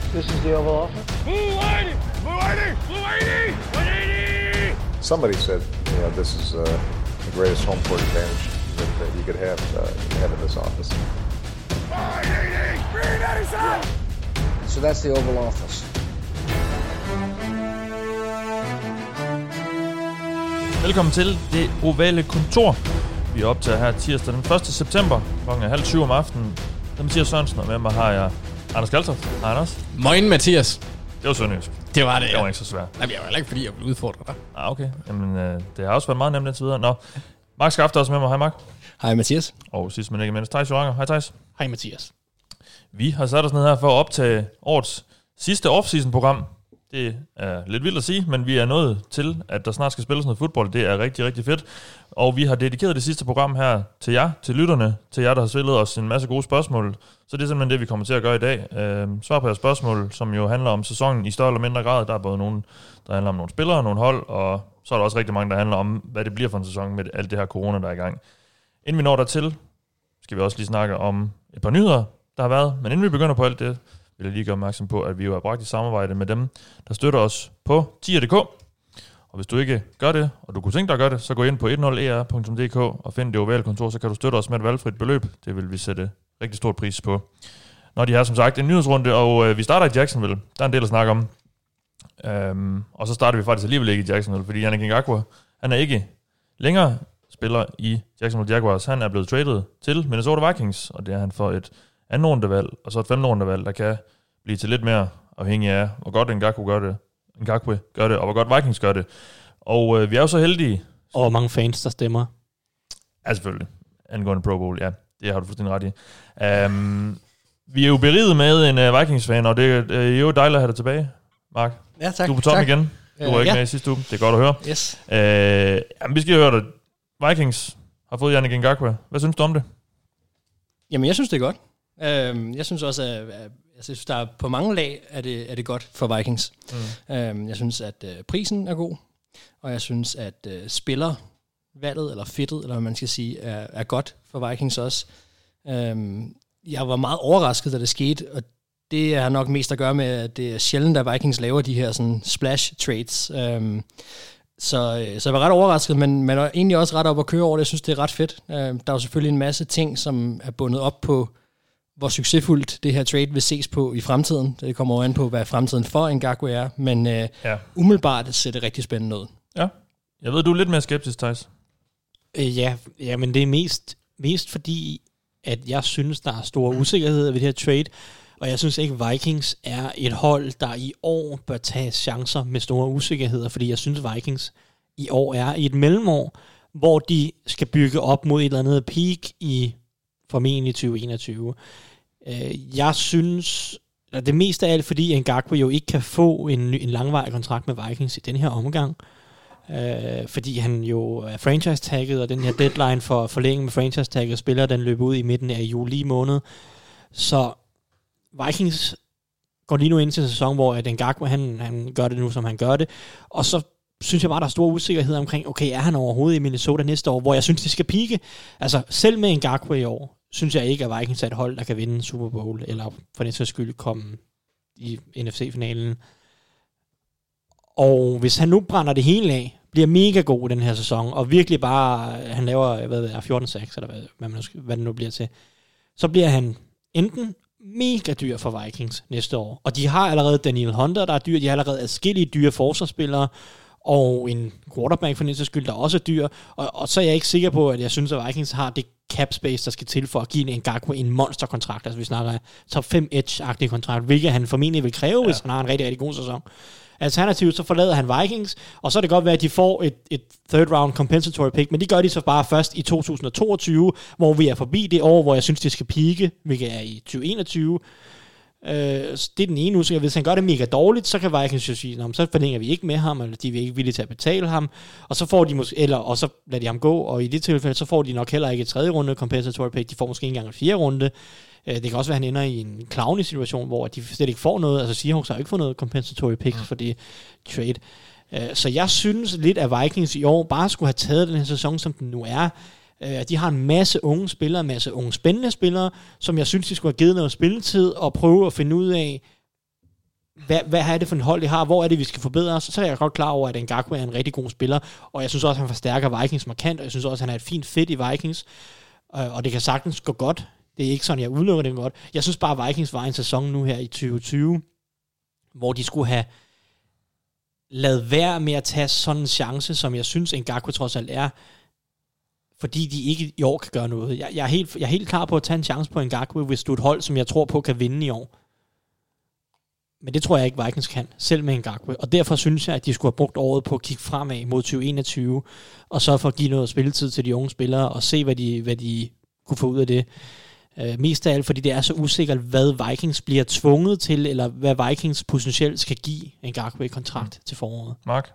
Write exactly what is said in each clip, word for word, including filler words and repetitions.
This is the Oval Office. Blue eighty! Blue eighty! Blue eighty! one eighty! Somebody said, you know, this is uh, the greatest home court advantage that, that you could have, uh, have in this office. one eighty! three ninety-seven! So that's the Oval Office. Velkommen til det ovale kontor. Vi optager her tirsdag den første september, klokken er halv syv om aftenen. Det er Mathias Sørensen, og med mig har jeg Anders Kaltoft. Hej Anders. Moin Mathias. Det var sønderjysk. Det var det, Det var ikke så svært. Nej, jeg var heller ikke, fordi jeg ville udfordre dig. Ah, okay. Jamen, øh, det har også været meget nemt indtil videre. Nå, Mark Skafter også med mig. Hej Mark. Hej Mathias. Og sidst men ikke mindst, Thijs Joranger. Hej Thijs. Hej Mathias. Vi har sat os ned her for at optage årets sidste off-season-program. Det er lidt vildt at sige, men vi er nået til, at der snart skal spilles noget fodbold. Det er rigtig, rigtig fedt. Og vi har dedikeret det sidste program her til jer, til lytterne, til jer, der har stillet os en masse gode spørgsmål. Så det er simpelthen det, vi kommer til at gøre i dag. Øh, svar på jeres spørgsmål, som jo handler om sæsonen i større eller mindre grad. Der er både nogle, der handler om nogle spillere og nogle hold, og så er der også rigtig mange, der handler om, hvad det bliver for en sæson med alt det her corona, der er i gang. Inden vi når dertil, skal vi også lige snakke om et par nyheder, der har været. Men inden vi begynder på alt det, vil jeg lige gøre opmærksom på, at vi jo har bragt i samarbejde med dem, der støtter os på tier punktum d k. Og hvis du ikke gør det, og du kunne tænke dig at gøre det, så gå ind på ti e r punktum d k og find det ovale kontor, så kan du støtte os med et valgfrit beløb. Det vil vi sætte rigtig stor pris på. Når de har som sagt en nyhedsrunde, og øh, vi starter i Jacksonville. Der er en del at snakke om. Øhm, og så starter vi faktisk alligevel ikke i Jacksonville, fordi Yannick Ngakoue, han er ikke længere spiller i Jacksonville Jaguars. Han er blevet traded til Minnesota Vikings, og det er han for et anden rundevalg, og så et femte rundevalg, der kan blive til lidt mere afhængig af, hvor godt Ngakoue gør det, Ngakoue gør det, og hvor godt Vikings gør det. Og øh, vi er jo så heldige. Og hvor mange fans, der stemmer. Ja, selvfølgelig. Angående Pro Bowl, ja. Det har du fuldstændig ret i. Um, vi er jo beriget med en uh, Vikings-fan, og det er jo dejligt at have dig tilbage, Mark. Ja, tak. Du er på toppen igen. Du var uh, ikke ja. med i sidste uge. Det er godt at høre. Yes. Uh, jamen, vi skal høre dig. Vikings har fået Yannick Ngakoue. Hvad synes du om det? Jamen, jeg synes, det er godt. Uh, jeg synes også, at, at jeg synes, der er på mange lag, er det, er det godt for Vikings. Mm. Uh, jeg synes, at uh, prisen er god, og jeg synes, at uh, spillervalget, eller fittet, eller hvad man skal sige, er, er godt for Vikings også. Uh, jeg var meget overrasket, da det skete, og det har nok mest at gøre med, at det er sjældent, at Vikings laver de her sådan splash trades. Uh, Så, så jeg var ret overrasket, men man er egentlig også ret op at køre over det. Jeg synes, det er ret fedt. Uh, der er jo selvfølgelig en masse ting, som er bundet op på, hvor succesfuldt det her trade vil ses på i fremtiden. Det kommer jo an på, hvad fremtiden for Ngakoue er, men uh, ja. umiddelbart ser det rigtig spændende ud. Ja. Jeg ved, du er lidt mere skeptisk, Thijs. Øh, ja, ja, men det er mest, mest fordi, at jeg synes, der er store usikkerheder ved det her trade, og jeg synes ikke, Vikings er et hold, der i år bør tage chancer med store usikkerheder, fordi jeg synes, Vikings i år er i et mellemår, hvor de skal bygge op mod et eller andet peak i formentlig tyve enogtyve. Jeg synes, at det meste af alt, fordi Ngakoue jo ikke kan få en, en langvarig kontrakt med Vikings i den her omgang, øh, fordi han jo er franchise-tagget, og den her deadline for forlænge med franchise-tagget spiller, den løber ud i midten af juli måned. Så Vikings går lige nu ind til en sæson, hvor at Ngakoue, han, han gør det nu, som han gør det, og så synes jeg bare, der er store usikkerhed omkring, okay, er han overhovedet i Minnesota næste år, hvor jeg synes, de skal pike. Altså, selv med Ngakoue i år, synes jeg ikke, at Vikings er et hold, der kan vinde en Super Bowl, eller for den sags skyld komme i N F C-finalen. Og hvis han nu brænder det hele af, bliver mega god i den her sæson, og virkelig bare, han laver, hvad ved jeg, fjorten seks, eller hvad, hvad, man, hvad det nu bliver til, så bliver han enten mega dyr for Vikings næste år. Og de har allerede Daniel Hunter, der er dyr, de har allerede adskillige dyre forsvarsspillere, og en quarterback for den sags skyld, der også er dyr, og, og så er jeg ikke sikker på, at jeg synes, at Vikings har det cap space, der skal til for at give en Ngakoue en monsterkontrakt. Altså vi snakker top fem edge-agtig kontrakt, hvilket han formentlig vil kræve, ja. Hvis han har en rigtig, rigtig god sæson. Alternativt så forlader han Vikings, og så er det godt være, at de får et, et third round compensatory pick, men det gør de så bare først i to tusind toogtyve, hvor vi er forbi det år, hvor jeg synes, de skal peake, hvilket er i tyve enogtyve. Øh, det er den ene usikkerhed. Hvis han gør det mega dårligt, så kan Vikings jo sige, så forlænger vi ikke med ham, eller de er ikke villige til at betale ham, og så får de måske, eller, og så lader de ham gå, og i det tilfælde, så får de nok heller ikke et tredje runde compensatory pick, de får måske ikke engang en fjerde runde. Øh, det kan også være, at han ender i en clowny situation, hvor de slet ikke får noget, altså Seahawks har ikke fået noget compensatory picks for det trade. Øh, så jeg synes lidt, at Vikings i år bare skulle have taget den her sæson, som den nu er. De har en masse unge spillere, en masse unge spændende spillere, som jeg synes, de skulle have givet noget spilletid og prøve at finde ud af, hvad, hvad er det for en hold, det har? Hvor er det, vi skal forbedre os? Så er jeg godt klar over, at Ngakoue er en rigtig god spiller, og jeg synes også, at han forstærker Vikings markant, og jeg synes også, at han er et fint fit i Vikings, og det kan sagtens gå godt. Det er ikke sådan, jeg udelukker det godt. Jeg synes bare, at Vikings var en sæson nu her i tyve tyve, hvor de skulle have lavet være med at tage sådan en chance, som jeg synes, Ngakoue trods alt er, fordi de ikke i år kan gøre noget. Jeg, jeg, er, helt, jeg er helt klar på at tage en chance på Ngakoue, hvis du er et hold, som jeg tror på kan vinde i år. Men det tror jeg ikke, Vikings kan, selv med Ngakoue. Og derfor synes jeg, at de skulle have brugt året på at kigge fremad mod tyve enogtyve, og så for at give noget spilletid til de unge spillere, og se, hvad de, hvad de kunne få ud af det. Uh, mest af alt, fordi det er så usikkert, hvad Vikings bliver tvunget til, eller hvad Vikings potentielt skal give Ngakoue i kontrakt mm. til foråret. Mark?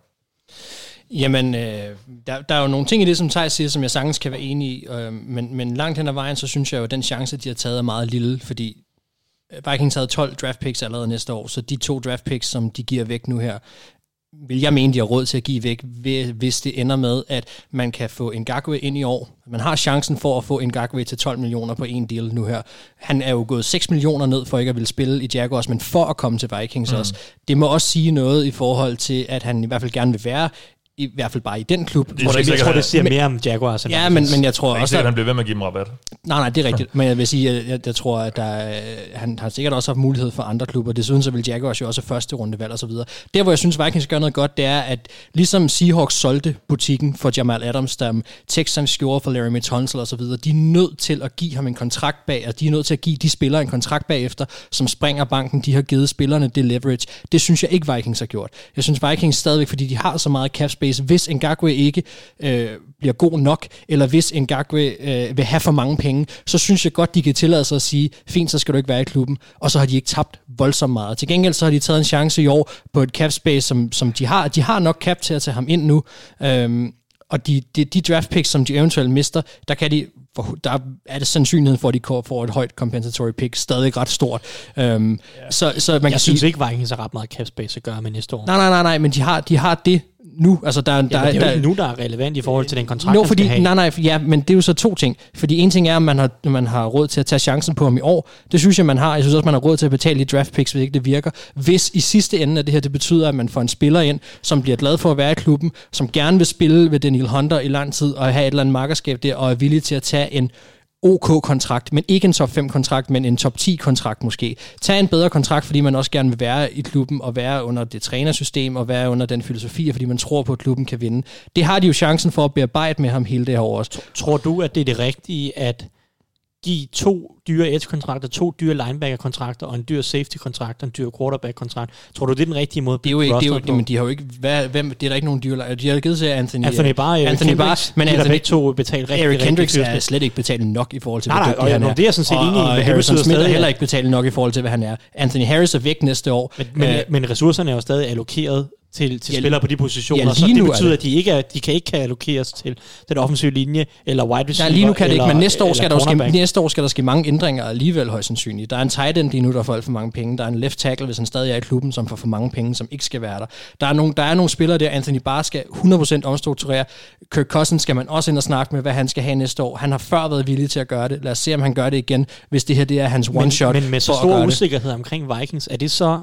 Jamen, øh, der, der er jo nogle ting i det, som Theis siger, som jeg sagtens kan være enig i, øh, men, men langt hen ad vejen, så synes jeg jo, at den chance, de har taget, er meget lille, fordi Vikings havde tolv draft picks allerede næste år, så de to draft picks, som de giver væk nu her, vil jeg mene, de har råd til at give væk, hvis det ender med, at man kan få Ngakoue ind i år. Man har chancen for at få Ngakoue til tolv millioner på en deal nu her. Han er jo gået seks millioner ned for ikke at ville spille i Jaguars, men for at komme til Vikings mm. også. Det må også sige noget i forhold til, at han i hvert fald gerne vil være i hvert fald bare i den klub. Det jeg tror, jeg tror, det siger mere om Jaguars. Ja, men, men jeg tror jeg også, at han bliver ved med at give dem rabat. Nej, nej, det er rigtigt. Men jeg vil sige, at jeg, jeg tror, at der, han har sikkert også haft mulighed for andre klubber. Desuden så vil Jaguars jo også første rundevalg og så videre. Der, hvor jeg synes, Vikings gør noget godt, det er, at ligesom Seahawks solgte butikken for Jamal Adams, der Texans gjorde for Laramie Tunsil og så videre, de er nødt til at give ham en kontrakt bag, og de er nødt til at give de spillere en kontrakt bagefter, som springer banken. De har givet spillerne det leverage. Det synes jeg ikke, Vikings har gjort. Jeg synes, Vikings stadigvæk, fordi de har så meget cap space, hvis Ngakoue ikke øh, bliver god nok, eller hvis Ngakoue øh, vil have for mange penge, så synes jeg godt, de kan tillade sig at sige, fint, så skal du ikke være i klubben, og så har de ikke tabt voldsomt meget. Til gengæld så har de taget en chance i år på et cap space, som, som de har. De har nok cap til at tage ham ind nu, øhm, og de, de, de draft picks, som de eventuelt mister, der kan de for, der er det sandsynligheden for, at de får et højt compensatory pick stadig ret stort. Øhm, ja. så, så man jeg kan synes sige, ikke, Vikings har ret meget cap space at gøre med næste år. Nej, nej, nej, nej, men de har, de har det nu. Altså, der, ja, der, det er jo der, ikke nu, der er relevant i forhold til den kontrakt, no, fordi, han skal have. Nej, nej, ja, men det er jo så to ting. Fordi en ting er, at man har, man har råd til at tage chancen på ham i år. Det synes jeg, man har. Jeg synes også, man har råd til at betale de draft picks, hvis ikke det virker. Hvis i sidste ende af det her, det betyder, at man får en spiller ind, som bliver glad for at være i klubben, som gerne vil spille ved Daniel Hunter i lang tid, og have et eller andet markerskab der, og er villig til at tage en OK-kontrakt, men ikke en top fem-kontrakt, men en top ti-kontrakt måske. Tag en bedre kontrakt, fordi man også gerne vil være i klubben, og være under det trænersystem, og være under den filosofi, fordi man tror på, at klubben kan vinde. Det har de jo chancen for at bearbejde med ham hele det her år også. Tror du, at det er det rigtige, at give to dyre edge-kontrakter, to dyre linebacker-kontrakter, og en dyr safety-kontrakt, og en dyr quarterback-kontrakt? Tror du, det er den rigtige måde? Det er jo ikke, det er jo, men de har jo ikke, hvad, hvem, det er der ikke nogen dyre, de har givet til Anthony, Anthony Barr, Eric Anthony Kendricks, Barr, men de Anthony, har to betalt rigtig, Eric Kendricks rigtig er slet ikke betalt nok i forhold til, nej, hvor nej, dygtig han er. Det er jeg sådan set enig i, og, og men Harrison Smith er heller stadig, ikke betalt nok i forhold til, hvad han er. Anthony Harris er væk næste år. Men, men, øh, men ressourcerne er jo stadig allokeret til, til ja, spillere på de positioner, ja, så det betyder, det. at de ikke er, de kan ikke kan allokeres til den offensive linje, eller wide receiver, ja, lige nu kan det eller, ikke, men næste år, skal der ske, næste år skal der ske mange ændringer alligevel højst sandsynligt. Der er en tight end lige nu, der får alt for mange penge. Der er en left tackle, hvis han stadig er i klubben, som får for mange penge, som ikke skal være der. Der er nogle, der er nogle spillere der, Anthony Barr skal hundrede procent omstrukturere. Kirk Cousins skal man også ind og snakke med, hvad han skal have næste år. Han har før været villig til at gøre det. Lad os se, om han gør det igen, hvis det her det er hans one shot. Men med så stor usikkerhed det. Omkring Vikings, er det så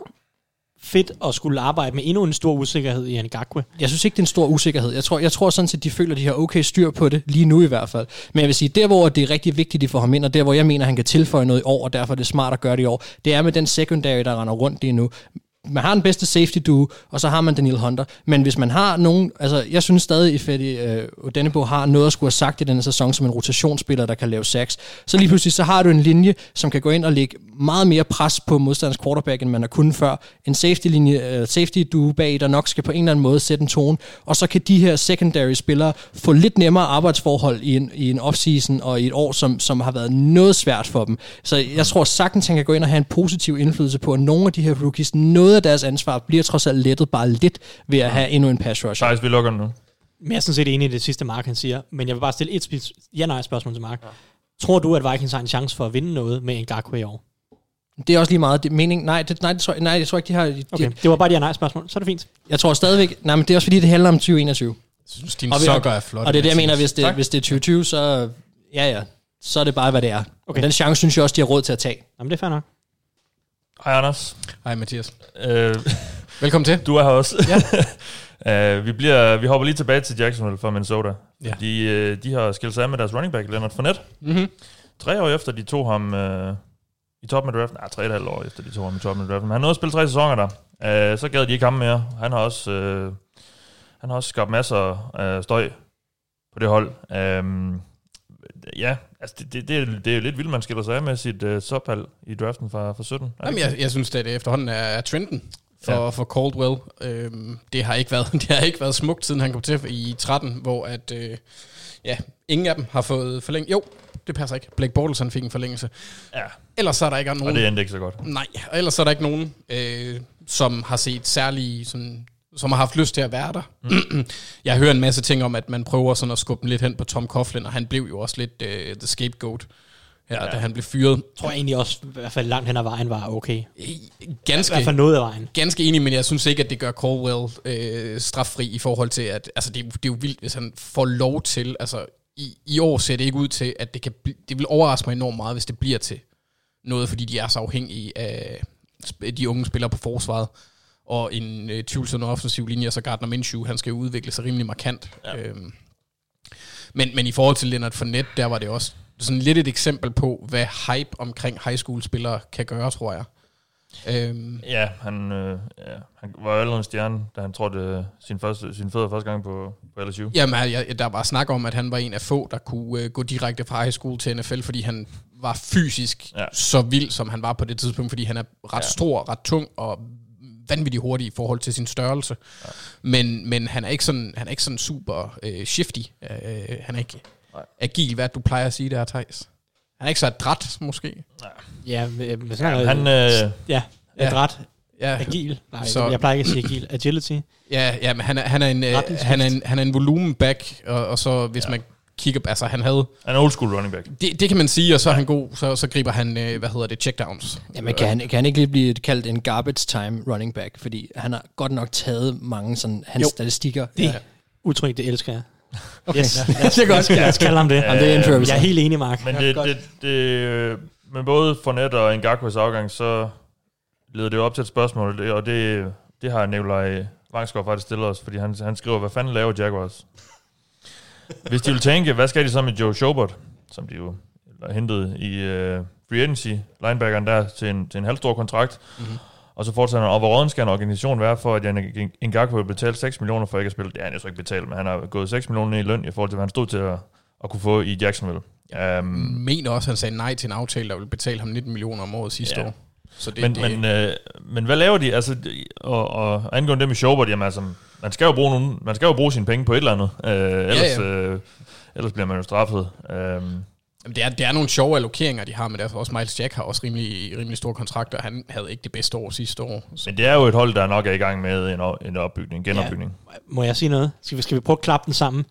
fedt at skulle arbejde med endnu en stor usikkerhed i Ngakoue? Jeg synes ikke, det er en stor usikkerhed. Jeg tror, jeg tror sådan set, de føler, at de har okay styr på det, lige nu i hvert fald. Men jeg vil sige, der hvor det er rigtig vigtigt, at de får ham ind, og der hvor jeg mener, at han kan tilføje noget i år, og derfor er det smart at gøre det i år, det er med den secondary, der render rundt lige nu. Man har den bedste safety duo, og så har man Daniel Hunter. Men hvis man har nogen, altså jeg synes stadig, at Fede øh, Odenigbo har noget at skulle have sagt i denne sæson som en rotationsspiller, der kan lave sacks. Så lige pludselig så har du en linje, som kan gå ind og lægge meget mere pres på modstanders quarterback, end man har kunnet før. En safety-linje, øh, safety duo bag, der nok skal på en eller anden måde sætte en tone. Og så kan de her secondary spillere få lidt nemmere arbejdsforhold i en, i en offseason og i et år, som, som har været noget svært for dem. Så jeg tror sagtens, han kan gå ind og have en positiv indflydelse på, at nogle af de her rookies, noget af deres ansvar bliver trods alt lettet bare lidt ved at have endnu en pass rush. Thijs, vi lukker den nu. Men jeg er sådan set enig i det sidste, Mark han siger, men jeg vil bare stille et sp- ja-nej-spørgsmål til Mark. Ja. Tror du, at Vikings har en chance for at vinde noget med Ngakoue i år? Det er også lige meget det, mening. Nej, det, nej, det tror, nej, jeg tror ikke, de har... De, okay, det var bare et ja-nej-spørgsmål. Så er det fint. Jeg tror stadigvæk... Nej, men det er også fordi, det handler om tyve enogtyve. Jeg synes, din sokker er flot. Og det er det, jeg mener, hvis det, hvis det er tyve tyve, så... Ja, ja. Så er det bare, hvad det er. Okay. Den chance synes jeg også, de har råd til at tage. Jamen, det er fair nok. Hej Anders. Hej Mathias. Øh, Velkommen til. Du er her også. Ja. uh, vi, bliver, vi hopper lige tilbage til Jacksonville fra Minnesota. Ja. De, uh, de har skilt sig af med deres running back, Leonard Fournette. Mm-hmm. Tre år efter, de tog ham uh, i toppen af draften. Nej, tre og et halvt år efter, de tog ham i toppen af draften. Men han nåede at spille tre sæsoner der. Uh, så gad de ikke ham mere. Han har også, uh, han har også skabt masser af støj på det hold. Um, ja, altså det, det, det, er, det er jo lidt vildt, man skiller sig af med sit uh, tophold i draften fra, fra sytten. Jamen, jeg, jeg synes, at det efterhånden er, er trenden for, ja. for Caldwell. Øhm, det, har ikke været, det har ikke været smukt, siden han kom til i tretten, hvor at, øh, ja, ingen af dem har fået forlænget. Jo, det passer ikke. Blake Bortles, han fik en forlængelse. Ja. Ellers så er der ikke nogen... Og det endte ikke så godt. Nej, og ellers så er der ikke nogen, øh, som har set særlige... Sådan, som har haft lyst til at være der. Mm. Jeg hører en masse ting om, at man prøver sådan at skubbe den lidt hen på Tom Coughlin, og han blev jo også lidt uh, the scapegoat, ja, ja. da han blev fyret. Jeg tror egentlig også, i hvert fald langt hen ad vejen var okay. Ganske, I hvert fald noget af vejen. Ganske enig, men jeg synes ikke, at det gør Caldwell øh, straffri i forhold til, at altså, det, det er jo vildt, hvis han får lov til, altså i, i år ser det ikke ud til, at det kan bl- det vil overraske mig enormt meget, hvis det bliver til noget, fordi de er så afhængige af de unge spillere på forsvaret. Og en øh, tvivlsom offensiv linje, så Gardner Minshew, han skal udvikle sig rimelig markant. Ja. Øhm, men, men i forhold til Leonard Fournette, der var det også sådan lidt et eksempel på, hvad hype omkring high school-spillere kan gøre, tror jeg. Øhm. Ja, han, øh, ja, han var jo allerede en stjerne, da han trådte sin, første, sin fødder første gang på, på L S U. Jamen, jeg, der var snak om, at han var en af få, der kunne øh, gå direkte fra high school til N F L, fordi han var fysisk ja. så vild, som han var på det tidspunkt, fordi han er ret ja. stor, ret tung og vanvittigt hurtig i forhold til sin størrelse. Ja. Men, men han er ikke sådan, han er ikke sådan super øh, shifty. Øh, han er ikke Nej. agil, hvad du plejer at sige der, Theis. Han er ikke så adræt, måske. Nej. Ja, med sådan ja, han, øh, ja, adræt. Ja. Agil. Nej, så, jeg plejer ikke at sige agil. Agility. Ja, ja, men han er, han er en, øh, han er en, han er en volumenback, og, og så hvis ja. man kigger, altså han havde... Han er old school running back. Det, det kan man sige, og så er han god, så, så griber han, øh, hvad hedder det, checkdowns. Jamen kan han, kan han ikke lige blive kaldt en garbage time running back, fordi han har godt nok taget mange sådan, hans jo. statistikker. Det ja. udtryk, det elsker jeg. Okay, yes. ja, det er godt. Lad os kalde ham det. Ja, det er jeg er helt enig, Mark. Men det, det, det, med både Fournette og Ngakoues afgang, så leder det jo op til et spørgsmål, og det, det har Nikolaj Vangsgaard faktisk stillet os, fordi han, han skriver, hvad fanden laver Jaguars? Hvis de vil tænke, hvad skal de så med Joe Schobert, som de jo hentede i uh, free agency, linebackeren der, til en, til en halvstor kontrakt, mm-hmm. og så fortsætter han, og hvor råden skal en organisation være for, at Ngakoue vil betale seks millioner for ikke at spille? Det er han jo så ikke betalt, men han har gået seks millioner i løn i forhold til, hvad han stod til at, at kunne få i Jacksonville. Jeg um, mener også, at han sagde nej til en aftale, der ville betale ham nitten millioner om året sidste ja. år. Så det, men, det... Men, øh, men hvad laver de? Altså, og, og angående det med Schobert, jamen altså, man skal jo bruge nogen, man skal jo bruge sine penge på et eller andet. Øh, ellers, ja, ja. Øh, ellers bliver man jo straffet. Øh. Jamen, det, er, det er nogle sjove allokeringer, de har, men derfor også Miles Jack har også rimelig, rimelig store kontrakter. Han havde ikke det bedste år sidste år. Så. Men det er jo et hold, der nok er i gang med en, en opbygning, en genopbygning. Ja. Må jeg sige noget? Skal vi, skal vi prøve at klappe den sammen?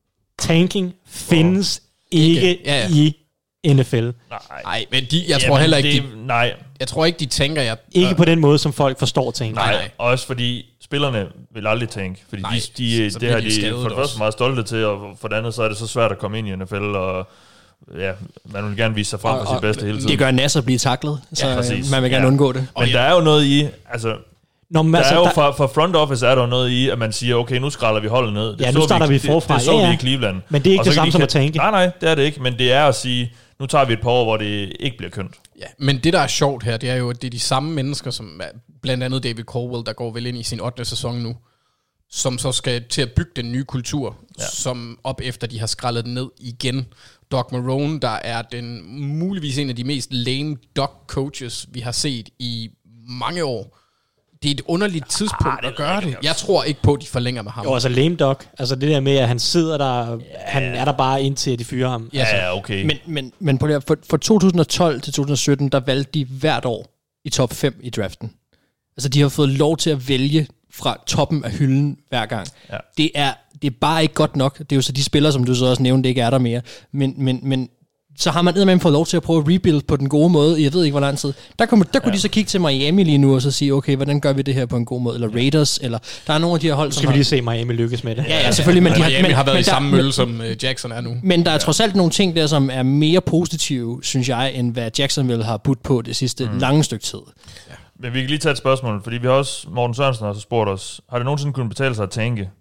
Tanking findes oh. ikke ja, ja. i N F L. Nej, nej, men de, jeg tror heller ikke, det, de, nej. jeg tror ikke, de tænker, jeg... Ikke øh, på den måde, som folk forstår tænker. Nej, nej, også fordi spillerne vil aldrig tænke, fordi nej, de, de, det har de, de for det første meget stolte til, og for det andet, så er det så svært at komme ind i N F L, og ja, man vil gerne vise sig frem og, på sit bedste hele tiden. Det gør Nasser blive taklet, så ja, man vil gerne ja. undgå det. Men og der er jo noget i, altså... Nå, der altså, er jo der... for, for front office er der noget i, at man siger, okay, nu skræller vi holdet ned. Det ja, nu starter vi, vi forfra. Det, det så ja, ja. vi i Cleveland. Men det er ikke det samme som at tænke. Nej, nej, det er det ikke, men det er at sige, nu tager vi et par år, hvor det ikke bliver kønt. Ja, men det, der er sjovt her, det er jo, at det er de samme mennesker, som blandt andet David Caldwell, der går vel ind i sin ottende sæson nu, som så skal til at bygge den nye kultur, ja. som op efter de har skrællet den ned igen. Doug Marrone, der er den muligvis en af de mest lame dog coaches, vi har set i mange år. Det er et underligt tidspunkt ah, at gøre det. Jeg tror ikke på, at de forlænger med ham. Jo, altså lame dog. Altså det der med, at han sidder der, yeah. han er der bare indtil de fyrer ham. Ja, altså. okay. Men, men, men på det, for, for to tusind og tolv til to tusind og sytten, der valgte de hvert år i top fem i draften. Altså de har fået lov til at vælge fra toppen af hylden hver gang. Ja. Det, er, det er bare ikke godt nok. Det er jo så de spillere, som du så også nævnte, ikke er der mere. Men, men, men så har man eddermame fået lov til at prøve at rebuild på den gode måde, jeg ved ikke hvor lang tid. Der kunne, der kunne ja. de så kigge til Miami lige nu og så sige, okay, hvordan gør vi det her på en god måde? Eller Raiders, eller der er nogle af de her hold, som skal vi lige se Miami lykkes med det. Ja, ja selvfølgelig. Men, men de Miami har, men, har været men i der, samme mølle, som uh, Jackson er nu. Men der er ja. trods alt nogle ting der, som er mere positive, synes jeg, end hvad Jacksonville har budt på det sidste mm. lange stykke tid. Ja. Men vi kan lige tage et spørgsmål, fordi vi har også, Morten Sørensen har så spurgt os, har det nogensinde kunnet betale sig at tænke?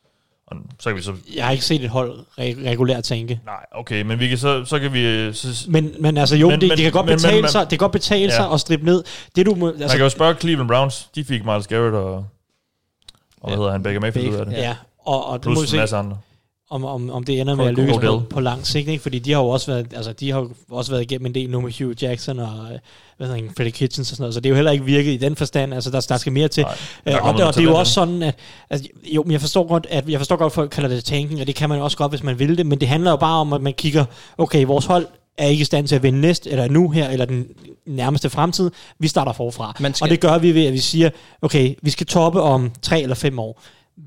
Og så kan vi så... Jeg har ikke set et hold re- regulært tænke. Nej, okay, men vi kan så, så kan vi... Så... Men, men altså jo, men, det, men, det kan godt men, betale men, sig, det kan godt betale ja. sig at strippe ned. Det du må, altså, man kan jo spørge Cleveland Browns, de fik Myles Garrett og... Og hvad ja. hedder han? Baker Mayfield ud af det. Ja, og, og plus må en masse andre. Om, om, om det ender med at lykkes på, på lang sigt, ikke? Fordi de har jo også været, altså de har jo også været igennem en del nu med Hugh Jackson og hvad hedder han, Freddie Kitchens og sådan noget, så det er jo heller ikke virket i den forstand, altså der, der skal mere til. Nej, øh, og det, og det er jo også sådan, at altså, jo, men jeg forstår godt, at jeg forstår godt, at folk kalder det tanking, og det kan man også godt, hvis man vil det, men det handler jo bare om, at man kigger, okay, vores hold er ikke i stand til at vinde næste, eller nu her, eller den nærmeste fremtid, vi starter forfra. Og det gør vi ved, at vi siger, okay, vi skal toppe om tre eller fem år.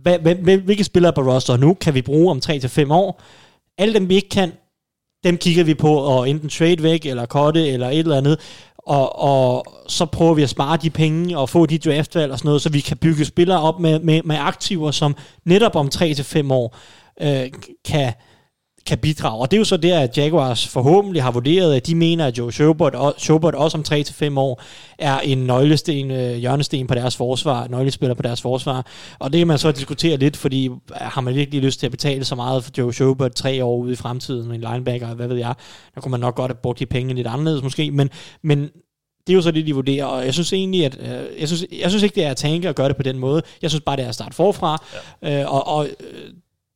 Hvilke spillere på roster nu kan vi bruge om tre til fem år? Alle dem vi ikke kan, dem kigger vi på og enten trade væk eller cutte eller et eller andet, og, og så prøver vi at spare de penge og få de draftvalg og sådan noget, så vi kan bygge spillere op med, med, med aktiver, som netop om tre til fem år øh, kan kan bidrage. Og det er jo så det, at Jaguars forhåbentlig har vurderet, at de mener, at Joe Schobert, Schobert også om tre til fem år er en nøglesten, øh, hjørnesten på deres forsvar, nøglespiller på deres forsvar. Og det kan man så diskutere lidt, fordi har man virkelig lyst til at betale så meget for Joe Schobert tre år ude i fremtiden, med en linebacker, hvad ved jeg, der kunne man nok godt have brugt de penge lidt anderledes måske, men, men det er jo så det, de vurderer, og jeg synes egentlig, at øh, jeg, synes, jeg synes ikke, det er at tænke at gøre det på den måde. Jeg synes bare, det er at starte forfra, ja. øh, og, og øh,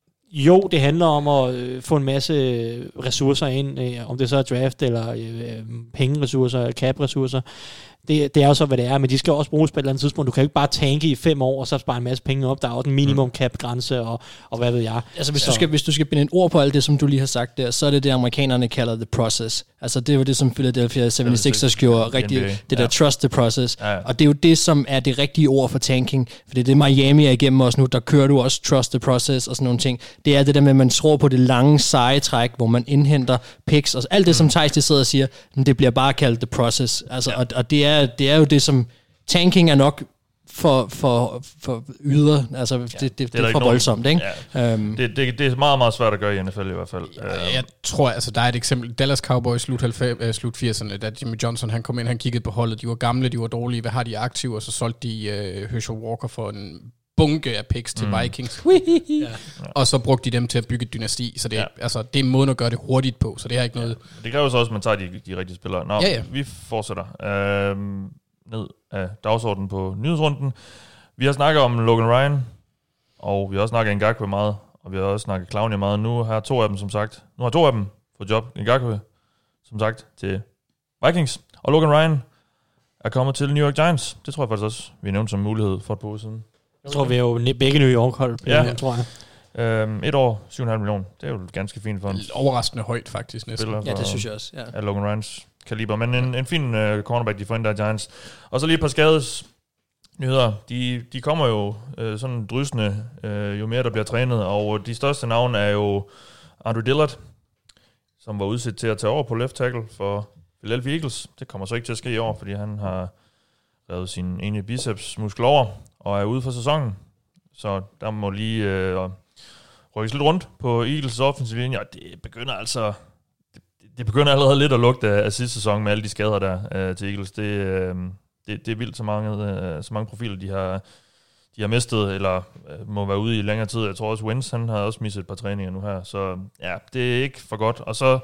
jo, det handler om at øh, få en masse ressourcer ind, øh, om det så er draft eller øh, pengeressourcer, cap-ressourcer. Det, det er jo så, hvad det er, men de skal også bruges på et eller andet tidspunkt. Du kan jo ikke bare tanke i fem år, og så spare en masse penge op. Der er også en minimum cap-grænse, og, og hvad ved jeg. Altså, hvis du, skal, hvis du skal binde en ord på alt det, som du lige har sagt der, så er det det, amerikanerne kalder the process. Altså, det var det, som Philadelphia seventy-sixers gjorde rigtig, det der ja. trust the process. Ja, ja. Og det er jo det, som er det rigtige ord for tanking. For det er det, Miami er igennem os nu. Der kører du også trust the process og sådan nogle ting. Det er det der med, at man tror på det lange, seje træk, hvor man indhenter picks, og alt det, som Theis de sidder og siger, det bliver bare kaldt the process. Altså, ja. og, og det er det er jo det, som tanking er nok for, for, for yder, altså ja, det, det, det, det er for voldsomt, ikke? Ja. Um, det, det, det er meget, meget svært at gøre i N F L i hvert fald. Ja, jeg tror, altså der er et eksempel, Dallas Cowboys slut, halvfems, slut firserne, da Jimmy Johnson han kom ind, han kiggede på holdet, de var gamle, de var dårlige, hvad har de aktive, og så solgte de uh, Herschel Walker for en bunke af picks til mm. Vikings. ja. Og så brugte de dem til at bygge et dynasti, så det, ja. altså, det er en måde at gøre det hurtigt på, så det har ikke noget... Ja. Det kræver så også, at man tager de, de rigtige spillere. Nå, ja, ja. vi fortsætter øh, ned af dagsordenen på nyhedsrunden. Vi har snakket om Logan Ryan, og vi har også snakket Ngakoue meget, og vi har også snakket Clowney meget. Nu har to af dem, som sagt, nu har to af dem fået job. Ngakoue, som sagt, til Vikings, og Logan Ryan er kommet til New York Giants. Det tror jeg faktisk også, vi nævnte som mulighed for et par uger siden. Jeg tror, vi er jo begge New York-hold, ja. tror jeg. Øhm, et år, syv komma fem millioner. Det er jo ganske fint for en... Overraskende højt, faktisk, næsten. Ja, det synes jeg også. Ja. Af Logan Ryans kaliber. Men en, en fin uh, cornerback, de får ind der Giants. Og så lige et par skades nyheder. De, de kommer jo uh, sådan drysende, uh, jo mere der bliver trænet. Og de største navne er jo Andre Dillard, som var udsat til at tage over på left tackle for Philadelphia Eagles. Det kommer så ikke til at ske i år, fordi han har revet sin ene bicepsmuskel over og er ude for sæsonen. Så der må lige øh, rykkes lidt rundt på Eagles' offensive linje, og det begynder altså det, det begynder allerede lidt at lugte af, af sidste sæson med alle de skader der øh, til Eagles. Det, øh, det, det er vildt så mange, øh, så mange profiler, de har, de har mistet, eller øh, må være ude i længere tid. Jeg tror også, Wentz, han har også mistet et par træninger nu her, så ja, det er ikke for godt. Og så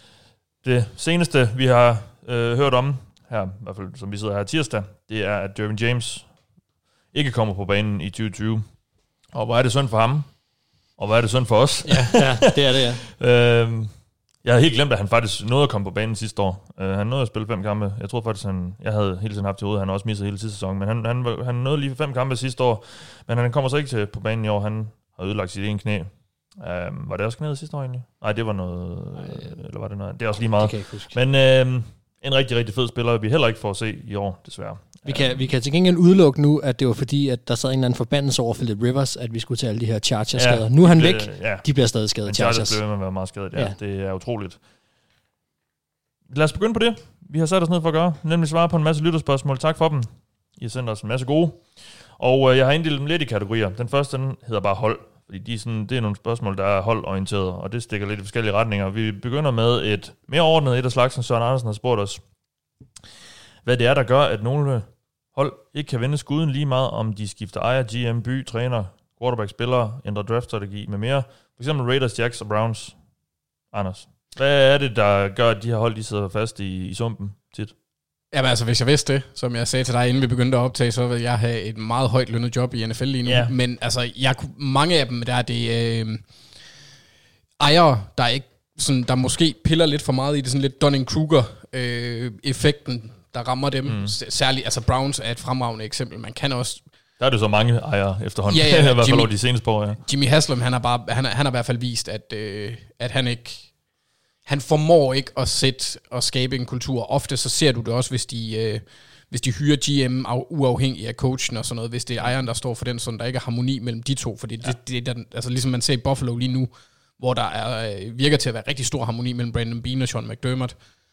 det seneste, vi har øh, hørt om, her, i hvert fald som vi sidder her tirsdag, det er, at Derwin James ikke kommer på banen i tyve tyve. Og hvor er det synd for ham? Og hvor er det synd for os? Ja, ja det er det, ja. øhm, jeg havde helt glemt, at han faktisk nåede at komme på banen sidste år. Uh, han nåede at spille fem kampe. Jeg tror faktisk, han, jeg havde hele tiden haft til hovedet, han også misset hele sidste sæson. Men han, han, han nåede lige fem kampe sidste år. Men han kommer så ikke til på banen i år. Han har ødelagt sit ene knæ. Um, var det også knæet sidste år egentlig? Nej, det var noget... Øh, eller var det noget? Det er også lige meget. Men øh, en rigtig, rigtig fed spiller, vi heller ikke får at se i år, desværre. Vi kan, vi kan til gengæld udelukke nu, at det var fordi, at der sad en eller anden forbandelse over Philip Rivers, at vi skulle til alle de her Chargers-skader. Ja, nu er han væk, det, ja. De bliver stadig skadet. Men Chargers, Chargers bliver med at være meget skadet, ja. ja. Det er utroligt. Lad os begynde på det. Vi har sat os ned for at gøre, nemlig svare på en masse lytterspørgsmål. Tak for dem. I har sendt os en masse gode. Og øh, jeg har inddelt dem lidt i kategorier. Den første, den hedder bare hold. Fordi de er sådan, det er nogle spørgsmål, der er holdorienteret, og det stikker lidt i forskellige retninger. Vi begynder med et mere ordnet et af slagsen. Søren Andersen har spurgt os, hvad det er, der gør, at nogle hold ikke kan vende skuden lige meget, om de skifter ejer, G M, by, træner, quarterback, spillere, ændrer draftstrategi med mere. For eksempel Raiders, Jacks og Browns. Anders, hvad er det, der gør, at de her hold de sidder fast i, i sumpen tit? Jamen altså, hvis jeg vidste det, som jeg sagde til dig, inden vi begyndte at optage, så ville jeg have et meget højt lønnet job i N F L lige nu. Yeah. Men altså, jeg, mange af dem, der er det øh, ejere, der ikke sådan, der måske piller lidt for meget i det, sådan lidt Dunning-Kruger-effekten, øh, der rammer dem. Mm. Særligt, altså Browns er et fremragende eksempel. Man kan også... Der er det så mange ejere efterhånden. Ja, ja, I hvert fald Jimmy, over de seneste par år, ja. Jimmy Haslam, han har, bare, han har, han har i hvert fald vist, at, øh, at han ikke... Han formår ikke at sætte og skabe en kultur. Ofte så ser du det også, hvis de, øh, hvis de hyrer G M uafhængig af coachen og sådan noget. Hvis det er ejeren, der står for den, sådan der ikke er harmoni mellem de to. For det, ja. det, det der, altså ligesom man ser i Buffalo lige nu, hvor der er, øh, virker til at være rigtig stor harmoni mellem Brandon Beane og Sean McDermott,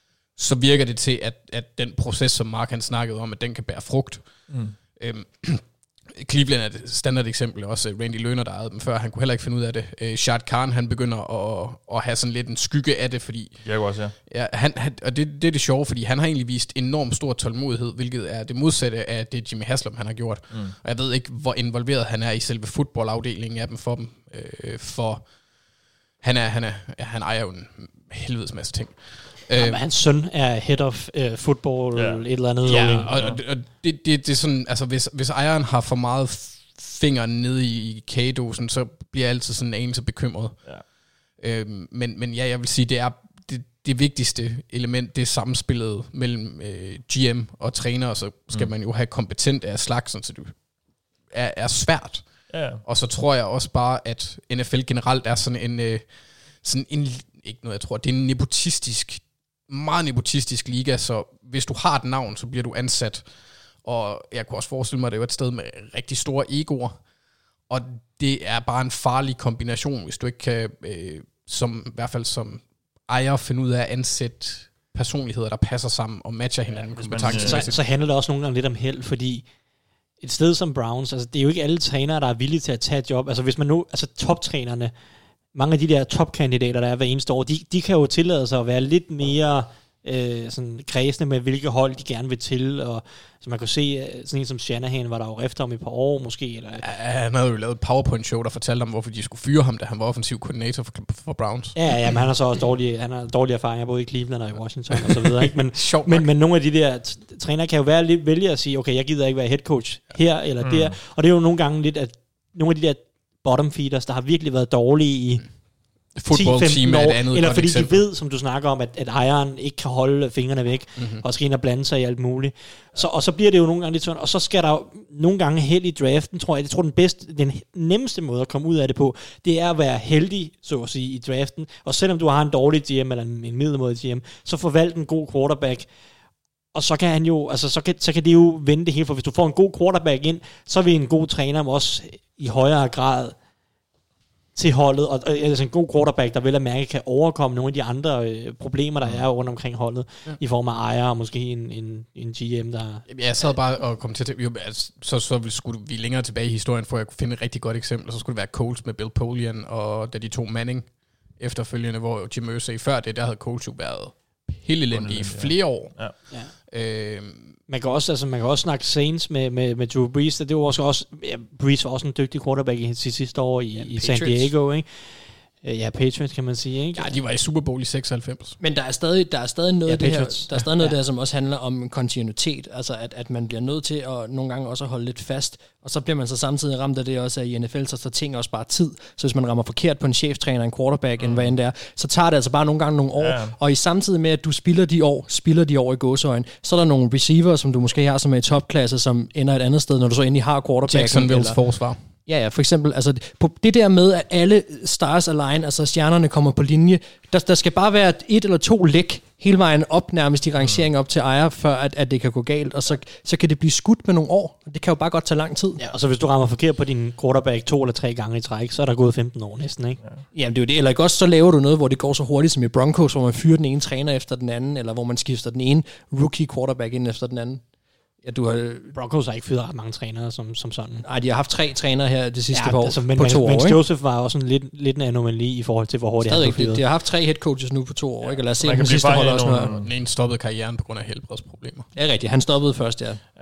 så virker det til, at, at den proces, som Mark han snakkede om, at den kan bære frugt. Mm. Øhm, Cleveland er et standard eksempel, også Randy Lerner, der ejede dem før, han kunne heller ikke finde ud af det. Uh, Shad Khan, han begynder at, at have sådan lidt en skygge af det, fordi... Jeg også, ja. ja han, han, og det, det er det sjove, fordi han har egentlig vist enormt stor tålmodighed, hvilket er det modsatte af det, Jimmy Haslam han har gjort. Mm. Og jeg ved ikke, hvor involveret han er i selve fodboldafdelingen af dem for dem, uh, for han, er, han, er, ja, han ejer jo en helvedes masse ting. Ja, hans søn er head of uh, football yeah. et eller andet. Ja, og, og, og det, det, det er sådan, altså hvis, hvis ejeren har for meget fingeren nede i, i kagedosen, så bliver jeg altid sådan en anelse bekymret. Ja. Øhm, men, men ja, jeg vil sige, det er det, det vigtigste element, det er samspillet mellem øh, G M og træner, og så skal mm. man jo have kompetent af slag, sådan så det er, er svært. Ja. Og så tror jeg også bare, at N F L generelt er sådan en, øh, sådan en ikke noget, jeg tror, det er en nepotistisk meget nepotistisk liga, så hvis du har et navn, så bliver du ansat. Og jeg kunne også forestille mig, at det er et sted med rigtig store egoer. Og det er bare en farlig kombination, hvis du ikke kan, øh, som, i hvert fald som ejer, finde ud af at ansætte personligheder, der passer sammen og matcher hinanden. Ja, så, så handler det også nogle gange lidt om held, fordi et sted som Browns, altså det er jo ikke alle trænere, der er villige til at tage et job. Altså hvis man nu, altså toptrænerne, mange af de der topkandidater, der er hver eneste år, de, de kan jo tillade sig at være lidt mere øh, sådan kredsende med, hvilke hold de gerne vil til. Og så man kan se, sådan en som Shanahan var der jo efter om et par år måske. Eller, ja, han havde jo lavet et PowerPoint-show, der fortalte om, hvorfor de skulle fyre ham, da han var offensiv koordinator for, for Browns. Ja, ja, men han har så også dårlige, han har dårlige erfaringer, både i Cleveland og i Washington og så videre. Ikke? Men, men, men nogle af de der t- trænere kan jo være lidt vælge at sige, okay, jeg gider ikke være head coach her eller mm. der. Og det er jo nogle gange lidt, at nogle af de der bottom feeders, der har virkelig været dårlige i fodboldteam er et andet eller fordi eksempel. De ved, som du snakker om, at, at ejeren ikke kan holde fingrene væk, mm-hmm. og skal ind og blande sig i alt muligt. Så, og så bliver det jo nogle gange lidt sådan, og så skal der jo nogle gange held i draften, tror jeg. Jeg tror, den bedste, den nemmeste måde at komme ud af det på, det er at være heldig, så at sige, i draften. Og selvom du har en dårlig G M, eller en, en middelmådig G M, så forvalt en god quarterback. Og så kan han jo, altså så kan, så kan det jo vende det hele, for hvis du får en god quarterback ind, så vil en god træner også i højere grad til holdet, og altså en god quarterback, der vel at mærke kan overkomme nogle af de andre øh, problemer, der er rundt omkring holdet, ja. I form af ejer og måske en, en, en G M, der... Jeg sad bare og kom til, jo, altså, så, så skulle vi længere tilbage i historien, for at jeg kunne finde et rigtig godt eksempel, og så skulle det være Colts med Bill Polian, og da de to Manning efterfølgende, hvor Jim Irsay før det, der havde Colts jo været helt elendige i flere år. Ja. Ja. Øh, Man kan også, altså man kan også snakke Saints med, med, med Drew Brees. Det var også, også ja, Brees var også en dygtig quarterback i sit sidste år i, ja, i San Diego, ikke? Ja, Patriots kan man sige, ikke? Ja, de var i Super Bowl i seksoghalvfems. Men der er stadig, der er stadig noget ja, det her, der er stadig noget ja. Der, som også handler om kontinuitet, altså at, at man bliver nødt til at nogle gange også at holde lidt fast, og så bliver man så samtidig ramt af det også, at i N F L, så tager ting også bare tid. Så hvis man rammer forkert på en cheftræner, en quarterback, mm. end hvad end det er, så tager det altså bare nogle gange nogle år, ja. Og i samtidig med, at du spilder de år, spilder de år i gåseøjne, så er der nogle receiver, som du måske har, som er i topklasse, som ender et andet sted, når du så endelig har quarterbacken. Jacksonvilles forsvar. Ja, ja, for eksempel, altså på det der med, at alle stars align, altså stjernerne kommer på linje, der, der skal bare være et eller to læk hele vejen op, nærmest i rangeringen op til ejer, før at, at det kan gå galt, og så, så kan det blive skudt med nogle år, det kan jo bare godt tage lang tid. Ja, og så hvis du rammer forkert på din quarterback to eller tre gange i træk, så er der gået femten år næsten, ikke? Ja. Jamen det er jo det, eller ikke også, så laver du noget, hvor det går så hurtigt som i Broncos, hvor man fyrer den ene træner efter den anden, eller hvor man skifter den ene rookie quarterback ind efter den anden. Ja, du har... Broncos har ikke fyret ret mange trænere som, som sådan. Nej, de har haft tre trænere her det sidste ja, par år, altså, men, på men, to men år, Joseph var også en lidt, lidt en anomali i forhold til, hvor hurtigt han blev fyret. De har haft tre head coaches nu på to år, ja. Ikke? Og lad os se, den sidste hold også noget. Den ene stoppede karrieren på grund af helbredsproblemer. Ja, rigtigt. Han stoppede først, ja. Ja,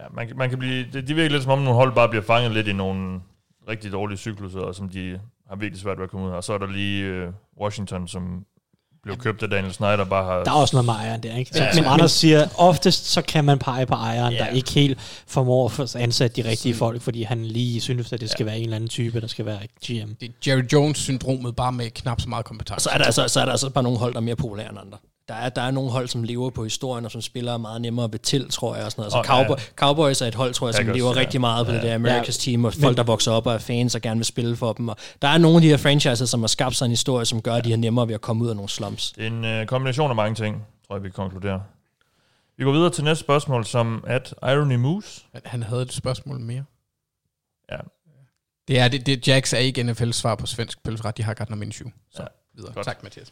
Ja, man, man kan blive, det, det virker lidt som om, nogle hold bare bliver fanget lidt i nogle rigtig dårlige cykluser, som de har virkelig svært ved at komme ud af. Og så er der lige øh, Washington, som blev købt af Daniel Snyder, bare har... Der er også noget med ejeren der, ikke? Ja, Som men, Anders siger, oftest så kan man pege på ejeren, Ja. der ikke helt formår at ansætte de rigtige folk, fordi han lige synes, at det skal Ja. være en eller anden type, der skal være G M. Det er Jerry Jones-syndromet, bare med knap så meget kompetence. Så er der altså, så er der altså bare nogle hold, der er mere populære end andre. Der er, der er nogle hold, som lever på historien, og som spiller meget nemmere ved til, tror jeg. Og sådan noget. Så Og, Cowboy, ja. Cowboys er et hold, tror jeg, som Packers, lever ja. rigtig meget på Ja. det der America's team, og Men- folk, der vokser op og er fans og gerne vil spille for dem. Og der er nogle af de her franchises, som har skabt sig en historie, som gør, at de har nemmere ved at komme ud af nogle slumps. Det er en øh, kombination af mange ting, tror jeg, vi kan konkludere. Vi går videre til næste spørgsmål, som at Irony Moose. Han havde et spørgsmål mere. Ja. Det er, det, det Jax er ikke N F L's svar på svensk pølseret. De har Gardner Minshew. Så Ja. videre. Godt. Tak, Mathias.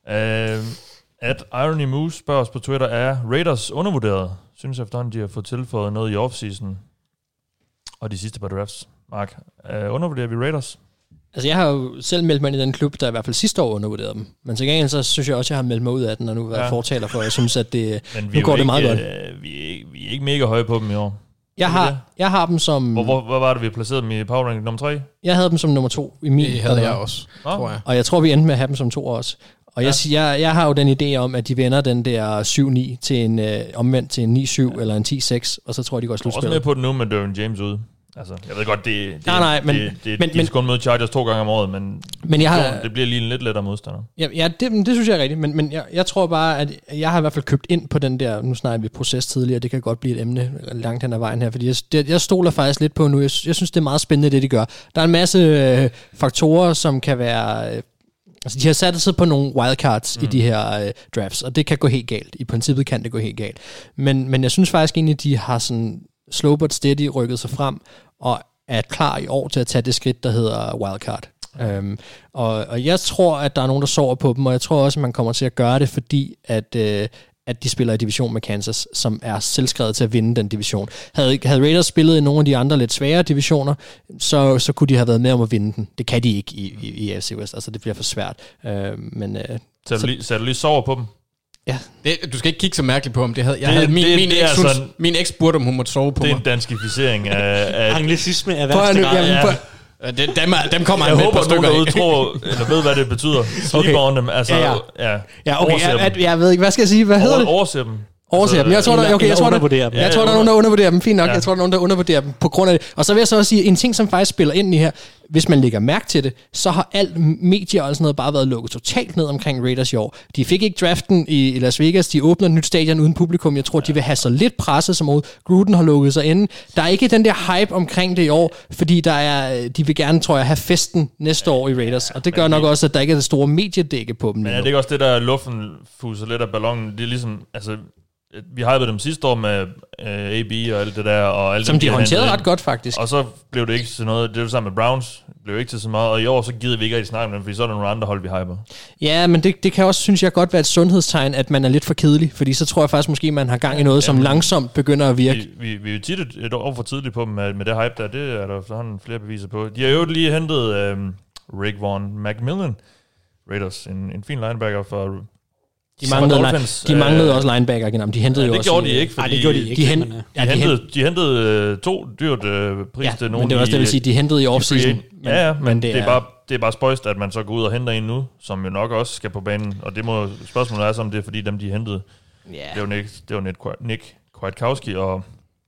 Øh, at Irony Moose spørger os på Twitter, er Raiders undervurderet? Synes efterhånden, de har fået tilføjet noget i offseason og de sidste par drafts. Mark, øh, undervurderer vi Raiders? Altså, jeg har jo selv meldt mig ind i den klub, der i hvert fald sidste år undervurderede dem. Men til gengæld, så synes jeg også, at jeg har meldt mig ud af den, og nu været Ja. fortaler for. Jeg synes, at det, Men vi nu er går jo det ikke, meget godt. Øh, vi, er ikke, vi er ikke mega høje på dem i år. Jeg Er vi har, det? jeg har dem som... Hvor, hvor, hvor var det, vi placerede dem i power ranking nummer tre? Jeg havde dem som nummer to i min. Det havde jeg også, Nå. tror jeg. Og jeg tror, vi endte med at have dem som to også. Og Ja. jeg, siger, jeg, jeg har jo den idé om, at de vender den der syv ni til en øh, omvendt til en ni syv ja. eller en ti seks, og så tror jeg, de går i Jeg er også med slutspillet. på det nu med Derwin James ude. Altså, jeg ved godt, det, det, Nej, nej, men- det, det, men- de men- skal kun møde Chargers to gange om året, men, Men jeg har, det bliver lige en lidt lettere modstander. ja, ja det, det synes jeg er rigtigt, men, men jeg, jeg tror bare, at jeg har i hvert fald købt ind på den der, nu snakker vi proces tidligere, det kan godt blive et emne langt hen ad vejen her, fordi jeg, det, jeg stoler faktisk lidt på nu, jeg, jeg synes, det er meget spændende, det de gør. Der er en masse øh, faktorer, som kan være... Øh, altså, de har sat sig på nogle wildcards mm. i de her øh, drafts, og det kan gå helt galt. I princippet kan det gå helt galt. Men, men jeg synes faktisk egentlig, at de har sådan slow but steady rykket sig frem, og er klar i år til at tage det skridt, der hedder wildcard. Um, og, og jeg tror, at der er nogen, der sover på dem, og jeg tror også, at man kommer til at gøre det, fordi at, øh, at de spiller i division med Kansas, som er selvskrevet til at vinde den division. Havde, havde Raiders spillet i nogle af de andre lidt sværere divisioner, så, så kunne de have været med om at vinde den. Det kan de ikke i, i, i A F C West, altså det bliver for svært. Uh, men, uh, Så du lige, så du lige sover på dem? Det, du skal ikke kigge så mærkeligt på ham. Det havde, jeg Det- havde, min, det- min, det er eks, hun, sådan- min eks spurgte, om hun måtte sove på Det er mig. en danskificering af... af Anglicisme er Prøv at værste nu, grad. jamen, ja. prøv, Øh, det, dem, er- dem kommer jeg han med et håber, par at nogen stykker derude af. tror, eller ved, hvad det betyder. Sleep Okay. on dem. Altså, Ja, ja. ja. ja, okay, Overser jeg, dem. jeg, jeg ved ikke, hvad skal jeg sige? Hvad hedder det? Over, overser dem. Overser dem. Jeg tror, der, okay, jeg tror, der, undervurderer dem. jeg Ja, tror, der er nogen, der undervurderer dem. Fint nok. Ja. Jeg tror, der er nogen, der undervurderer dem på grund af det. Og så vil jeg så også sige, en ting, som faktisk spiller ind i her, hvis man lægger mærke til det, så har alt medier og sådan noget bare været lukket totalt ned omkring Raiders i år. De fik ikke draften i Las Vegas. De åbner et nyt stadion uden publikum. Jeg tror, de vil have så lidt presse som ud. Gruden har lukket sig inde. Der er ikke den der hype omkring det i år, fordi der er, de vil gerne, tror jeg, have festen næste år i Raiders. Og det gør nok også, at der ikke er det store mediedække på dem. Men lige er nu. det ikke også det, der luften fuser lidt af ballonen? Det er ligesom... Altså, vi hypede dem sidste år med uh, A B og alt det der. Og alt Som det, de har håndterede hentet ret ind. godt, faktisk. Og så blev det ikke til noget. Det var det samme med Browns. Det blev ikke til så meget. Og i år, så gider vi ikke rigtig snakke med dem, fordi så er der nogle andre hold, vi hyper. Ja, men det, det kan også, synes jeg, godt være et sundhedstegn, at man er lidt for kedelig, fordi så tror jeg faktisk måske, man har gang i noget, som Jamen, langsomt begynder at virke. Vi, vi, vi er jo tit et, et år for tidligt på dem med, med det hype der. Det er der efterhånden flere beviser på. De har jo lige hentet øhm, Rick Vaughn McMillan. Raiders, en, en fin linebacker for... De manglede, for Dolphins. de manglede Øh, også linebacker igen. De hentede ja, jo det også... gjorde de i- ikke, fordi Nej, det gjorde de ikke. De, hen, men, øh, De, ja, de, hentede, hen, de hentede øh, to dyrt øh, pris ja, til nogen men det var også det, i, vil sige, de hentede i offseason. Men, ja, ja, men, men det, er bare, det er bare spøjst, at man så går ud og henter en nu, som jo nok også skal på banen. Og det må spørgsmålet er, om det er, fordi dem, de hentede, Ja. det var Nick, det var Nick, Nick Kwiatkowski, og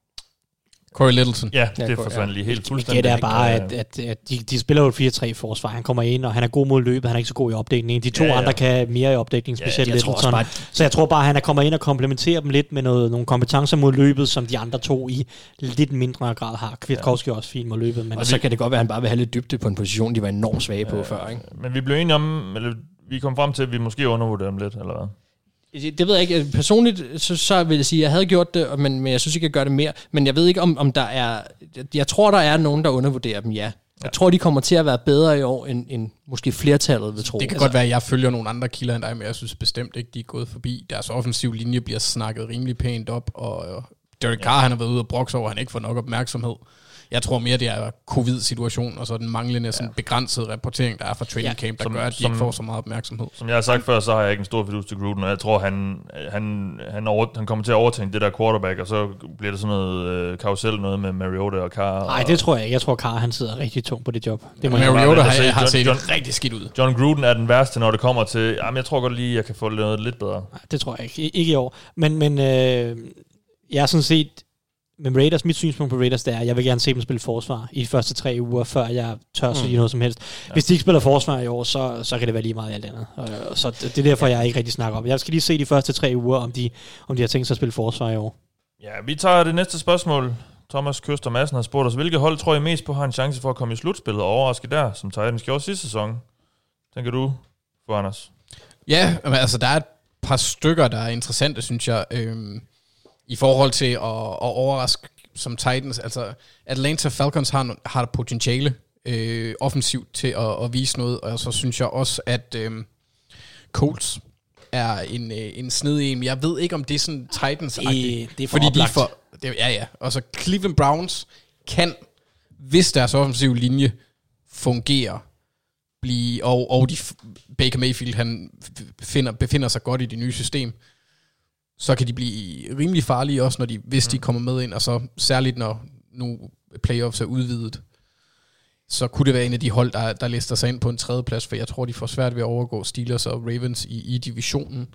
Corey Littleton. ja, Ja, det Cor- forsvandt ja. lige helt Det fuldstændig. er bare, Øh, at, at, at de, de spiller jo et fire tre forsvar. Han kommer ind, og han er god mod løbet. Han er ikke så god i opdækningen. De to Ja, ja, ja. ja. andre kan mere i opdækning, Ja, specielt jeg tror også Littleton. bare, Så jeg tror bare, at han er kommer ind og komplementerer dem lidt med noget, nogle kompetencer mod løbet, som de andre to i lidt mindre grad har. Kwiatkowski er også fint mod løbet. Men Og så kan det godt være, at han bare vil have lidt dybde på en position, de var enormt svage på før, ikke? Men vi blev enige om, eller vi kom frem til, at vi måske undervurderer dem lidt, eller hvad? Det det ved jeg ikke. Personligt, så, så vil jeg sige, at jeg havde gjort det, men, men jeg synes ikke, jeg gør det mere. Men jeg ved ikke, om, om der er... Jeg tror, der er nogen, der undervurderer dem, ja. Jeg tror, de kommer til at være bedre i år, end, end måske flertallet vil tro. Det kan godt være, at jeg følger nogle andre kilder end dig, men jeg synes bestemt ikke, de er gået forbi. Deres offensiv linje bliver snakket rimelig pænt op, og Derek Carr, han har været ude og brokse over, han ikke får nok opmærksomhed. Jeg tror mere, det er covid-situation, og så den manglende sådan ja. begrænsede rapportering, der er fra training camp, der som, gør, at de som, ikke får så meget opmærksomhed. Som jeg har sagt før, så har jeg ikke en stor fidus til Gruden, og jeg tror, han, han, han, over, han kommer til at overtænke det der quarterback, og så bliver det sådan noget øh, karusel noget med Mariota og Carr. Nej, det tror jeg ikke. Jeg tror, Carr han sidder rigtig tungt på det job. Det må ja, Mariota har, har set John, rigtig skidt ud. John Gruden er den værste, når det kommer til, jamen jeg tror godt lige, jeg kan få noget lidt bedre. Nej, det tror jeg ikke. Ikke i år. Men, men øh, jeg er sådan set... Men Raiders, mit synspunkt på Raiders, det er, at jeg vil gerne se dem spille forsvar i de første tre uger, før jeg tør at sige mm. noget som helst. Ja. Hvis de ikke spiller forsvar i år, så, så kan det være lige meget alt andet. Og, så det er derfor, jeg ikke rigtig snakker om. Jeg skal lige se de første tre uger, om de, om de har tænkt sig at spille forsvar i år. Ja, vi tager det næste spørgsmål. Thomas Køster Madsen har spurgt os, hvilke hold tror I mest på har en chance for at komme i slutspillet og overraske der, som Titans gjorde sidste sæson? Tænker du for Anders? Ja, altså der er et par stykker, der er interessante, synes jeg. Øhm I forhold til at, at overraske som Titans, altså Atlanta Falcons har, har potentiale øh, offensivt til at, at vise noget, og så synes jeg også, at øh, Colts er en, øh, en snedig en. Jeg ved ikke, om det er sådan Titans-agtigt. Det, det er for fordi oplagt. de for, det, ja, ja. Og så Cleveland Browns kan, hvis deres offensive linje fungerer, blive, og, og de, Baker Mayfield han finder, befinder sig godt i det nye system, så kan de blive rimelig farlige også, når de, hvis de kommer med ind, og så særligt når nu playoffs er udvidet, så kunne det være en af de hold, der, der lister sig ind på en tredje plads, for jeg tror, de får svært ved at overgå Steelers og Ravens i, i divisionen.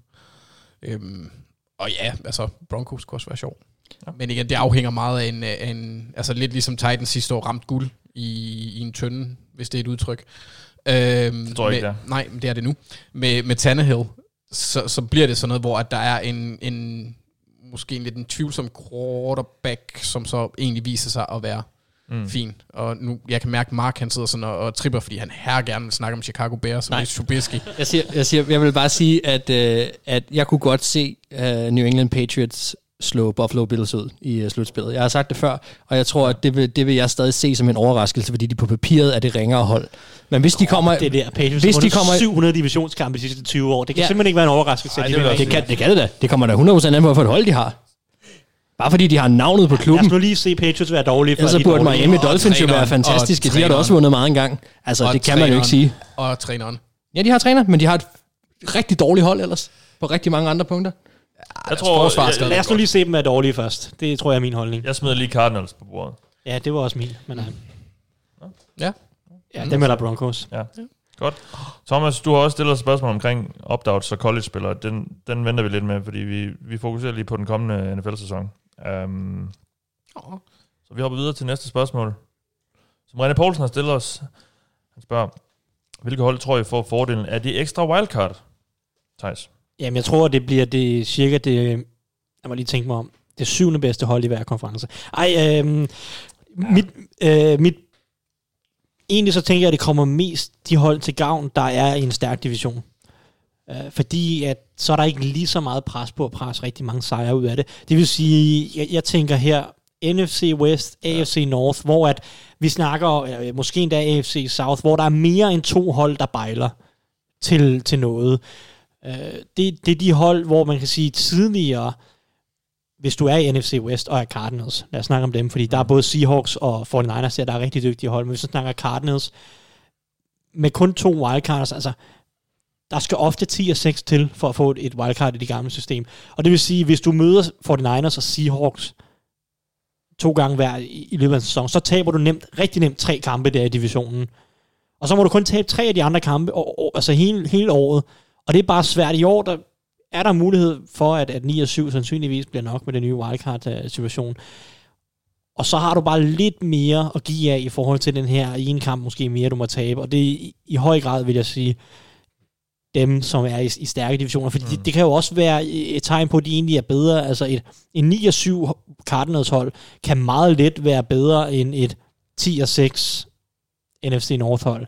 Øhm, og ja, altså Broncos kunne også være sjov. Ja. Men igen, det afhænger meget af en, af en, altså lidt ligesom Titans sidste år ramt guld i, i en tønde, hvis det er et udtryk. Øhm, det tror jeg ikke, med, nej, det er det nu. Med, med Tannehill, Så, så bliver det sådan noget, hvor at der er en, en måske en lidt en tvivlsom quarterback, som så egentlig viser sig at være mm. fin. Og nu, jeg kan mærke, Mark han sidder sådan og, og tripper, fordi han her gerne vil snakke om Chicago Bears, som er Trubisky. Jeg, siger, jeg, siger, jeg vil bare sige, at, øh, at jeg kunne godt se uh, New England Patriots slå Buffalo Bills ud i uh, slutspillet. Jeg har sagt det før, og jeg tror, at det vil, det vil jeg stadig se som en overraskelse, fordi de på papiret er det ringere hold. Men hvis de kommer... Det der, Patriots hvis de kommer syv hundrede divisionskampe de sidste tyve år. Det kan ja. simpelthen ikke være en overraskelse. Ej, det, det, det, kan, det kan det da. Det kommer da hundrede procent an på, hvilket hold de har. Bare fordi de har navnet på klubben. Lad os nu lige se Patriots være dårlige. Ellers så burde Miami Dolphins jo være fantastiske. De har da også vundet meget engang. Altså, det kan træneren, man jo ikke sige. Og træneren. Ja, de har træner, men de har et rigtig dårligt hold ellers. På rigtig mange andre punkter. Jeg tror, jeg, lad os nu lige se dem være dårlige først. Det tror jeg er min holdning. Jeg smider lige Cardinals på bordet. Ja, det var også min. Men, ja. Ja, dem er der Broncos. Ja. Godt. Thomas, du har også stillet et spørgsmål omkring opt-outs og college-spillere. Den, den venter vi lidt med, fordi vi, vi fokuserer lige på den kommende N F L-sæson. Um, oh. Så vi hopper videre til næste spørgsmål, som René Poulsen har stillet os. Han spørger, hvilke hold tror I får fordelen af de ekstra wildcard? Thijs? Jamen, jeg tror, det bliver det cirka det, jeg må lige tænke mig om, det syvende bedste hold i hver konference. Ej, øhm, ja. mit, øh, mit egentlig så tænker jeg, at det kommer mest de hold til gavn, der er i en stærk division. Øh, fordi at så er der ikke lige så meget pres på at presse rigtig mange sejre ud af det. Det vil sige, jeg, jeg tænker her, N F C West, A F C North, hvor at vi snakker, øh, måske endda A F C South, hvor der er mere end to hold, der bejler til, til noget. Øh, det, det er de hold, hvor man kan sige tidligere, hvis du er i N F C West og er Cardinals, lad os snakke om dem, fordi der er både Seahawks og forty-niners der, der er rigtig dygtige hold, men hvis du snakker Cardinals, med kun to wildcards, altså, der skal ofte ti og seks til, for at få et wildcard i det gamle system. Og det vil sige, hvis du møder forty-niners og Seahawks to gange hver i, i løbet af en sæson, så taber du nemt, rigtig nemt tre kampe der i divisionen. Og så må du kun tabe tre af de andre kampe, og, og, altså hele, hele året. Og det er bare svært. I år, der er der mulighed for, at, at ni og syv sandsynligvis bliver nok med den nye wildcard-situation. Og så har du bare lidt mere at give af i forhold til den her ene kamp, måske mere, du må tabe. Og det er i, i høj grad, vil jeg sige, dem, som er i, i stærke divisioner. Fordi mm. det, det kan jo også være et tegn på, at de egentlig er bedre. Altså et, en ni og syv Cardinals hold kan meget let være bedre end et ti og seks N F C North hold.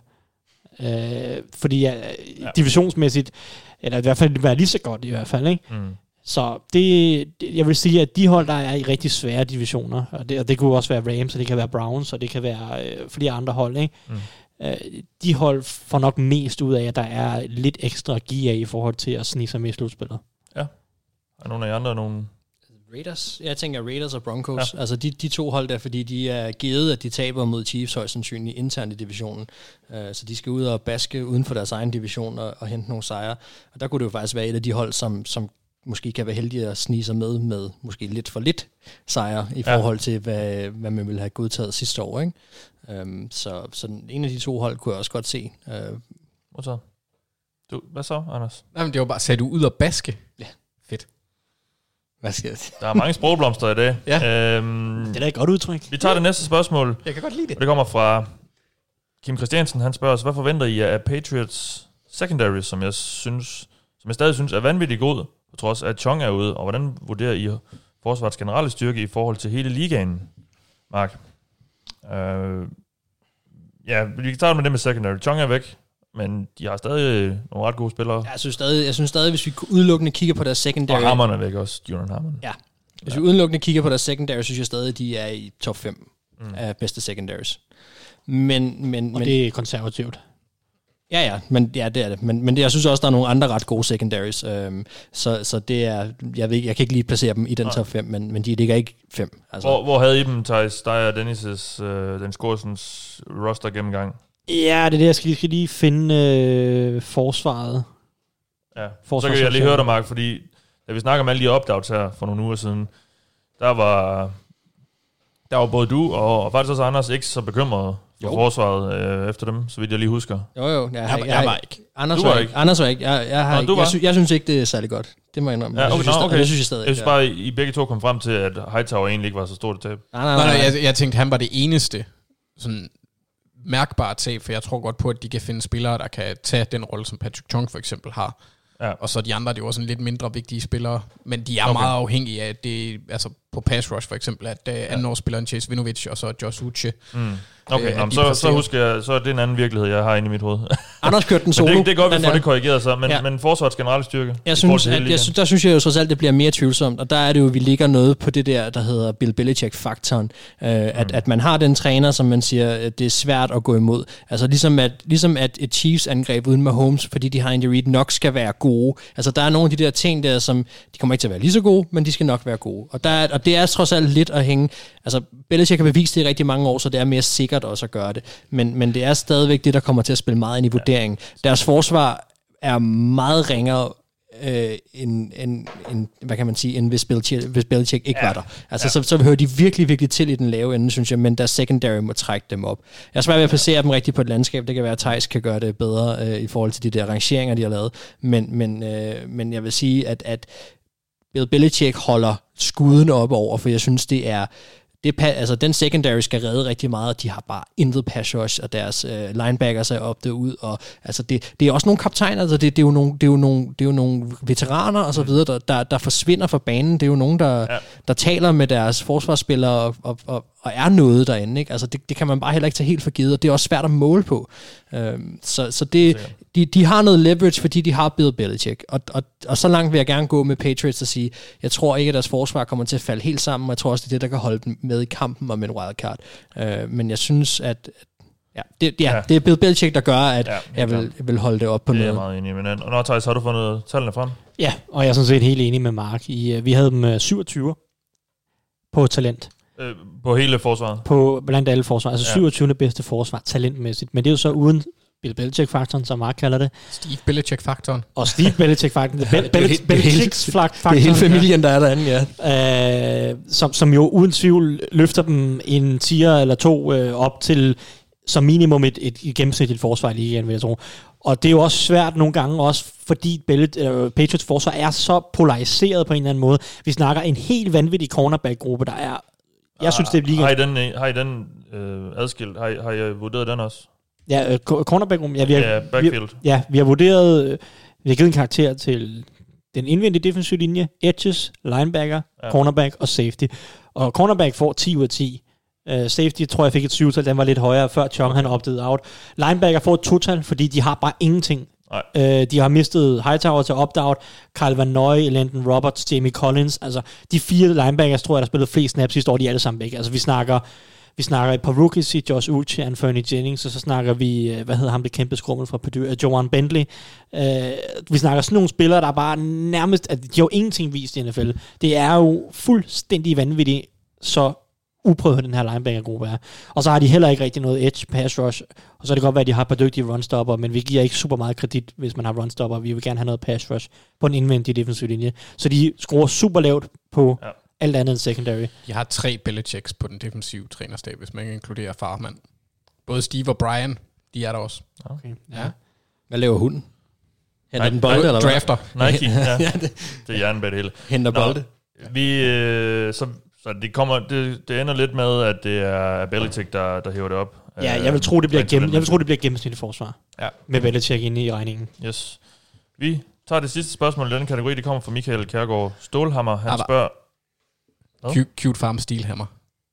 Øh, fordi ja, ja. divisionsmæssigt, eller i hvert fald være lige så godt i hvert fald, ikke? Mm. Så det, det, jeg vil sige, at de hold, der er i rigtig svære divisioner, og det, og det kunne også være Rams, og det kan være Browns, og det kan være øh, flere andre hold, ikke? Mm. Øh, de hold får nok mest ud af, at der er lidt ekstra gear i forhold til at snige sig med i slutspillet. Ja. Er nogle af de andre nogle... Raiders? Jeg tænker Raiders og Broncos. Ja. Altså de, de to hold der, fordi de er givet, at de taber mod Chiefs højst sandsynligt internt i divisionen. Uh, så de skal ud og baske uden for deres egen division og, og hente nogle sejre. Og der kunne det jo faktisk være et af de hold, som, som måske kan være heldige at snige sig med, med måske lidt for lidt sejre i forhold til, hvad, hvad man ville have godtaget sidste år. Ikke? Um, så, så en af de to hold kunne jeg også godt se. Uh, Hvad så? Du, hvad så, Anders? Jamen, det var bare, sagde du ud og baske? Ja. Fedt. Hvad skal det? Der er mange sprogblomster i dag. Ja. Øhm, Det er da et godt udtryk. vi tager det næste spørgsmål. Jeg kan godt lide det. Og det kommer fra Kim Christiansen. Han spørger os, hvad forventer I af Patriots secondary, som jeg synes, som jeg stadig synes er vanvittigt god, på trods af at Chong er ude, og hvordan vurderer I forsvarets generelle styrke i forhold til hele ligaen, Mark? Øh, ja, vi kan starte med det med secondary. Chong er væk, men de har stadig nogle ret gode spillere. Jeg synes stadig, jeg synes stadig hvis vi udelukkende kigger på deres secondary... Og Hammond er væk også, Julian Hammond. Ja. Hvis vi udelukkende kigger på deres secondary, synes jeg stadig, at de er i top fem mm. af bedste secondaries. Men, men, Og men, det er konservativt. Ja, ja, men, ja, det er det. Men, men det, jeg synes også, der er nogle andre ret gode secondaries. Øhm, så, så det er... Jeg, ved, jeg kan ikke lige placere dem i den Nej. top fem, men, men de ligger ikke fem. Altså. Hvor, hvor havde I dem, Thijs, dig og Dennis' øh, den Skorsens roster gennemgang? Ja, det er det. Jeg skal, skal lige finde øh, forsvaret. Ja, så kan jeg lige høre dig, Mark, fordi da vi snakker om alle de opt-outs her for nogle uger siden, der var, der var både du og, og faktisk også Anders ikke så bekymrede for jo. forsvaret øh, efter dem, så vidt jeg lige husker. Jo, jo. Jeg, jeg, jeg, jeg var ikke. Anders du var, var ikke. Anders var ikke. Jeg, jeg, har Nå, ikke. Jeg, sy- jeg synes ikke, det er særlig godt. Det må jeg indrømme. Ja, okay, jeg synes, no, okay. Det synes jeg stadig. Jeg synes bare, I begge to kom frem til, at Hightower egentlig ikke var så stort et tab. Nej, nej, nej. nej, nej jeg, jeg tænkte, han var det eneste sådan mærkbare tab, for jeg tror godt på, at de kan finde spillere, der kan tage den rolle, som Patrick Chung for eksempel har. Ja. Og så de andre, det er jo også en lidt mindre vigtige spillere, men de er okay. meget afhængige af det, altså på pass rush for eksempel, at uh, anden årsspilleren Chase Winovich og så Josh Uche. Mm. Okay, øh, Nå, så, så husker jeg, så er det en anden virkelighed, jeg har inde i mit hoved. Anders kørte den solo. det, det er godt, vi får det korrigeret så, men, ja. men forsvarets generelle styrke. Jeg synes, at, jeg synes, der synes jeg jo trods alt, det bliver mere tvivlsomt, og der er det jo, vi ligger noget på det der, der hedder Bill Belichick-faktoren, øh, at, mm. at man har den træner, som man siger, at det er svært at gå imod. Altså ligesom at, ligesom at et Chiefs-angreb uden Mahomes, fordi de har Andy Reid, nok skal være gode. Altså der er nogle af de der ting der, som de kommer ikke til at være lige så gode, men de skal nok være gode. Og, der er, og det er trods alt lidt at hænge. Altså Belichick har bevist det i rigtig mange år, så det er mere sikkert også at gøre det. Men, men det er stadigvæk det, der kommer til at spille meget ind i vurderingen. Deres forsvar er meget ringere øh, end, end, end, hvad kan man sige, end hvis Belichick, hvis Belichick ikke ja. var der. Altså, ja. så, så hører de virkelig, virkelig til i den lave ende, synes jeg, men deres secondary må trække dem op. Jeg er svært ved at placere dem rigtigt på et landskab. Det kan være, at Thijs kan gøre det bedre øh, i forhold til de der rangeringer, de har lavet. Men, men, øh, men jeg vil sige, at, at Bill Belichick holder skuden op over, for jeg synes, det er Det, altså, den secondary skal redde rigtig meget, og de har bare intet pass rush, og deres øh, linebackers er op derud, og altså, det, det er også nogle kaptajner, altså, det, det, er jo nogle, det, er jo nogle, det er jo nogle veteraner og så videre, der, der, der forsvinder fra banen. Det er jo nogen, der, ja. der taler med deres forsvarsspillere og, og, og, og er noget derinde. Ikke? Altså, det, det kan man bare heller ikke tage helt for givet, og det er også svært at måle på. Øhm, så så det, de, de har noget leverage, fordi de har Bill Belichick, og, og, og så langt vil jeg gerne gå med Patriots og sige, jeg tror ikke, at deres forsvar kommer til at falde helt sammen, og jeg tror også, det er det, der kan holde dem med i kampen om en wildcard. Øh, men jeg synes, at ja, det, ja, ja. det er Bill Belichick, der gør, at ja, jeg, vil, jeg vil holde det op på det noget. Det er jeg meget enig med. Og nå, Thijs, har du fundet tallene frem? Ja, og jeg er sådan set helt enig med Mark. I, vi havde dem syvogtyve på talent. Øh, på hele forsvaret? På blandt alle forsvar. Altså ja. syvogtyvende bedste forsvar, talentmæssigt. Men det er jo så uden Bill Belichick-faktoren, som Mark kalder det. Steve Belichick-faktoren. Og Steve Belichick-faktoren. Be- Belichick, Belichick-faktoren. Det er hele familien, der er derinde, ja. Øh, som, som jo uden tvivl løfter dem en tier eller to øh, op til som minimum et, et, et gennemsnitligt forsvar i ligaen, vil jeg tro. Og det er jo også svært nogle gange, også fordi Bellet, øh, Patriots forsvar er så polariseret på en eller anden måde. Vi snakker en helt vanvittig cornerback-gruppe, der er... Jeg synes, det er ligaen. Har I den, har I den øh, adskilt? Har I, har I vurderet den også? Ja, øh, cornerback-gruppen. Ja, vi har, ja, backfield. Vi, ja, vi har vurderet... Øh, vi har givet en karakter til den indvendige defensive linje, edges, linebacker, ja. cornerback og safety. Og cornerback får ti ud af ti. Uh, safety tror jeg fik et syv-tal, den var lidt højere, før Chong han opdagede out. Linebacker får et to-tal, fordi de har bare ingenting. Uh, de har mistet Hightower til opt-out, Kyle Van Noy, Landon Roberts, Jamie Collins. Altså, de fire linebackers, tror jeg, der spillede flest snaps sidste år, de er alle sammen væk. Altså, vi snakker, Vi snakker et par rookies i Josh Uche, Anthony Jennings, og så snakker vi, hvad hedder ham, det kæmpe skrummel fra Purdue, Joanne Bentley. Uh, vi snakker sådan nogle spillere, der er bare nærmest, at de har jo ingenting vist i N F L. Det er jo fuldstændig vanvittigt, så uprøvet den her linebacker-gruppe er. Og så har de heller ikke rigtig noget edge, pass rush, og så er det godt være, at de har et par dygtige runstopper, men vi giver ikke super meget kredit, hvis man har runstopper. Vi vil gerne have noget pass rush på den indvendige defensive linje. Så de skruer super lavt på ja. alt andet end secondary. De har tre Belichicks på den defensive trænerstab, hvis man ikke inkluderer farmand. Både Steve og Brian, de er der også. Okay. Ja. Hvad laver hunden? Henter Nej, den bolde, eller hvad? Drafter. Nike, ja. ja, det. Det er hjernen bag det hele. Henter bolde. Vi, øh, så, så det, kommer, det, det ender lidt med, at det er Belichick, der, der hæver det op. Ja, jeg vil tro, det bliver, gennem, jeg vil tro, det bliver gennemsnitligt forsvar. Ja. Med Belichick inde i regningen. Yes. Vi tager det sidste spørgsmål i denne kategori. Det kommer fra Michael Kjærgaard Stålhammer. Han Abba. spørger... Cute, cute farm Steelhammer.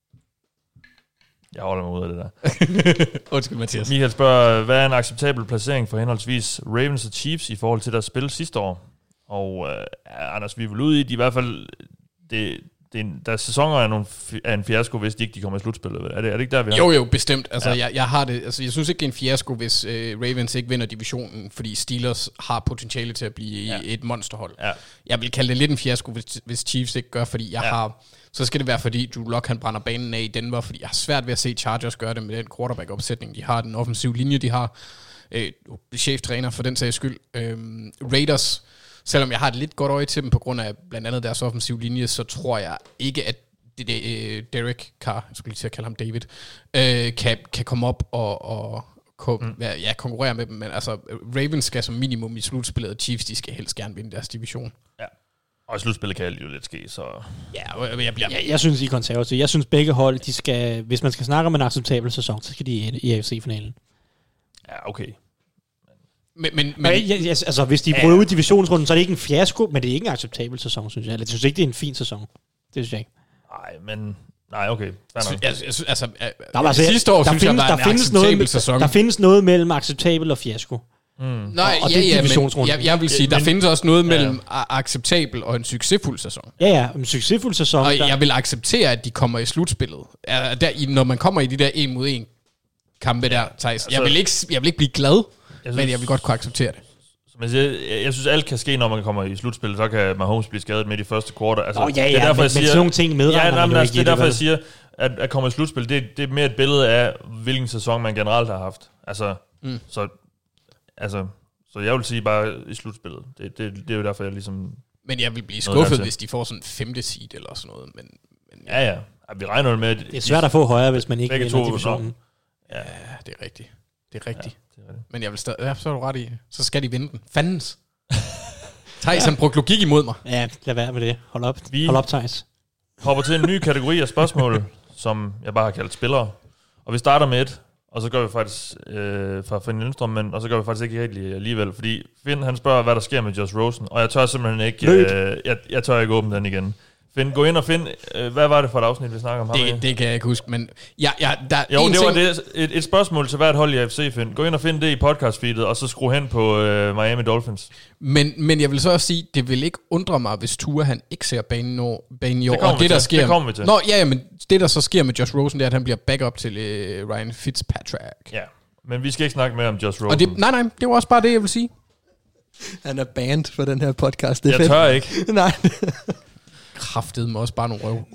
Jeg holder mig ud af det der. Undskyld, Mathias. Michael spørger, hvad er en acceptabel placering for henholdsvis Ravens og Chiefs i forhold til deres spil sidste år? Og øh, Anders, vi er vel ude i, de i hvert fald... Det, det er en, deres sæsoner er, nogle, er en fiasko, hvis de ikke de kommer i slutspillet. Er det, er det ikke der, vi har? Jo, jo, bestemt. Altså, ja. jeg, jeg, har det, altså, jeg synes ikke, det er en fiasko, hvis øh, Ravens ikke vinder divisionen, fordi Steelers har potentiale til at blive ja. et monsterhold. Ja. Jeg vil kalde det lidt en fiasko, hvis, hvis Chiefs ikke gør, fordi jeg ja. har... Så skal det være, fordi Drew Lock han brænder banen af i Denver, fordi jeg har svært ved at se Chargers gøre det med den quarterback-opsætning, de har, den offensive linje, de har. Øh, cheftræner for den sags skyld. Øh, Raiders... Selvom jeg har et lidt godt øje til dem på grund af blandt andet deres offensive linje, så tror jeg ikke, at det, det, uh, Derek Carr, jeg skulle lige til at kalde ham David, uh, kan, kan komme op og, og ko- mm. ja, konkurrere med dem. Men altså, Ravens skal som minimum i slutspillet, og Chiefs, de skal helst gerne vinde deres division. Ja. Og i slutspillet kan alt jo lidt ske, så... Ja, jeg, jeg, bliver... jeg, jeg synes, I er konservative. Jeg synes, begge hold, de skal, hvis man skal snakke om en acceptabel sæson, så skal de i A F C-finalen. Ja, okay. Men, men, men ja, ja, altså, hvis de bryder ud i divisionsrunden, så er det ikke en fiasko, men det er ikke en acceptabel sæson, synes jeg. Eller jeg synes ikke, det er en fin sæson. Det synes jeg ikke. Nej, men... Nej, okay. Jeg, jeg, jeg, altså, der var, sidste år, der synes findes, jeg, der, der, findes noget, sæson. der findes noget mellem acceptabel og fiasko. Mm. Nej, og, og ja, ja, men jeg, jeg vil sige, der men, findes også noget mellem ja. acceptabel og en succesfuld sæson. Ja, ja, en succesfuld sæson. Og der... jeg vil acceptere, at de kommer i slutspillet. Der, når man kommer i de der en mod en kampe der, Thijs. Altså, jeg, vil ikke, jeg vil ikke blive glad, jeg synes, men jeg vil godt kunne acceptere det. Men jeg, jeg synes, alt kan ske, når man kommer i slutspillet. Så kan Mahomes blive skadet midt i første kvartal. Altså, oh, ja, ja, det er derfor, men, jeg siger, men sådan nogle ting med. Ja, nej, men altså, det er derfor, jeg siger, at at komme i slutspillet, det, det er mere et billede af, hvilken sæson man generelt har haft. Altså, mm. så, altså, så jeg vil sige bare i slutspillet. Det, det, det er jo derfor, jeg ligesom... Men jeg vil blive skuffet, hvis de får sådan en femte seed eller sådan noget. Men, men ja, ja. Vi regner med, at... Det er svært at få højere, hvis man ikke vinder divisionen. Ja, det er rigtigt. Det er rigtigt. Ja, det er rigtigt. Men jeg vil stadig... Ja, så er du ret i. Så skal de vinde den. Fandens. Thijs, han brugte logik imod mig. Ja, lad være med det. Hold op. Vi Hold op, Thijs. Hopper til en ny kategori af spørgsmål, som jeg bare har kaldt spillere. Og vi starter med et, og så gør vi faktisk øh, fra Finn Lindstrøm, men og så gør vi faktisk ikke helt alligevel, fordi Finn, han spørger, hvad der sker med Josh Rosen, og jeg tør simpelthen ikke... Øh, jeg, jeg tør ikke åbne den igen. Finn, gå ind og find, øh, hvad var det for et afsnit, vi snakker om? Det, det kan jeg ikke huske, men... Ja, ja, der jo, det ting... var det, et, et spørgsmål til hvert hold i A F C, Finn. Gå ind og find det i podcastfeedet, og så skru hen på øh, Miami Dolphins. Men, men jeg vil så også sige, det vil ikke undre mig, hvis Tua han ikke ser banen, år, banen i år. Og det, der sker, det kommer vi til. Nå, ja, ja, men det, der så sker med Josh Rosen, det er, at han bliver backup til øh, Ryan Fitzpatrick. Ja, men vi skal ikke snakke mere om Josh Rosen. Og det, nej, nej, det var også bare det, jeg vil sige. Han er banned for den her podcast. Det er jeg fedt. tør ikke. Nej. Kraftede mig også bare nogle røv.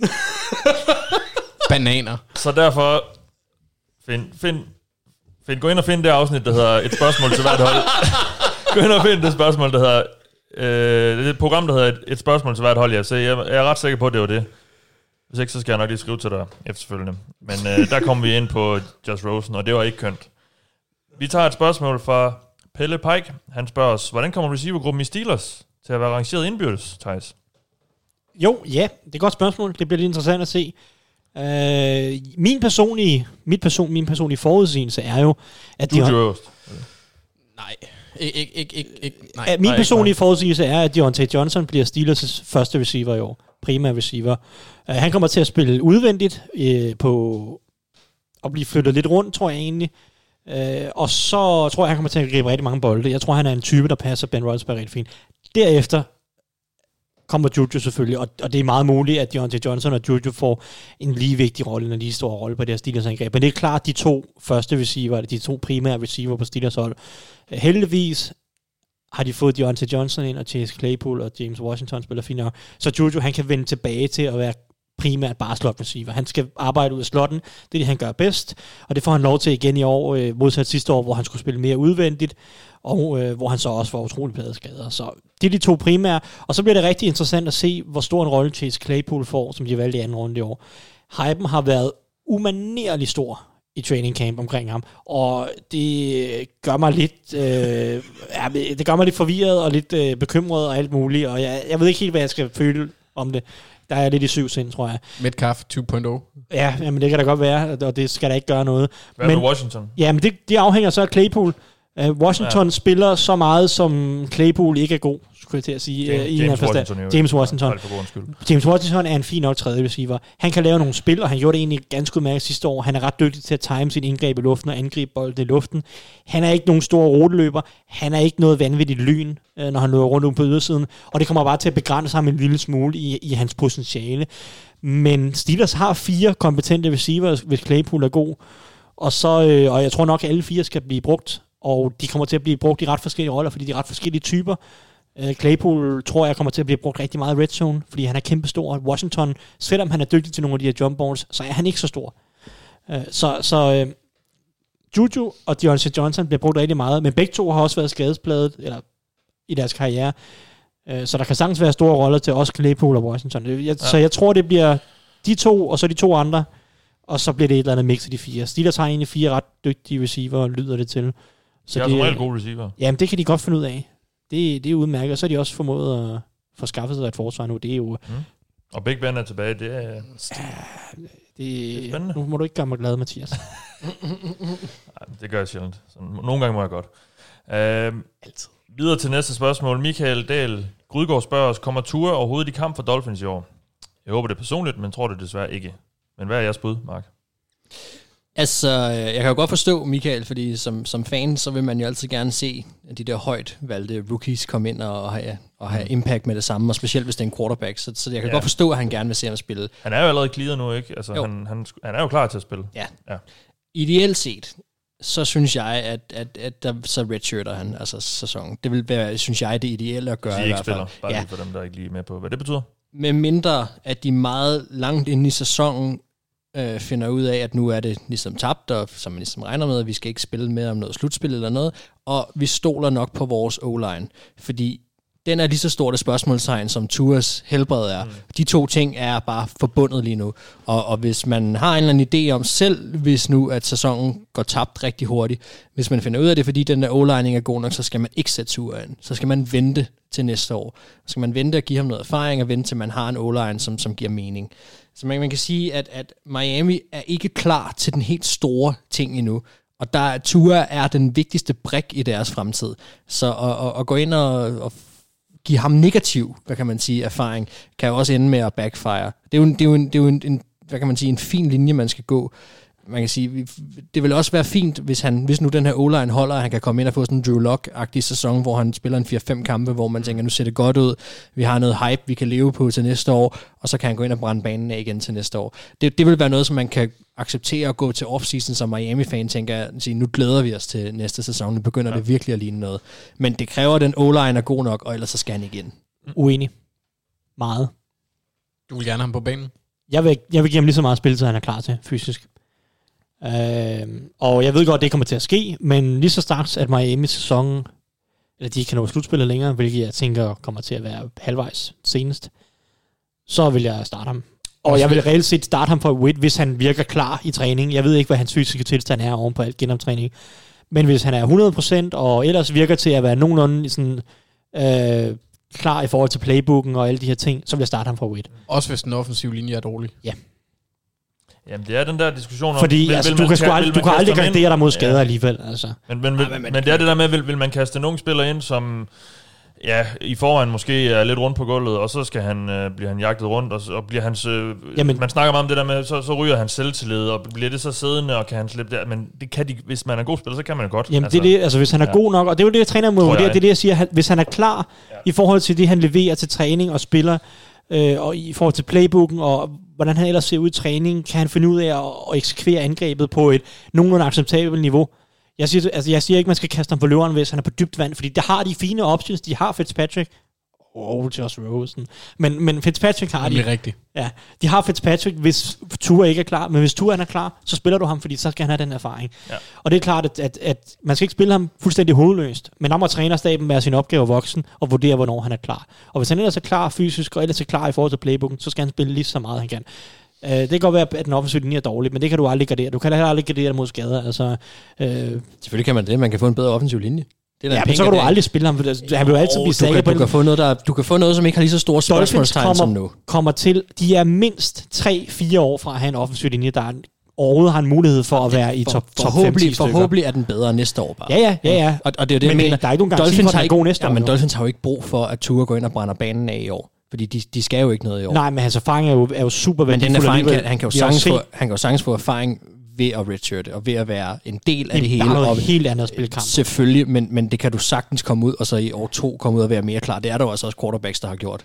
Bananer. Så derfor, find, find, find, gå ind og find det afsnit, der hedder et spørgsmål til hvert hold. Gå ind og find det spørgsmål, der hedder, øh, det er et program, der hedder et, et spørgsmål til hvert hold i A F C. Jeg, jeg er ret sikker på, at det var det. Hvis ikke, så skal jeg nok lige skrive til dig efterfølgende. Men øh, der kom vi ind på Josh Rosen, og det var ikke kønt. Vi tager et spørgsmål fra Pelle Pike. Han spørger os, hvordan kommer receivergruppen i Steelers til at være rangeret indbyrdes, Thijs? Jo, ja, det er et godt spørgsmål. Det bliver lidt interessant at se. Uh, min personlige, mit person, min personlige forudsigelse er jo, at du de har... Nej, ikke, ikke, ikke, ikke, nej. Min nej, personlige ikke, forudsigelse er, at Deontay Johnson bliver Steelers' første receiver i år. Primær receiver. Uh, han kommer til at spille udvendigt uh, på at blive flyttet lidt rundt, tror jeg egentlig. Uh, og så tror jeg, han kommer til at gribe rigtig mange bolde. Jeg tror, han er en type, der passer Ben Roethlisberger rigtig fint. Derefter kommer Juju selvfølgelig, og, og det er meget muligt, at Diontae Johnson og Juju får en lige vigtig rolle, en lige stor rolle på det her Steelers-angreb. Men det er klart, de to første receiver, de to primære receiver på Steelers hold. Heldigvis har de fået Diontae Johnson ind, og Chase Claypool og James Washington spiller fint nok. Så Juju, han kan vende tilbage til at være primært bare slot receiver. Han skal arbejde ud af slotten. Det er det, han gør bedst. Og det får han lov til igen i år, øh, modsat sidste år, hvor han skulle spille mere udvendigt, og øh, hvor han så også får utrolig pladeskader. Så det er de to primære. Og så bliver det rigtig interessant at se, hvor stor en rolle Chase Claypool får, som de valgte i anden runde i år. Hypen har været umanerligt stor i training camp omkring ham, og det gør mig lidt øh, ja, det gør mig lidt forvirret og lidt øh, bekymret og alt muligt, og jeg, jeg ved ikke helt, hvad jeg skal føle om det. Der er lidt i syv sind, tror jeg. Metcalf to punkt nul. Ja, jamen det kan da godt være, og det skal da ikke gøre noget. Hvad men, med Washington? Ja, men det, det afhænger så af Claypool. Uh, Washington ja. spiller så meget, som Claypool ikke er god, skulle jeg til at sige. James, uh, i James, Washington, James Washington. Ja, James Washington er en fin nok tredje receiver. Han kan lave nogle spil, og han gjorde det egentlig ganske udmærket sidste år. Han er ret dygtig til at time sin indgreb i luften og angribe bolden i luften. Han er ikke nogen stor ruteløber. Han er ikke noget vanvittigt lyn, uh, når han løber rundt um på ydersiden. Og det kommer bare til at begrænse ham en lille smule i, i hans potentiale. Men Steelers har fire kompetente receivers, hvis Claypool er god. Og, så, øh, og jeg tror nok, at alle fire skal blive brugt. Og de kommer til at blive brugt i ret forskellige roller, fordi de er ret forskellige typer. Uh, Claypool tror jeg kommer til at blive brugt rigtig meget i red zone, fordi han er kæmpestor. Washington, selvom han er dygtig til nogle af de her jump balls, så er han ikke så stor. Uh, så så uh, Juju og Diontae Johnson bliver brugt rigtig meget, men begge to har også været skadespladet eller, i deres karriere. Uh, så der kan sagtens være store roller til også Claypool og Washington. Jeg, ja. Så jeg tror, det bliver de to, og så de to andre, og så bliver det et eller andet mix af de fire. Steelers har egentlig fire ret dygtige receiver, lyder det til. Så de er som regel gode receiver. Jamen, det kan de godt finde ud af. Det, det er udmærket. Og så har de også formået at få skaffet sig et forsvar nu. Det er jo... Mm. Og Big Ben er tilbage. Det er... Ja, det, det er spændende. Nu må du ikke gøre mig glad, Mathias. Nej, det gør jeg sjældent. Så nogle gange må jeg godt. Uh, Altid. Videre til næste spørgsmål. Michael Dahl Grydgaard spørger os, kommer Tua overhovedet i kamp for Dolphins i år? Jeg håber det er personligt, men tror det desværre ikke. Men hvad er jeres bud, Mark? Altså, jeg kan jo godt forstå, Michael, fordi som, som fan, så vil man jo altid gerne se de der højt valgte rookies komme ind og have, og have impact med det samme, og specielt hvis det er en quarterback. Så, så jeg kan ja. godt forstå, at han gerne vil se ham spille. Han er jo allerede clearet nu, ikke? Altså, han, han, han er jo klar til at spille. Ja. ja. Ideelt set, så synes jeg, at, at, at der, så redshirter han, altså sæsonen. Det vil være, synes jeg, det ideelle at gøre. Så de ikke spiller, bare ja. lige for dem, der ikke lige er med på, hvad det betyder. Med mindre, at de meget langt inde i sæsonen øh, finder ud af, at nu er det ligesom tabt, og som man ligesom regner med, at vi skal ikke spille med om noget slutspil eller noget, og vi stoler nok på vores O-line, fordi den er lige så stort et spørgsmålstegn, som Tuas helbred er. Mm. De to ting er bare forbundet lige nu, og, og hvis man har en eller anden idé om selv, hvis nu at sæsonen går tabt rigtig hurtigt, hvis man finder ud af det, fordi den der O-line er god nok, så skal man ikke sætte Tua ind. Så skal man vente til næste år. Så skal man vente og give ham noget erfaring, og vente til man har en O-line, som, som giver mening. Så man, man kan sige, at, at Miami er ikke klar til den helt store ting endnu. Og der Tua er den vigtigste brik i deres fremtid. Så at, at, at gå ind og, og give ham negativ, hvad kan man sige, erfaring, kan jo også ende med at backfire. Det er jo, en, det er jo, en, det er jo en, en, hvad kan man sige, en fin linje, man skal gå. Man kan sige, det vil også være fint, hvis, han, hvis nu den her O-line holder, at han kan komme ind og få sådan en Drew Lock-agtig sæson, hvor han spiller en fire fem kampe, hvor man tænker, nu ser det godt ud, vi har noget hype, vi kan leve på til næste år, og så kan han gå ind og brænde banen af igen til næste år. Det, det vil være noget, som man kan acceptere at gå til off-season som Miami-fan, tænker jeg, sige, nu glæder vi os til næste sæson, nu begynder ja. det virkelig at ligne noget. Men det kræver, at den O-line er god nok, og ellers så skal han igen. Uenig. Meget. Du vil gerne have ham på banen? Jeg vil, jeg vil give ham lige så meget spil, så han er klar til fysisk. Uh, og jeg ved godt, det kommer til at ske, men lige så straks, at Miami sæson, eller de ikke kan nå slutspillet længere, hvilket jeg tænker kommer til at være halvvejs senest, så vil jeg starte ham. Og jeg vil reelt set starte ham for Witt, hvis han virker klar i træning. Jeg ved ikke, hvad hans fysiske tilstand er oven på alt genoptræning. Men hvis han er hundrede procent, og ellers virker til at være nogenlunde sådan, øh, klar i forhold til playbooken og alle de her ting, så vil jeg starte ham for Witt. Også hvis den offensive linje er dårlig. Ja. Jamen, det er den der diskussion om... Fordi vil, altså, vil du, kan kan, aldrig, du kan aldrig gardere dig mod skader ja. alligevel. Altså. Men, men, men, men, men det er det der med, vil, vil man kaste en ung spiller ind, som ja, i forvejen måske er lidt rundt på gulvet, og så skal han, øh, bliver han jagtet rundt, og, og bliver hans, øh, Jamen, man snakker meget om det der med, så, så ryger hans selvtillid, og bliver det så siddende, og kan han slippe der, men det kan de, hvis man er god spiller, så kan man jo godt. Jamen altså, det er det, altså hvis han er ja. god nok, og det er jo det, jeg træner mod, det, det er det, jeg siger, hvis han er klar ja. i forhold til det, han leverer til træning og spiller, øh, og i forhold til playbooken, og hvordan han ellers ser ud i træning, kan han finde ud af at, at eksekvere angrebet på et nogenlunde acceptabelt niveau. Jeg siger, altså jeg siger ikke, man skal kaste ham på løveren, hvis han er på dybt vand, fordi der har de fine options, de har Fitzpatrick, oh, Josh Rosen, men, men Fitzpatrick har de. Det er rigtigt. Ja, de har Fitzpatrick, hvis Tua ikke er klar, men hvis Tua er klar, så spiller du ham, fordi så skal han have den erfaring. Ja. Og det er klart, at, at, at man skal ikke spille ham fuldstændig hovedløst, men der må trænerstaben være sin opgave voksen og vurdere, hvornår han er klar. Og hvis han ellers er klar fysisk, og ellers er klar i forhold til playbooken, så skal han spille lige så meget, han kan. Uh, det kan godt være, at den offensive linje er dårlig, men det kan du aldrig gardere. Du kan heller aldrig gardere mod skader. Altså, uh, Selvfølgelig kan man det. Man kan få en bedre offensiv linje. Det er ja, men så kan du aldrig spille ham. Han vil jo altid blive sækket på. Du kan få noget, der, du kan få noget, som ikke har lige så store spørgsmålstegn som nu. Kommer til, de er mindst tre fire år fra at have en offensiv linje, der overhovedet har en mulighed for at være i top, for, top fem ti Forhåbentlig er den bedre næste år bare. Ja, ja, ja. ja. Og, og det er det, men, jeg mener. Der er ikke nogen garanti for, at den er god næste ja, år. Men Dolphins har jo ikke brug for, at Tua går ind og brænder banen af i år. Fordi de, de skal jo ikke noget i år. Nej, men hans erfaring er jo, er jo super værdifuld. Men den erfaring, kan, han kan jo sagtens få, han kan jo sagtens få erfaring ved at redshirt, og ved at være en del af det, det hele. Der er noget helt andet at spille kamp. Selvfølgelig, men, men det kan du sagtens komme ud, og så i år to komme ud og være mere klar. Det er der jo altså også quarterbacks, der har gjort.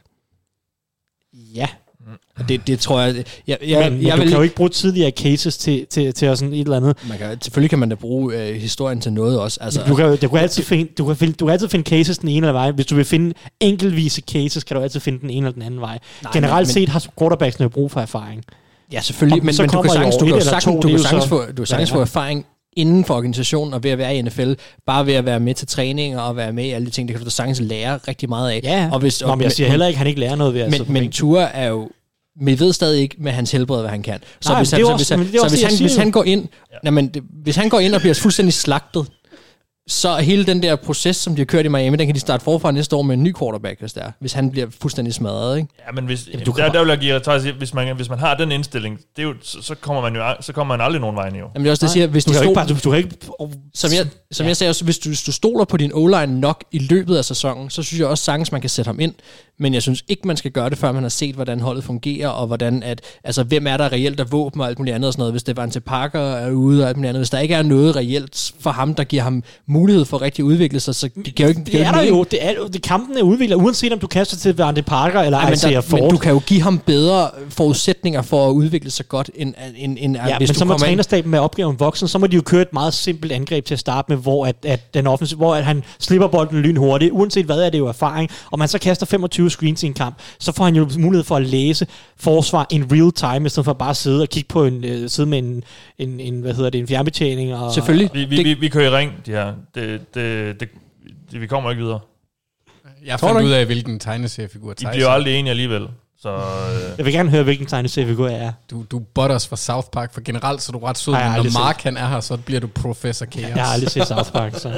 Ja. Og det, det tror jeg... jeg, jeg men men jeg du vil, kan jo ikke bruge tidligere cases til, til, til sådan et eller andet. Man kan, selvfølgelig kan man da bruge øh, historien til noget også. Altså, du, kan, du, kan altid finde, du, kan finde, du kan altid finde cases den ene eller vej. Hvis du vil finde enkeltvise cases, kan du altid finde den ene eller den anden vej. Nej, Generelt men, set har quarterbacksene jo brug for erfaring. Ja, selvfølgelig, men, men du kan sagtens, du kan sagtens, du kan sagtens få, du kan sagtens få erfaring inden for organisationen og ved at være i N F L, bare ved at være med til træninger og være med i alle de ting, det kan du da sagtens lære rigtig meget af. Ja, og hvis, Nå, men jeg siger heller ikke, at han ikke lærer noget ved at Men, men Tua er jo, men vi ved stadig ikke med hans helbred, hvad han kan. Så Nej, hvis han, så hvis han, så hvis han, hvis han går ind, ja. jamen, det, hvis han går ind og bliver fuldstændig slagtet, så hele den der proces, som de har kørt i Miami, den kan de starte forfra næste år med en ny quarterback, hvis, der, hvis han bliver fuldstændig smadret, ikke? Ja, men hvis, jamen, der, der vil jeg give dig, hvis man, hvis man har den indstilling, det er jo, så, så kommer man jo så kommer man aldrig nogen vej ned. Jamen det er også det, siger, hvis du, du, stol, ikke bare, du, du kan ikke... Som jeg, som ja. jeg sagde også, hvis du, hvis du stoler på din O-line nok i løbet af sæsonen, så synes jeg også sagtens, man kan sætte ham ind. Men jeg synes ikke, man skal gøre det, før man har set, hvordan holdet fungerer, og hvordan at, altså, hvem er der reelt af våben og alt muligt andet og sådan noget. Hvis det var en til Parker er ude og alt muligt andet. Hvis der ikke er noget reelt for ham, der giver ham mulighed for rigtig at udvikle sig, så det kan jo ikke... Det, det er der jo. Det er jo. Det, kampen er udviklet, uanset om du kaster til Devante Parker eller ja, Isaiah Ford. Men du kan jo give ham bedre forudsætninger for at udvikle sig godt, end, end, end ja, hvis men du så må kommer trænerstaben med opgaven voksen, så må de jo køre et meget simpelt angreb til at starte med, hvor, at, at den offensiv, hvor at han slipper bolden lynhurtigt. Uanset hvad er det jo erfaring. Og man så kaster femogtyve screens i en kamp, så får han jo mulighed for at læse forsvar in real time, i stedet for bare at sidde og kigge på en, uh, sidde med en, en, en, hvad hedder det, en fjernbetjening. Og, Selvfølgelig. Vi, vi, vi, vi kører i ring, de her. Det, det, det, det, vi kommer ikke videre. Jeg fandt ud af, hvilken tegneseriefigur I bliver aldrig enige alligevel. Så, øh. Jeg vil gerne høre, hvilken tegneseriefigur jeg er. Du, du Butters fra South Park, for generelt så er du ret sød, men når Mark han er her, så bliver du Professor Chaos. Jeg har aldrig set South Park, så...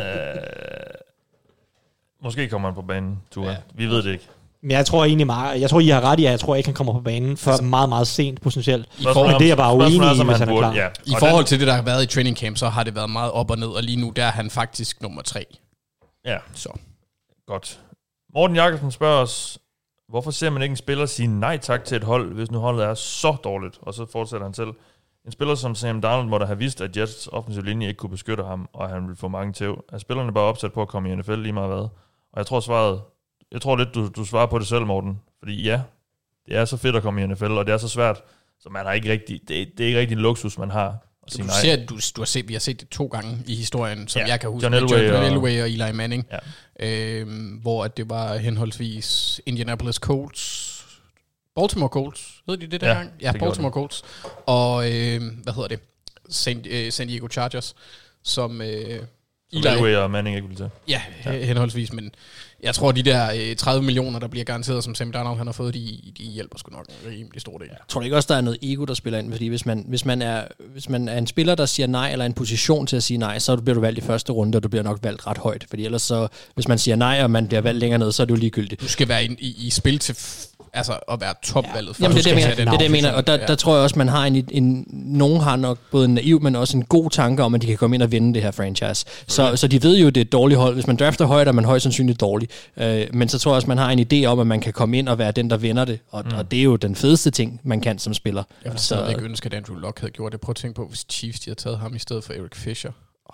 Måske kommer han på banen, Tua. Ja. Vi ved det ikke. Men jeg tror egentlig meget, jeg tror, I har ret i, at jeg tror ikke, han kommer på banen før altså, meget, meget sent potentielt. I forhold, men det er jeg bare uenig i, hvis han er klar. Ja. I forhold til det, der har været i training camp, så har det været meget op og ned, og lige nu der er han faktisk nummer tre. Ja, så. Godt. Morten Jakobsen spørger os, hvorfor ser man ikke en spiller sige nej tak til et hold, hvis nu holdet er så dårligt? Og så fortsætter han selv. En spiller som Sam Darnold måtte have vidst, at Jets offensiv linje ikke kunne beskytte ham, og han ville få mange tæv. Er spillerne bare opsat på at komme i N F L lige meget hvad? Og jeg tror svaret, jeg tror lidt, du, du svarer på det selv, Morten. Fordi ja, det er så fedt at komme i N F L, og det er så svært, så man har ikke rigtig, det, det er ikke rigtig en luksus, man har. Du ser, du, du har set, vi har set det to gange i historien, som ja, jeg kan huske. John Elway, John og, Elway og Eli Manning, ja. øhm, hvor at det var henholdsvis Indianapolis Colts, Baltimore Colts, ved de det der ja, gang? Ja, det Baltimore Colts, og øh, hvad hedder det? San, øh, San Diego Chargers, som... Øh, Eli Elway og Manning ikke vil til. Ja, ja, henholdsvis, men jeg tror, de der øh, tredive millioner, der bliver garanteret, som Sam Darnold han har fået, de, de hjælper sgu nok en rimelig stor del. Jeg tror ikke også, der er noget ego, der spiller ind, fordi hvis man, hvis, man er, hvis man er en spiller, der siger nej, eller en position til at sige nej, så bliver du valgt i første runde, og du bliver nok valgt ret højt, fordi ellers så, hvis man siger nej, og man bliver valgt længere ned, så er det jo ligegyldigt. Du skal være i, i, i spil til f- altså at være topvalget. Ja. Jamen, det er det, jeg mener. Det er det, jeg mener. Og der, der tror jeg også, man har en, en... Nogen har nok både en naiv, men også en god tanke om, at de kan komme ind og vinde det her franchise. Så, okay. så de ved jo, det er et dårligt hold. Hvis man drafter højt, er man højst sandsynligt dårlig. Øh, men så tror jeg også, man har en idé om, at man kan komme ind og være den, der vinder det. Og, mm. og det er jo den fedeste ting, man kan som spiller. Jeg vil stadigvæk ønske, at Andrew Luck havde gjort det. Prøv at tænke på, hvis Chiefs de havde taget ham i stedet for Eric Fisher.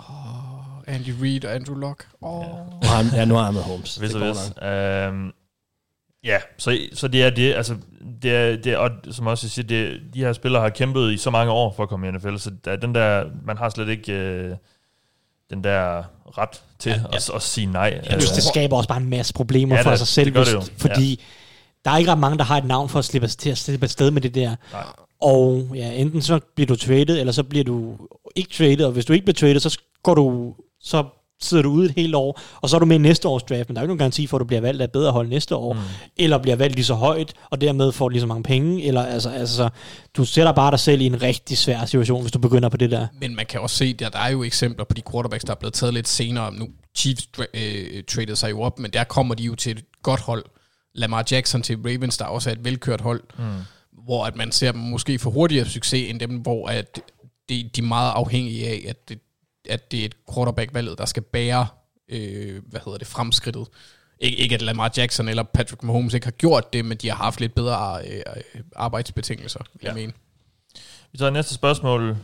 Åh, Andy Reid og Andrew Luck. Åh. Ja. Ja, nu har han med Holmes. Hvis og hvis. Øhm, ja, så, så det er det. Altså, det er, det er, og som også siger, det, de her spillere har kæmpet i så mange år for at komme i N F L, så der, den der, man har slet ikke øh, den der ret til ja, ja. At, at sige nej. Jeg synes, det skaber også bare en masse problemer ja, for det, sig selv, det det fordi ja. Der er ikke ret mange, der har et navn for at slippe til at slippe et sted med det der. Nej. Og ja, enten så bliver du traded, eller så bliver du ikke traded, og hvis du ikke bliver traded, så går du, så sidder du ude et helt år, og så er du med i næste års draft, men der er jo ikke nogen garanti for, at du bliver valgt af et bedre hold næste år, mm. eller bliver valgt lige så højt, og dermed får lige så mange penge, eller altså, altså, du sætter bare dig selv i en rigtig svær situation, hvis du begynder på det der. Men man kan også se, at der er jo eksempler på de quarterbacks, der er blevet taget lidt senere. Nu Chiefs øh, traded sig jo op, men der kommer de jo til et godt hold. Lamar Jackson til Ravens, der også er et velkørt hold, mm. hvor at man ser dem måske få hurtigere succes, end dem, hvor at de, de er meget afhængige af, at det, at det er et quarterback-valget, der skal bære øh, hvad hedder det, fremskridtet. Ik- ikke at Lamar Jackson eller Patrick Mahomes ikke har gjort det, men de har haft lidt bedre øh, arbejdsbetingelser, vil ja. jeg mene. Vi tager næste spørgsmål.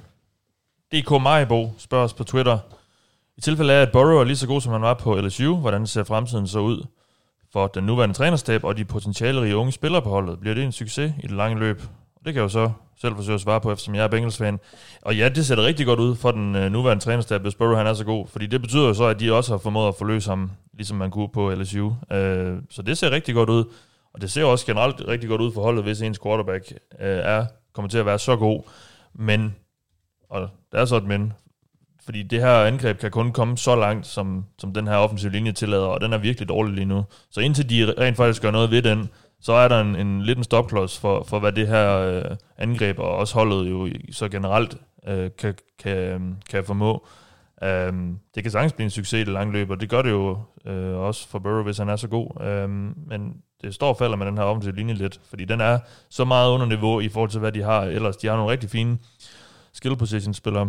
D K Maribo spørger os på Twitter. I tilfælde af, at Burrow er lige så god, som han var på L S U, hvordan ser fremtiden så ud for den nuværende trænerstab og de potentialerige unge spillere på holdet? Bliver det en succes i det lange løb? Det kan jeg jo så selv forsøge at svare på, eftersom jeg er Bengals-fan. Og ja, det ser da rigtig godt ud for den uh, nuværende trænerstab, hvis Burrow han er så god. Fordi det betyder jo så, at de også har formået at forløse ham, ligesom man kunne på L S U. Uh, så det ser rigtig godt ud. Og det ser også generelt rigtig godt ud for holdet, hvis ens quarterback uh, er, kommer til at være så god. Men, og der er så et men, fordi det her angreb kan kun komme så langt, som, som den her offensive linje tillader, og den er virkelig dårlig lige nu. Så indtil de rent faktisk gør noget ved den, så er der en, en lidt en stopklods for, for hvad det her øh, angreb, og også holdet jo så generelt øh, kan, kan, kan formå. Um, det kan sagtens blive en succes i det lange løb, og det gør det jo øh, også for Burrow, hvis han er så god. Um, men det står og falder med den her offensive linje lidt, fordi den er så meget under niveau i forhold til, hvad de har ellers. De har nogle rigtig fine skill position spillere,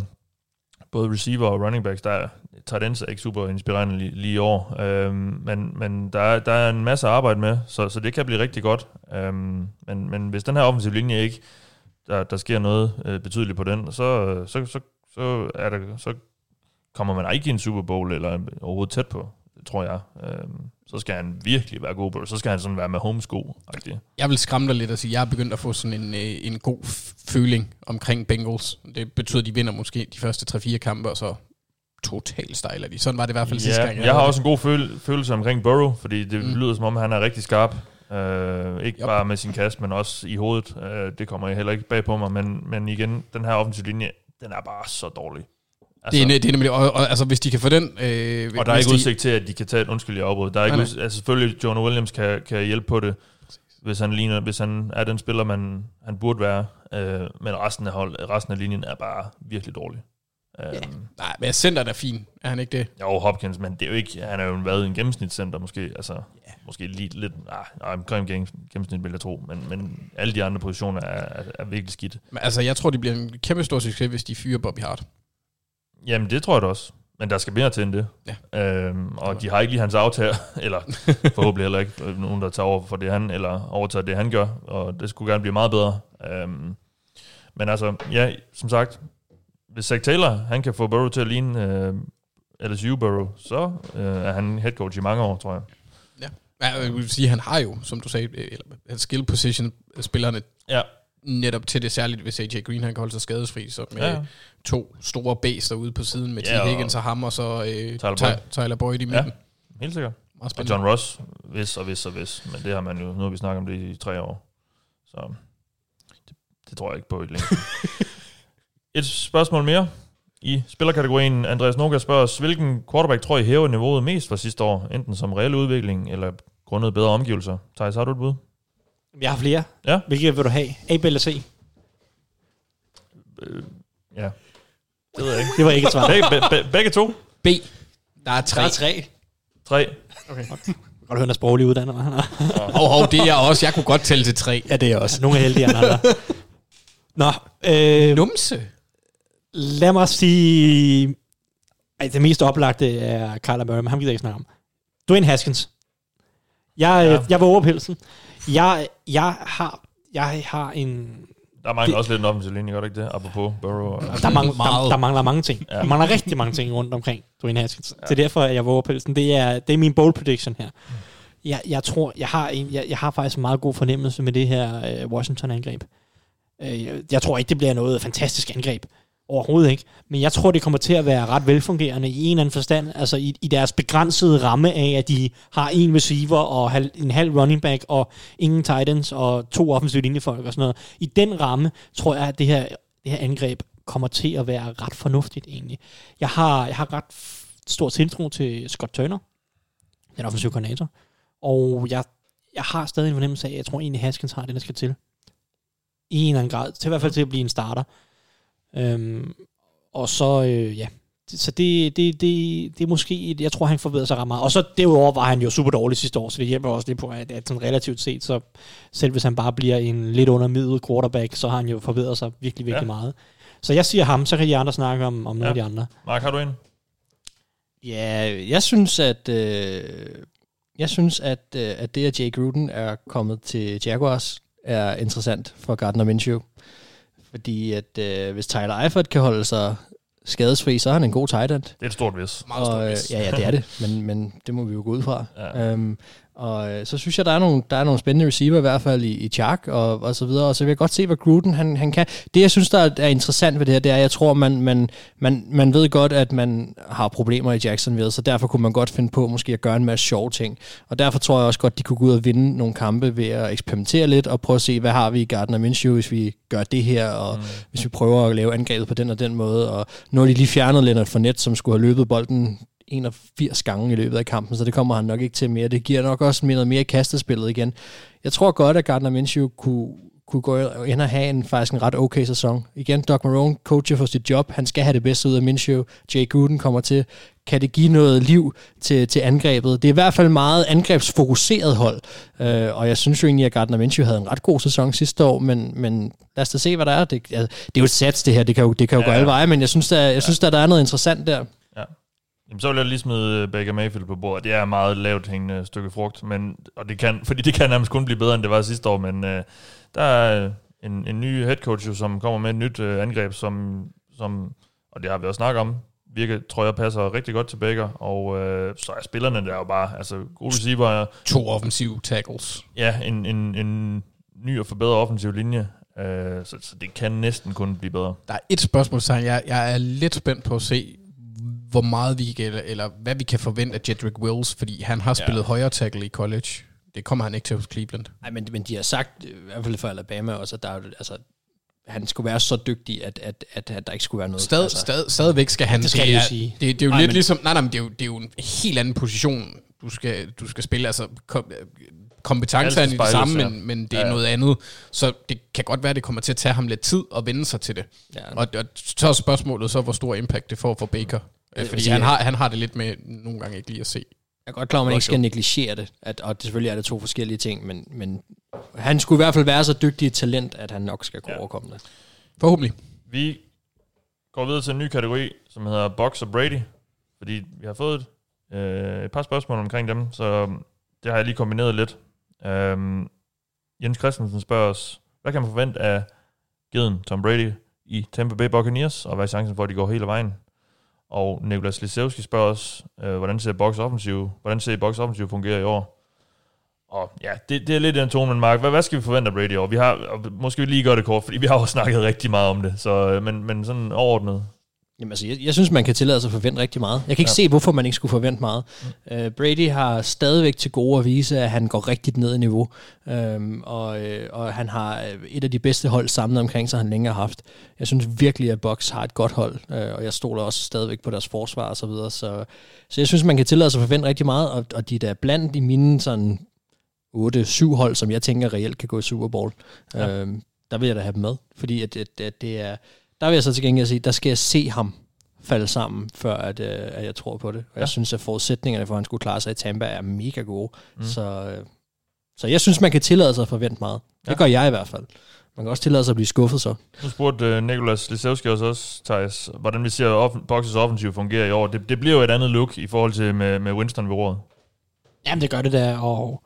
både receiver og running backs. Der er tight ends er ikke super inspirerende lige, lige i år, øhm, men, men der, er, der er en masse arbejde med, så, så det kan blive rigtig godt. Øhm, men, men hvis den her offensive linje ikke, der, der sker noget øh, betydeligt på den, så, så, så, så, er der, så kommer man ikke i en Super Bowl, eller overhovedet tæt på, tror jeg. Øhm, så skal han virkelig være god på det. Så skal han sådan være med homesko-agtig. Jeg vil skræmme dig lidt og sige, at jeg er begyndt at få sådan en, en god føling omkring Bengals. Det betyder, at de vinder måske de første tre fire kampe, og så totalt stejler de. Sådan var det i hvert fald ja, sidste gang. Jeg, jeg har også en god føl- følelse omkring Burrow, fordi det mm. lyder som om, han er rigtig skarp. Uh, ikke yep. bare med sin kast, men også i hovedet. Uh, det kommer jeg heller ikke bag på mig, men, men igen, den her offensive linje, den er bare så dårlig. Altså, det, er, det er nemlig, og, og, altså hvis de kan få den... Øh, og der er ikke de, udsigt til, at de kan tage et undskyld i afbrud. Der er ikke udsigt, altså selvfølgelig, Jonah Williams kan, kan hjælpe på det, hvis han, ligner, hvis han er den spiller, man, han burde være. Øh, men resten af, hold, resten af linjen er bare virkelig dårlig. Ja. Um, Nej, men centeren er fin. Er han ikke det? Jo, Hopkins, men det er jo ikke... Han er jo været en gennemsnitscenter måske. Altså, yeah. måske lidt... lidt nej, omkring gennemsnit vil jeg tro. Men, men alle de andre positioner er, er, er virkelig skidt. Men altså, jeg tror, det bliver en kæmpe stor succes, hvis de fyrer Bobby Hart. Jamen, det tror jeg da også. Men der skal mere til end det. Ja. Øhm, og de har ikke lige hans aftager, eller forhåbentlig heller ikke nogen, der tager over for det han, eller overtager det han gør, og det skulle gerne blive meget bedre. Øhm, men altså, ja, som sagt, hvis Zach Taylor, han kan få Burrow til at ligne øh, L S U Burrow, så øh, er han head coach i mange år, tror jeg. Ja, jeg vil sige, han har jo, som du sagde, eller, skill position spillerne, ja. Netop til det, særligt hvis A J Green han kan holde sig skadesfri, så med ja. to store bæster ude på siden med ja, T. Higgins og ham, og så øh, Tyler, Boyd. Tyler Boyd i midten. Ja, helt sikkert. Og John Ross, hvis og hvis og hvis, men det har man jo, nu har vi snakket om det i tre år, så det, det tror jeg ikke på i længden. Et spørgsmål mere i spillerkategorien. Andreas Noga spørger os, hvilken quarterback tror I hæver niveauet mest fra sidste år, enten som reel udvikling eller grundet bedre omgivelser? Thijs, har du et bud? Jeg har flere. Ja. Hvilke vil du have? A, B eller C? Øh, ja. Det ved jeg ikke. Det var ikke et svar. Begge, be, be, begge to? B. Der er tre. Der er tre. Tre. Okay. Godt. Godt høre, der er sproglig uddannet. Hov, hov, det er jeg også. Jeg kunne godt tælle til tre. Ja, det er også. Nogle er heldige end andre. Nå. Øh, Numse. Lad mig sige... Ej, det mest oplagte er Kyler Murray, men ham gider jeg ikke snakke om. Dwayne Haskins. Jeg, ja. jeg var over pelsen. Jeg, jeg, har, jeg har en... Der mangler det, også lidt en offensiv linje, gør det ikke det? Apropos Burrow. Der, mangler, der, der mangler mange ting. Ja. Der mangler rigtig mange ting rundt omkring Dwayne Haskins. Ja. Det er derfor, jeg var over pelsen. Det er, det er min bold prediction her. Mm. Jeg, jeg tror, jeg har, en, jeg, jeg har faktisk en meget god fornemmelse med det her uh, Washington-angreb. Uh, jeg, jeg tror ikke, det bliver noget fantastisk angreb. Overhovedet ikke. Men jeg tror, det kommer til at være ret velfungerende i en eller anden forstand. Altså i, i deres begrænsede ramme af, at de har en receiver og halv, en halv running back og ingen tight ends og to offensive linjefolk og sådan noget. I den ramme tror jeg, at det her, det her angreb kommer til at være ret fornuftigt egentlig. Jeg har, jeg har ret stor tiltro til Scott Turner, den offensive koordinator. Og jeg, jeg har stadig en fornemmelse af, at jeg tror egentlig, Haskins har det, der skal til. I en eller anden grad. Til i hvert fald til at blive en starter. Øhm, og så, øh, ja. Så det, det, det, det er måske, jeg tror, han forbedrer sig ret meget. Og så derudover var han jo super dårlig sidste år, så det hjælper også lidt på, at, at sådan relativt set, så selv hvis han bare bliver en lidt under middel quarterback, så har han jo forbedret sig virkelig, virkelig ja. meget. Så jeg siger ham, så kan de andre snakke om, om nogle ja. af de andre. Mark, har du en? Ja, jeg synes, at øh, jeg synes, at, øh, at det, at Jay Gruden er kommet til Jaguars, er interessant for Gardner Minshew. Fordi at øh, hvis Tyler Eifert kan holde sig skadesfri, så er han en god tight end. Det er et stort vis. Meget stort vis. Ja, ja, det er det, men, men det må vi jo gå ud fra. Ja. Øhm, og øh, så synes jeg, der er nogle, der er nogle spændende receiver, i hvert fald i, i Chark og, og så videre, og så vil jeg godt se, hvad Gruden han, han kan. Det, jeg synes, der er, er interessant ved det her, det er, jeg tror, man, man, man, man ved godt, at man har problemer i Jacksonville, så derfor kunne man godt finde på måske at gøre en masse sjove ting. Og derfor tror jeg også godt, de kunne gå ud og vinde nogle kampe ved at eksperimentere lidt, og prøve at se, hvad har vi i Gardner Minshew, hvis vi gør det her, og mm. hvis vi prøver at lave angrebet på den og den måde. Og nu har de lige fjernet Leonard Fournette, som skulle have løbet bolden enogfirs gange i løbet af kampen, så det kommer han nok ikke til mere. Det giver nok også noget mere i kastespillet igen. Jeg tror godt, at Gardner Minshew kunne, kunne gå ind og have en, faktisk en ret okay sæson. Igen, Doug Marrone coacher for sit job. Han skal have det bedste ud af Minshew. Jay Gruden kommer til. Kan det give noget liv til, til angrebet? Det er i hvert fald meget angrebsfokuseret hold, uh, og jeg synes jo egentlig, at Gardner Minshew havde en ret god sæson sidste år, men, men lad os da se, hvad der er. Det, det er jo et sats, det her. Det kan jo, det kan jo ja, gå alle veje, men jeg synes, der, jeg synes, der, der er noget interessant der. Ja. Jamen, så vil jeg lige smide Baker Mayfield på bordet. Det er et meget lavt hængende stykke frugt, men, og det kan, fordi det kan nærmest kun blive bedre, end det var sidste år, men øh, der er en, en ny head coach, som kommer med et nyt øh, angreb, som, som, og det har vi også snakket om, virker, tror jeg, passer rigtig godt til Baker, og øh, så er spillerne der jo bare, altså gode receiver. To offensive tackles. Ja, en, en, en ny og forbedret offensiv linje, øh, så, så det kan næsten kun blive bedre. Der er et spørgsmål, så jeg, jeg er lidt spændt på at se, hvor meget vi kan, eller, eller hvad vi kan forvente af Jedrick Wills, fordi han har spillet ja. højre tackle i college. Det kommer han ikke til hos Cleveland. Nej, men, men de har sagt, i hvert fald for Alabama også, at der, altså, han skulle være så dygtig, at, at, at, at der ikke skulle være noget. Stad, altså, stad, stadigvæk skal han... Det skal det, jeg er, sige. Det, det er jo nej, lidt men, ligesom... Nej, nej, men det er, jo, det er jo en helt anden position, du skal, du skal spille. Altså, kom, kompetencerne er det samme, ja. men, men det er ja, ja. noget andet. Så det kan godt være, at det kommer til at tage ham lidt tid at vende sig til det. Ja. Og, og så er spørgsmålet så, hvor stor impact det får for Baker. Ja, fordi han har, han har det lidt med nogle gange ikke lige at se. Jeg er godt klar, at man ikke skal negligere det, at, og det selvfølgelig er det to forskellige ting, men, men han skulle i hvert fald være så dygtig et talent, at han nok skal kunne ja. overkomme det. Forhåbentlig. Vi går videre til en ny kategori, som hedder Box og Brady, fordi vi har fået et, øh, et par spørgsmål omkring dem, så det har jeg lige kombineret lidt. Øhm, Jens Christensen spørger os, hvad kan man forvente af geden Tom Brady i Tampa Bay Buccaneers, og hvad er chancen for, at de går hele vejen? Og Nicolas Lisewski spørger os, øh, hvordan ser Bucs offensiv, hvordan ser Bucs offensiv fungerer i år? Og ja, det, det er lidt en tone, men Mark, hvad, hvad skal vi forvente af Brady i år? Vi har, måske vi lige gøre det kort, fordi vi har jo snakket rigtig meget om det, så, men, men sådan overordnet. Jamen altså, jeg, jeg synes, man kan tillade sig at forvente rigtig meget. Jeg kan ikke ja. se, hvorfor man ikke skulle forvente meget. Mm. Uh, Brady har stadigvæk til gode at vise, at han går rigtigt ned i niveau, um, og, uh, og han har et af de bedste hold samlet omkring sig, han længe har haft. Jeg synes virkelig, at Bucs har et godt hold, uh, og jeg stoler også stadigvæk på deres forsvar og så videre. Så, så jeg synes, man kan tillade sig at forvente rigtig meget, og, og de der blandt i mine sådan otte syv hold, som jeg tænker reelt kan gå i Super Bowl, ja. uh, der vil jeg da have dem med, fordi at, at, at det er... Der vil jeg så til gengæld sige, der skal jeg se ham falde sammen, før at, øh, at jeg tror på det. Og ja. jeg synes, at forudsætningerne for, at han skulle klare sig i Tampa, er mega gode. Mm. Så, øh, så jeg synes, man kan tillade sig at forvente meget. Det ja. gør jeg i hvert fald. Man kan også tillade sig at blive skuffet så. Nu spurgte uh, Nicolas Lisewski også, også Thijs, hvordan vi ser off- Boxes offensiv fungerer i år. Det, det bliver jo et andet look i forhold til med, med Winston ved roret. Jamen, det gør det der, og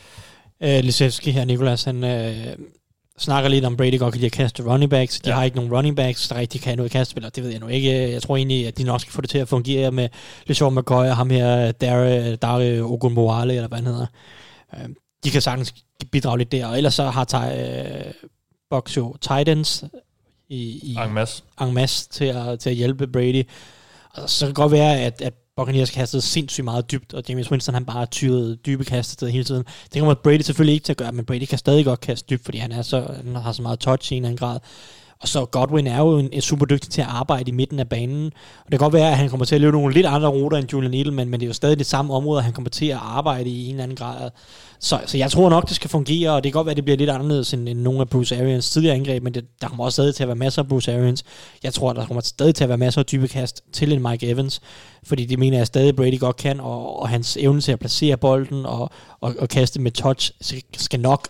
øh, Lisewski her, Nicolas, han øh, snakker lidt om Brady godt kan lide at kaste running backs. De ja. har ikke nogen running backs, der rigtig kan noget kastespiller. Det ved jeg nu ikke. Jeg tror egentlig, at de nok skal få det til at fungere med LeSean McCoy og ham her, Dare, Dare Ogunbowale, eller hvad han hedder. Øh, de kan sagtens bidrage lidt der, og ellers så har øh, Bucks jo tight ends i, i en masse til at, til at hjælpe Brady. Og så kan det godt være, at, at Buccaneers kastede sindssygt meget dybt, og James Winston han bare tyrede dybe kaster hele tiden. Det kommer Brady selvfølgelig ikke til at gøre, men Brady kan stadig godt kaste dybt, fordi han, er så, han har så meget touch i en eller anden grad. Og så Godwin er jo en, en super dygtig til at arbejde i midten af banen. Og det kan godt være, at han kommer til at løbe nogle lidt andre ruter end Julian Edelman, men det er jo stadig det samme område, han kommer til at arbejde i en eller anden grad. Så, så jeg tror nok, det skal fungere, og det kan godt være, at det bliver lidt anderledes end, end nogle af Bruce Arians tidligere angreb, men det, der kommer også stadig til at være masser af Bruce Arians. Jeg tror, der kommer stadig til at være masser af dybe kast til en Mike Evans, fordi det mener jeg stadig, Brady godt kan, og, og hans evne til at placere bolden og, og, og kaste med touch skal nok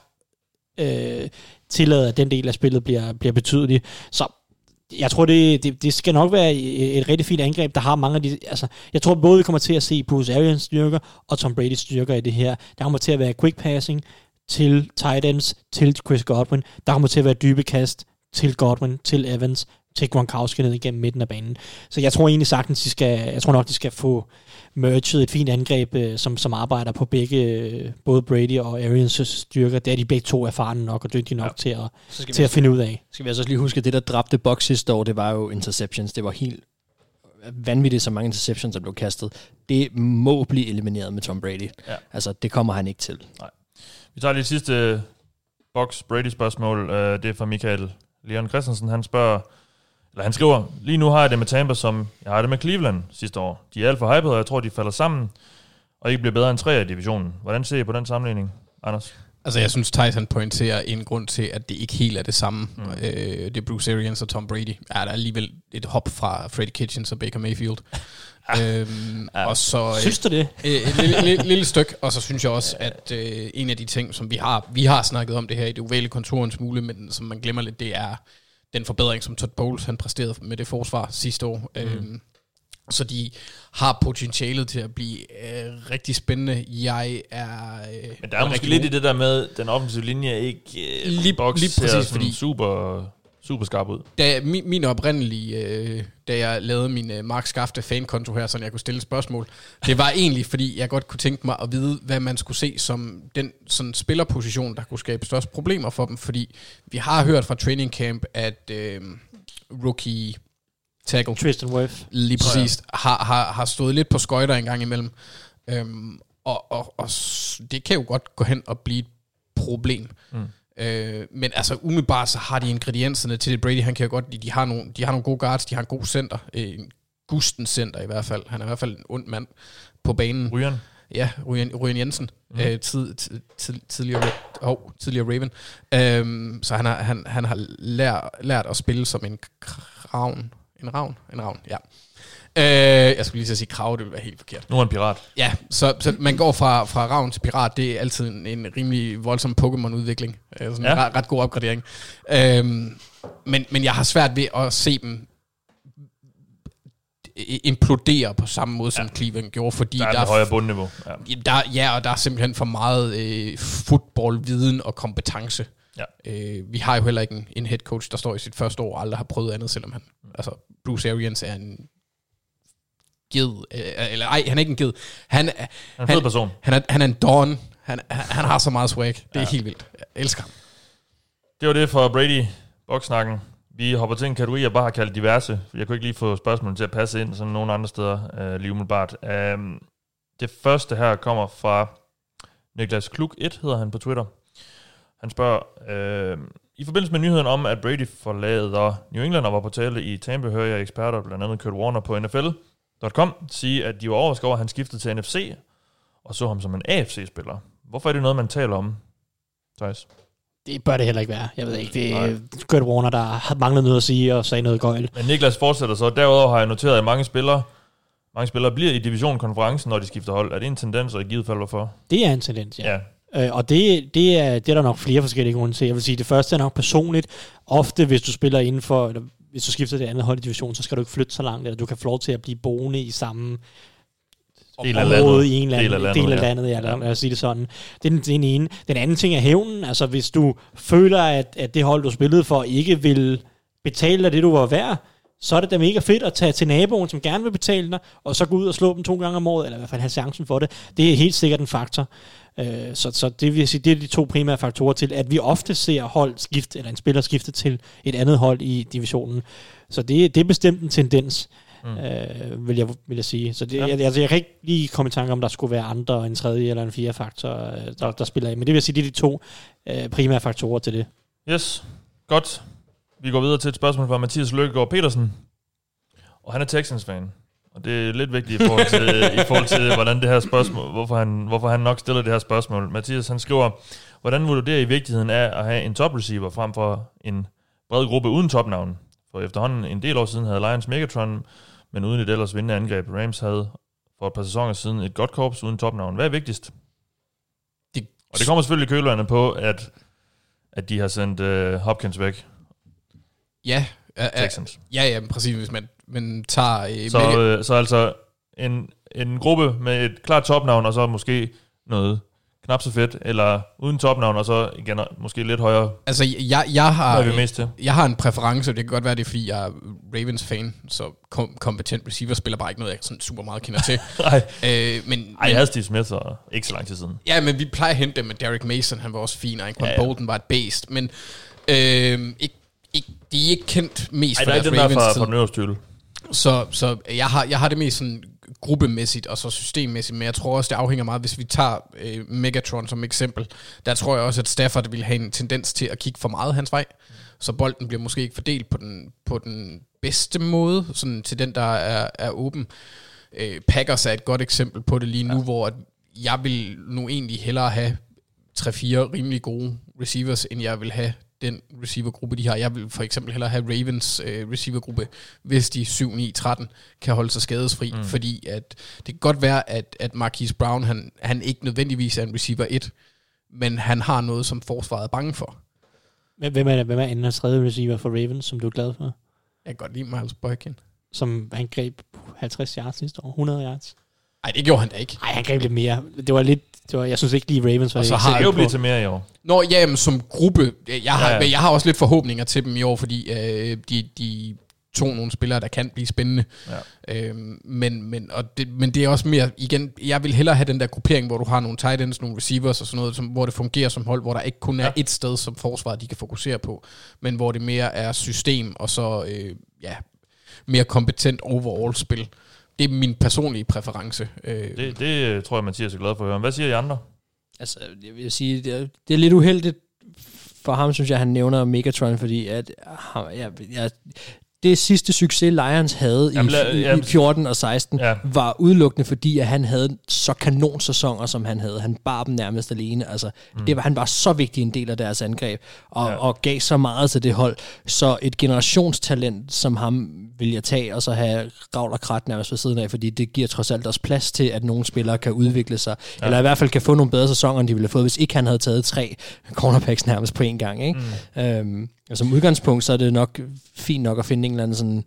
øh, tillade, at den del af spillet bliver, bliver betydelig. Så jeg tror, det, det, det skal nok være et, et rigtig fint angreb, der har mange af de... Altså, jeg tror både, vi kommer til at se Bruce Arians styrker og Tom Brady's styrker i det her. Der kommer til at være quick passing til tight ends, til Chris Godwin. Der kommer til at være dybe kast til Godwin, til Evans, til Gronkowski ned igennem midten af banen. Så jeg tror egentlig sagtens, de skal, jeg tror nok, de skal få merged et fint angreb, som, som arbejder på begge, både Brady og Arians styrker. Det er de begge to erfarne nok og dygtige nok ja. til, at, til at finde ud af. Skal vi altså lige huske, at det, der dræbte Bucks sidste år, det var jo interceptions. Det var helt vanvittigt, så mange interceptions, der blev kastet. Det må blive elimineret med Tom Brady. Ja. Altså, det kommer han ikke til. Nej. Vi tager lige det sidste Bucks Brady-spørgsmål. Det er fra Michael Leon Christensen. Han spørger, eller han skriver, lige nu har jeg det med Tampa, som jeg har det med Cleveland sidste år. De er alt for hypede, og jeg tror, de falder sammen, og ikke bliver bedre end tre i divisionen. Hvordan ser I på den sammenligning, Anders? Altså, jeg synes, Tyson pointerer en grund til, at det ikke helt er det samme. Mm. Øh, det er Bruce Arians og Tom Brady. Ja, der er alligevel et hop fra Freddie Kitchens og Baker Mayfield. ja. øhm, ja. Og så, synes du det? Øh, et lille, lille, lille stykke, og så synes jeg også, at øh, en af de ting, som vi har, vi har snakket om det her i det ovale kontor en smule, men som man glemmer lidt, det er den forbedring, som Todd Bowles han præsterede med det forsvar sidste år. Mm. Øhm, så de har potentialet til at blive øh, rigtig spændende. Jeg er... Øh, Men der er måske lidt i det der med, den offensive linje ikke øh, lige, box lige præcis, fordi super, super skarp ud. Da min, min oprindelige, øh, da jeg lavede min øh, Mark Skafte fankonto her, så jeg kunne stille spørgsmål, det var egentlig, fordi jeg godt kunne tænke mig at vide, hvad man skulle se som den sådan spillerposition, der kunne skabe størst problemer for dem, fordi vi har hørt fra training camp, at øh, rookie tackle Tristan Wirfs lige præcis ja. har, har, har stået lidt på skøjter en gang imellem, øhm, og, og, og det kan jo godt gå hen og blive et problem. Mm. Øh, men altså umiddelbart så har de ingredienserne til det. Brady, han kan jo godt, de har nogle, de har nogle gode guards, de har en god center, en gusten center i hvert fald. Han er i hvert fald en ond mand på banen. Ryan. Ja, Ryan, Ryan Jensen, mm. øh, tid, tid, tid, tidligere, oh, tidligere Raven. Øhm, så han har, han, han har lært, lært at spille som en ravn. En ravn? En ravn, ja. Øh, jeg skulle lige sige krav, det ville være helt forkert. Nu er en pirat. Ja, så, så man går fra, fra ravn til pirat, det er altid en, en rimelig voldsom Pokémon-udvikling. Øh, sådan ja. en ret, ret god opgradering. Øh, men, men jeg har svært ved at se dem implodere på samme måde, som ja. Cleveland gjorde, fordi der er, der er et højere bundniveau. Ja. Der, ja, og der er simpelthen for meget øh, fodboldviden og kompetence. Ja. Øh, vi har jo heller ikke en, en head coach, der står i sit første år og aldrig har prøvet andet, selvom han, altså Bruce Arians er en ged, øh, eller ej, han er ikke en ged. Han, han er en fed person. Han er, han er en don. Han, han har så meget swag. Det er ja. helt vildt. Jeg elsker ham. Det var det for Brady Boksnakken. Vi hopper til en kategori, jeg bare har kaldt diverse. Jeg kunne ikke lige få spørgsmålet til at passe ind, som nogle andre steder øh, lige umiddelbart. Um, det første her kommer fra Niklas Kluk et, hedder han på Twitter. Han spørger, øh, i forbindelse med nyheden om, at Brady forlader New England og var på tale i Tampa, hører jeg eksperter, blandt andet Kurt Warner på N F L punktum com, sige, at de var overrasket over, at han skiftede til N F C, og så ham som en A F C-spiller. Hvorfor er det noget, man taler om, Thijs? Det bør det heller ikke være. Jeg ved ikke, det er Kurt Warner, der har manglet noget at sige og sagde noget gøjl. Men Niklas fortsætter så. Derudover har jeg noteret, at mange spillere, mange spillere bliver i division-konferencen, når de skifter hold. Er det en tendens, og i givet fald hvorfor? Det er en tendens, ja. ja. Øh, og det, det, er, det er der nok flere forskellige grunde til. Jeg vil sige, det første er nok personligt. Ofte, hvis du spiller inden for, eller hvis du skifter det andet hold i division, så skal du ikke flytte så langt, eller du kan få lov til at blive boende i samme del af landet. I en eller anden del af landet, del af landet ja. Ja, lad os sige det sådan. Det er den, den ene. Den anden ting er hævnen. Altså, hvis du føler, at, at det hold, du spillede for, ikke vil betale dig det, du var værd, så er det da mega fedt at tage til naboen, som gerne vil betale dig, og så gå ud og slå dem to gange om året, eller i hvert fald have chancen for det. Det er helt sikkert en faktor. Øh, så, så det vil sige, det er de to primære faktorer til, at vi ofte ser hold skifte, eller en spiller skifte til et andet hold i divisionen. Så det, det er bestemt en tendens. Mm. Øh, vil, jeg, vil jeg sige. Så det, ja. jeg, altså, jeg kan ikke lige komme i tanke om, der skulle være andre, en tredje eller en fjerde faktor, der, der spiller i. Men det vil jeg sige, det er de to øh, primære faktorer til det. Yes, godt. Vi går videre til et spørgsmål fra Mathias Løkkegaard Petersen. Og han er Texans-fan. Og det er lidt vigtigt i forhold til, i forhold til hvordan det her spørgsmål, hvorfor han, hvorfor han nok stiller det her spørgsmål. Mathias, han skriver, hvordan vurderer I vigtigheden af at have en top-receiver frem for en bred gruppe uden topnavn? For efterhånden en del år siden havde Lions Megatron, men uden et ellers vindende angreb. Rams havde for et par sæsoner siden et godt korps uden topnavn. Hvad er vigtigst? Det, og det kommer selvfølgelig kølerne på, at, at de har sendt uh, Hopkins væk. Ja, Texans. Ja, ja, præcis, hvis man, man tager... Øh, så, øh, så altså en, en gruppe med et klart topnavn, og så måske noget knap så fedt, eller uden topnavn, og så igen måske lidt højere. Altså, jeg, jeg, har, vi mest til? jeg har en præference, og det kan godt være, det er, fordi jeg er Ravens-fan, så kom, kompetent receiver spiller bare ikke noget, jeg sådan super meget kender til. Nej, øh, men, Ej, jeg havde Steve Smith, og ikke så lang tid siden. Ja, men vi plejer at hente dem med Derek Mason, han var også fin, og Anquan ja, ja. Bolden var et based, men øh, ikke, ikke, de er ikke kendt mest Ej, for deres Ravens. Ej, der er den der fra, fra den øverste hylde. Så, så jeg, har, jeg har det mest sådan gruppemæssigt og så systemmæssigt, men jeg tror også, det afhænger meget, hvis vi tager øh, Megatron som eksempel. Der tror jeg også, at Stafford vil have en tendens til at kigge for meget hans vej, så bolden bliver måske ikke fordelt på den, på den bedste måde, sådan til den, der er, er åben. Øh, Packers er et godt eksempel på det lige nu, ja. Hvor jeg vil nu egentlig hellere have tre-fire rimelig gode receivers, end jeg vil have den receivergruppe, de har. Jeg vil for eksempel hellere have Ravens øh, receivergruppe, hvis de syv ni tretten kan holde sig skadesfri, mm. fordi at det kan godt være, at, at Marquise Brown, han, han ikke nødvendigvis er en receiver et, men han har noget, som forsvaret er bange for. Hvem er, hvem er anden og tredje receiver for Ravens, som du er glad for? Jeg kan godt lide Miles Boykin. Som han greb halvtreds yards sidste år, hundrede yards. Nej, det gjorde han da ikke. Nej, han greb lidt mere. Det var lidt, det var, jeg synes ikke lige Ravens var og så det. har det jo blivet til mere i år. Nå, ja, men som gruppe, jeg har, ja, ja. jeg har også lidt forhåbninger til dem i år, fordi øh, de, de tog nogle spillere, der kan blive spændende. Ja. Øhm, men, men, og det, men det er også mere, igen, jeg vil hellere have den der gruppering, hvor du har nogle tight ends, nogle receivers og sådan noget, som, hvor det fungerer som hold, hvor der ikke kun er ja. et sted, som forsvaret de kan fokusere på, men hvor det mere er system, og så øh, ja, mere kompetent overall-spil. Det er min personlige præference. Det, det tror jeg, Mathias er glad for at høre. Hvad siger I andre? Altså, jeg vil sige, det er, det er lidt uheldigt for ham, synes jeg, han nævner Megatron, fordi at, ja, ja, det sidste succes, Lions havde jamen, i, jamen, i fjorten og seksten, ja. var udelukkende, fordi at han havde så kanonsæsoner, som han havde. Han bar dem nærmest alene. Altså, mm. det var, han var så vigtig en del af deres angreb, og, ja. og gav så meget til det hold. Så et generationstalent, som ham vil jeg tage, og så have Ravl og Krat nærmest ved siden af, fordi det giver trods alt også plads til, at nogle spillere kan udvikle sig, ja. eller i hvert fald kan få nogle bedre sæsoner, end de ville have fået, hvis ikke han havde taget tre cornerbacks nærmest på en gang. Ikke? Mm. Øhm, og som udgangspunkt, så er det nok fint nok at finde en eller anden sådan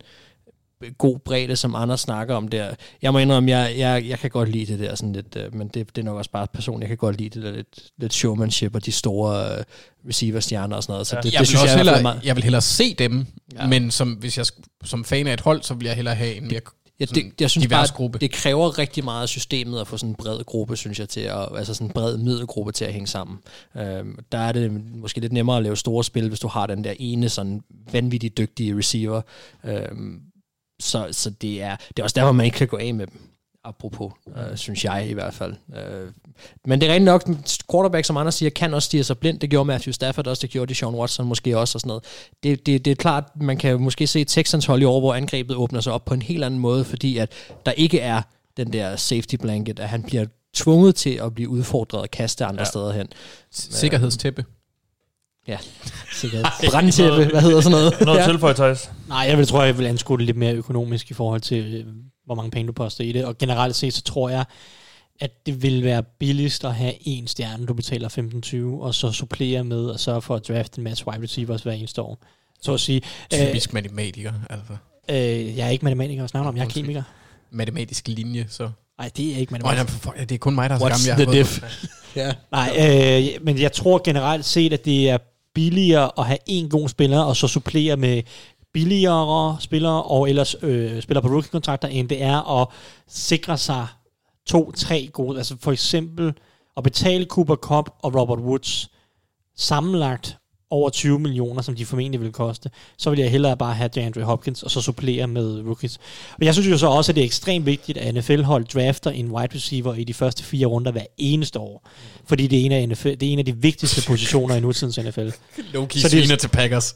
god bredde, som Anders snakker om der. Jeg må indrømme, jeg, jeg, jeg kan godt lide det der sådan lidt, uh, men det, det er nok også bare personligt. Jeg kan godt lide det der lidt, lidt showmanship og de store uh, receiver-stjerner og sådan noget. Så ja. det, jeg, det synes jeg, jeg, hellere, meget... jeg vil hellere se dem, ja. men som, hvis jeg som fan af et hold, så vil jeg hellere have en mere ja, det, jeg synes divers bare, gruppe. Det kræver rigtig meget af systemet at få sådan en bred gruppe, synes jeg, til at, altså sådan en bred middelgruppe til at hænge sammen. Øhm, der er det måske lidt nemmere at lave store spil, hvis du har den der ene sådan vanvittigt dygtige receiver. Øhm, så, så det er det er også derfor, man ikke kan gå af med dem. Apropos, øh, synes jeg i hvert fald. Øh, men det er rent nok, quarterback, som andre siger, kan også stige sig blind. Det gjorde Matthew Stafford også, det gjorde Deshaun Watson måske også og sådan noget. Det, det, det er klart, man kan måske se Texans hold i år, hvor angrebet åbner sig op på en helt anden måde, fordi at der ikke er den der safety blanket, at han bliver tvunget til at blive udfordret og kaste andre ja. steder hen. Sikkerhedstæppe. Ja, sikkert. Brandtæppe, hvad hedder sådan noget? Noget ja. tilføje, Thijs? Nej, jeg vil tror, jeg vil anskue det lidt mere økonomisk i forhold til, øh, hvor mange penge du poster i det. Og generelt set, så tror jeg, at det vil være billigst at have en stjerne, du betaler femten tyve, og så supplere med og sørge for at drafte en masse wide receivers hver eneste år. Så at sige... Typisk øh, matematiker, altså. Øh, jeg er ikke matematiker, jeg snakker om, jeg er kemiker. Matematisk linje, så... Nej, det er ikke matematisk. Oh, det er kun mig, der er så What's gammel. the diff? Ja. Nej, øh, men jeg tror generelt set, at det er billigere at have en god spiller, og så supplere med billigere spillere, og ellers øh, spiller på rookie-kontrakter, end det er at sikre sig to, tre gode, altså for eksempel at betale Cooper Kupp og Robert Woods sammenlagt over tyve millioner, som de formentlig vil koste, så vil jeg hellere bare have DeAndre Hopkins, og så supplere med rookies. Og jeg synes jo så også, at det er ekstremt vigtigt, at N F L-hold drafter en wide receiver i de første fire runder hver eneste år. Fordi det er en af, N F L, det er en af de vigtigste positioner i nutidens N F L. Low-key sviner til Packers.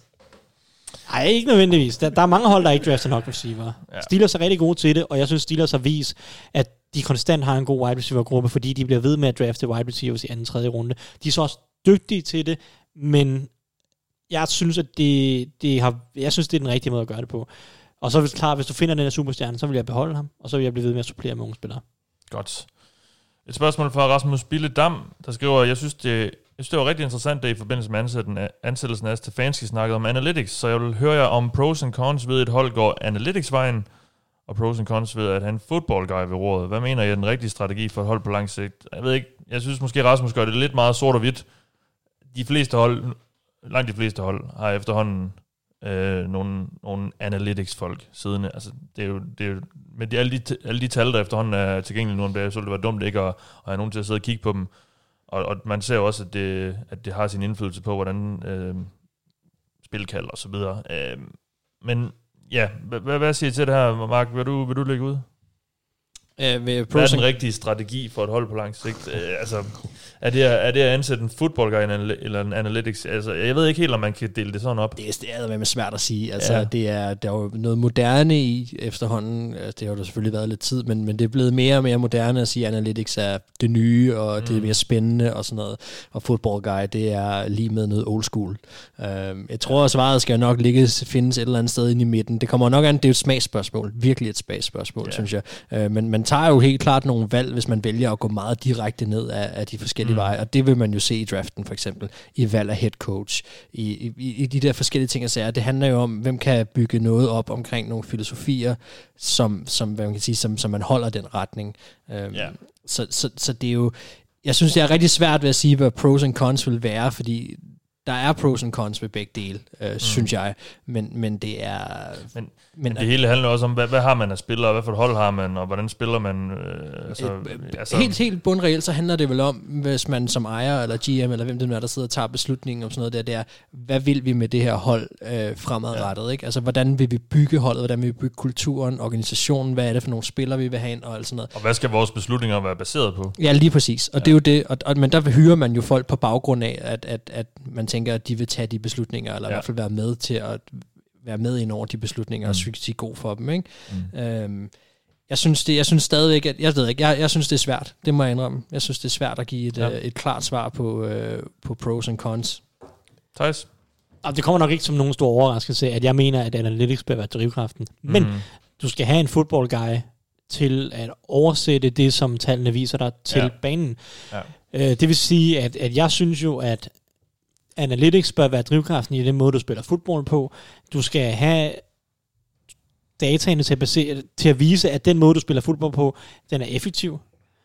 Nej, ikke nødvendigvis. Der, der er mange hold, der ikke drafter nok receiver. Ja. Steelers er rigtig gode til det, og jeg synes, Steelers har vist, at de konstant har en god wide receiver-gruppe, fordi de bliver ved med at drafte wide receivers i anden, tredje runde. De er så også dygtige til det, men jeg synes, at det, det har, jeg synes, det er den rigtige måde at gøre det på. Og så er det klart, hvis du finder den her superstjerne, så vil jeg beholde ham, og så vil jeg blive ved med at supplere med unge spillere. Godt. Et spørgsmål fra Rasmus Bille Dam, der skriver, jeg synes, det, jeg synes, det var rigtig interessant, det i forbindelse med ansættelsen af Stefanski snakkede om analytics, så jeg vil høre jer om pros and cons ved et hold går analytics-vejen, og pros and cons ved at have en football guy ved rådet. Hvad mener I er den rigtige strategi for et hold på lang sigt? Jeg ved ikke, jeg synes måske Rasmus gør det lidt meget sort og hvidt. De fleste hold, langt de fleste hold, har efterhånden øh, nogle, nogle analytics-folk siddende. Altså, det er jo, det er jo med de, alle, de, alle de tal, der efterhånden er tilgængelige nu om dagen, så ville det være dumt ikke at, at have nogen til at sidde og kigge på dem. Og, og man ser jo også, at det, at det har sin indflydelse på, hvordan øh, spilkald og så videre. Øh, men ja, hvad, hvad siger I til det her, Mark? Vil du, vil du lægge ud? Uh, Hvad er den rigtige strategi for et hold på lang sigt? Uh, altså, er det, er det at ansætte en football guy eller en analytics? Altså, jeg ved ikke helt, om man kan dele det sådan op. Det er, det er med svært at sige. Altså, ja. det er, der er jo noget moderne i efterhånden. Altså, det har jo selvfølgelig været lidt tid, men, men det er blevet mere og mere moderne at sige, at analytics er det nye, og mm. det er mere spændende og sådan noget. Og football guy, det er lige med noget old school. Uh, jeg tror, at svaret skal nok ligge, findes et eller andet sted inde i midten. Det kommer nok an, det er et smagsspørgsmål. Virkelig et smagsspørgsmål, ja. synes jeg. Uh, men man tager jo helt klart nogle valg, hvis man vælger at gå meget direkte ned af, af de forskellige mm. veje, og det vil man jo se i draften for eksempel, i valg af head coach, i, i, i de der forskellige ting at sige. Det handler jo om, hvem kan bygge noget op omkring nogle filosofier, som, som, hvad man kan sige, som, som man holder den retning. Um, yeah. så, så, så det er jo, jeg synes, det er rigtig svært ved at sige, hvad pros and cons vil være, fordi der er pros and cons ved begge dele, øh, mm. synes jeg, men, men det er... Men, men, men det hele handler også om, hvad, hvad har man af spillere, hvad for et hold har man, og hvordan spiller man... Øh, altså, øh, altså. Helt, helt bundreelt, så handler det vel om, hvis man som ejer, eller G M, eller hvem det nu er, der sidder og tager beslutningen om sådan noget der, det er, hvad vil vi med det her hold øh, fremadrettet, ja. ikke? Altså, hvordan vil vi bygge holdet, hvordan vil vi bygge kulturen, organisationen, hvad er det for nogle spillere, vi vil have ind, og alt sådan noget. Og hvad skal vores beslutninger være baseret på? Ja, lige præcis, og ja. det er jo det, og, og, men der hyrer man jo folk på baggrund af, at, at, at man tænker, at de vil tage de beslutninger, eller ja. i hvert fald være med til at være med ind over de beslutninger, mm. og synes, de er gode for dem, ikke? Mm. Øhm, jeg synes det, jeg synes stadigvæk, at, jeg ved ikke, jeg, jeg synes det er svært, det må jeg indrømme. Jeg synes det er svært at give et, ja. øh, et klart svar på, øh, på pros and cons. Thijs? Det kommer nok ikke som nogen stor overraskelse, at jeg mener, at analytics bør være drivkraften. Men mm. du skal have en football guy til at oversætte det, som tallene viser dig til ja. banen. Ja. Øh, det vil sige, at, at jeg synes jo, at analytics bør være drivkraften i den måde, du spiller fodbold på. Du skal have dataene til at, basere, til at vise, at den måde, du spiller fodbold på, den er effektiv.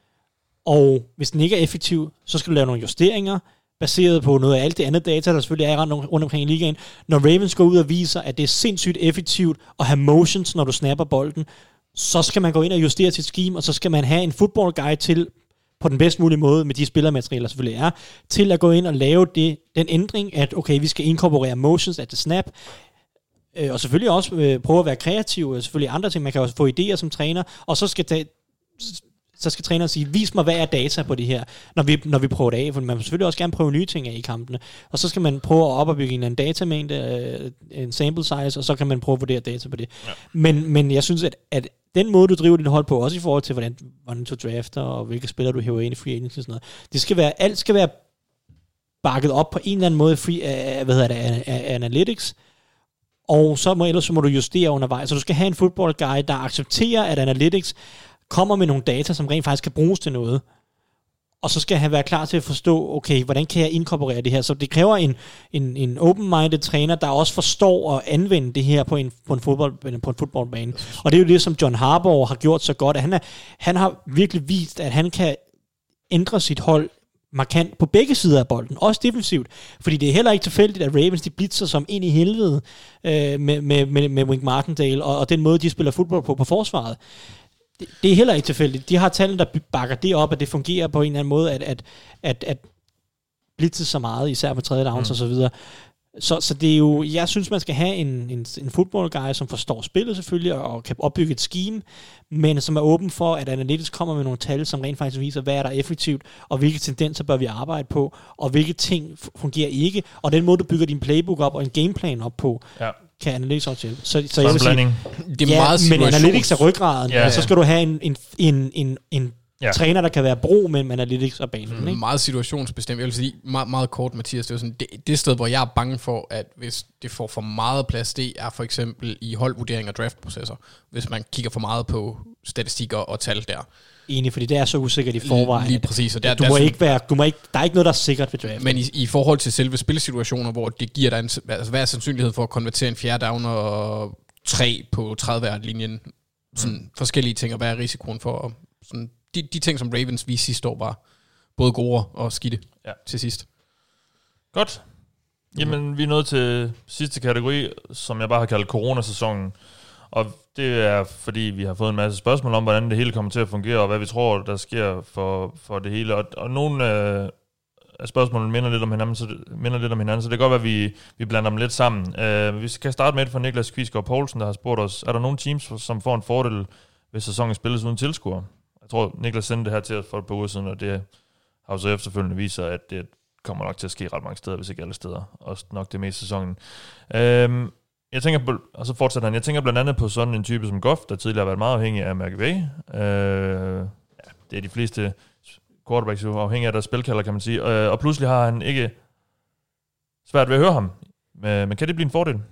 Og hvis den ikke er effektiv, så skal du lave nogle justeringer, baseret på noget af alt det andet data, der selvfølgelig er rundt omkring i ligaen. Når Ravens går ud og viser, at det er sindssygt effektivt at have motions, når du snapper bolden, så skal man gå ind og justere sit scheme, og så skal man have en football guide til på den bedst mulige måde, med de spillermaterialer selvfølgelig er, til at gå ind og lave det, den ændring, at okay, vi skal inkorporere motions at the snap, øh, og selvfølgelig også øh, prøve at være kreativ, og selvfølgelig andre ting, man kan også få idéer som træner, og så skal, da, så skal træneren sige, vis mig, hvad er data på det her, når vi, når vi prøver det af, for man vil selvfølgelig også gerne prøve nye ting af i kampene, og så skal man prøve at opbygge en datamængde, øh, en sample size, og så kan man prøve at vurdere data på det. Ja. Men, men jeg synes, at, at den måde, du driver dit hold på, også i forhold til, hvordan, hvordan du drafter, og hvilke spillere du hæver ind i free agency og sådan noget, det skal være, alt skal være bakket op på en eller anden måde free, af, hvad hedder det, af, af analytics, og så må, ellers så må du justere undervejs. Så du skal have en football guy, der accepterer, at analytics kommer med nogle data, som rent faktisk kan bruges til noget. Og så skal han være klar til at forstå, okay, hvordan kan jeg inkorporere det her? Så det kræver en, en, en open-minded træner, der også forstår at anvende det her på en, på en, fodbold, på en fodboldbane. Og det er jo det, som John Harbaugh har gjort så godt, at han, er, han har virkelig vist, at han kan ændre sit hold markant på begge sider af bolden, også defensivt. Fordi det er heller ikke tilfældigt, at Ravens de blitzer som ind i helvede øh, med, med, med, med Wink Martindale, og, og den måde, de spiller fodbold på på forsvaret. Det, det er heller ikke tilfældigt. De har tallene, der bakker det op, at det fungerer på en eller anden måde, at, at, at, at blitze så meget, især på tredje downs mm. og så videre. Så, så det er jo, jeg synes, man skal have en, en, en football guy, som forstår spillet selvfølgelig, og, og kan opbygge et scheme, men som er åben for, at Analytics kommer med nogle tal, som rent faktisk viser, hvad er der effektivt, og hvilke tendenser bør vi arbejde på, og hvilke ting fungerer ikke, og den måde, du bygger din playbook op, og en gameplan op på, ja. kan Analytics også hjælpe. Så, så jeg vil sige, det er ja, meget men Analytics er ryggraden, ja, og så skal du have en, en, en, en, en ja. træner, der kan være bro mellem Analytics og banen. Mm, ikke? Meget situationsbestemt. Jeg vil sige meget, meget kort, Mathias. Det er sådan, det, det sted, hvor jeg er bange for, at hvis det får for meget plads, det er for eksempel i holdvurdering og draftprocesser. Hvis man kigger for meget på statistikker og tal der. Enig, fordi det er så usikkert i forvejen. Lige præcis. Og der, du må der, ikke være, du må ikke, der er ikke noget, der er sikkert ved draft. Men i, i forhold til selve spilsituationer, hvor det giver dig en, altså, hvad er sandsynligheden for at konvertere en fjerde down og tre på tredive-linjen? Sådan mm. forskellige ting, og hvad er risikoen for sådan, de, de ting, som Ravens viste sidste år, var både gode og skidte ja. til sidst. Godt. Jamen, vi er nået til sidste kategori, som jeg bare har kaldt coronasæsonen. Og det er, fordi vi har fået en masse spørgsmål om, hvordan det hele kommer til at fungere, og hvad vi tror, der sker for, for det hele. Og, og nogle af, af spørgsmålene minder lidt om hinanden, så det, minder lidt om hinanden, så det kan godt være, at vi, vi blander dem lidt sammen. Uh, vi skal starte med et fra Niklas Kvisgaard Poulsen, der har spurgt os, er der nogle teams, som får en fordel, hvis sæsonen spilles uden tilskuere? Jeg tror, Niklas sendte det her til os for et par uger siden, og det har jo så efterfølgende vist sig, at det kommer nok til at ske ret mange steder, hvis ikke alle steder. Også nok det meste sæsonen. Øhm, jeg tænker på, og så fortsætter han, jeg tænker blandt andet på sådan en type som Goff, der tidligere har været meget afhængig af McVay. Øh, ja, det er de fleste quarterbacks jo afhængige af deres spilkalder, kan man sige. Øh, og pludselig har han ikke svært ved at høre ham. Men, men kan det blive en fordel?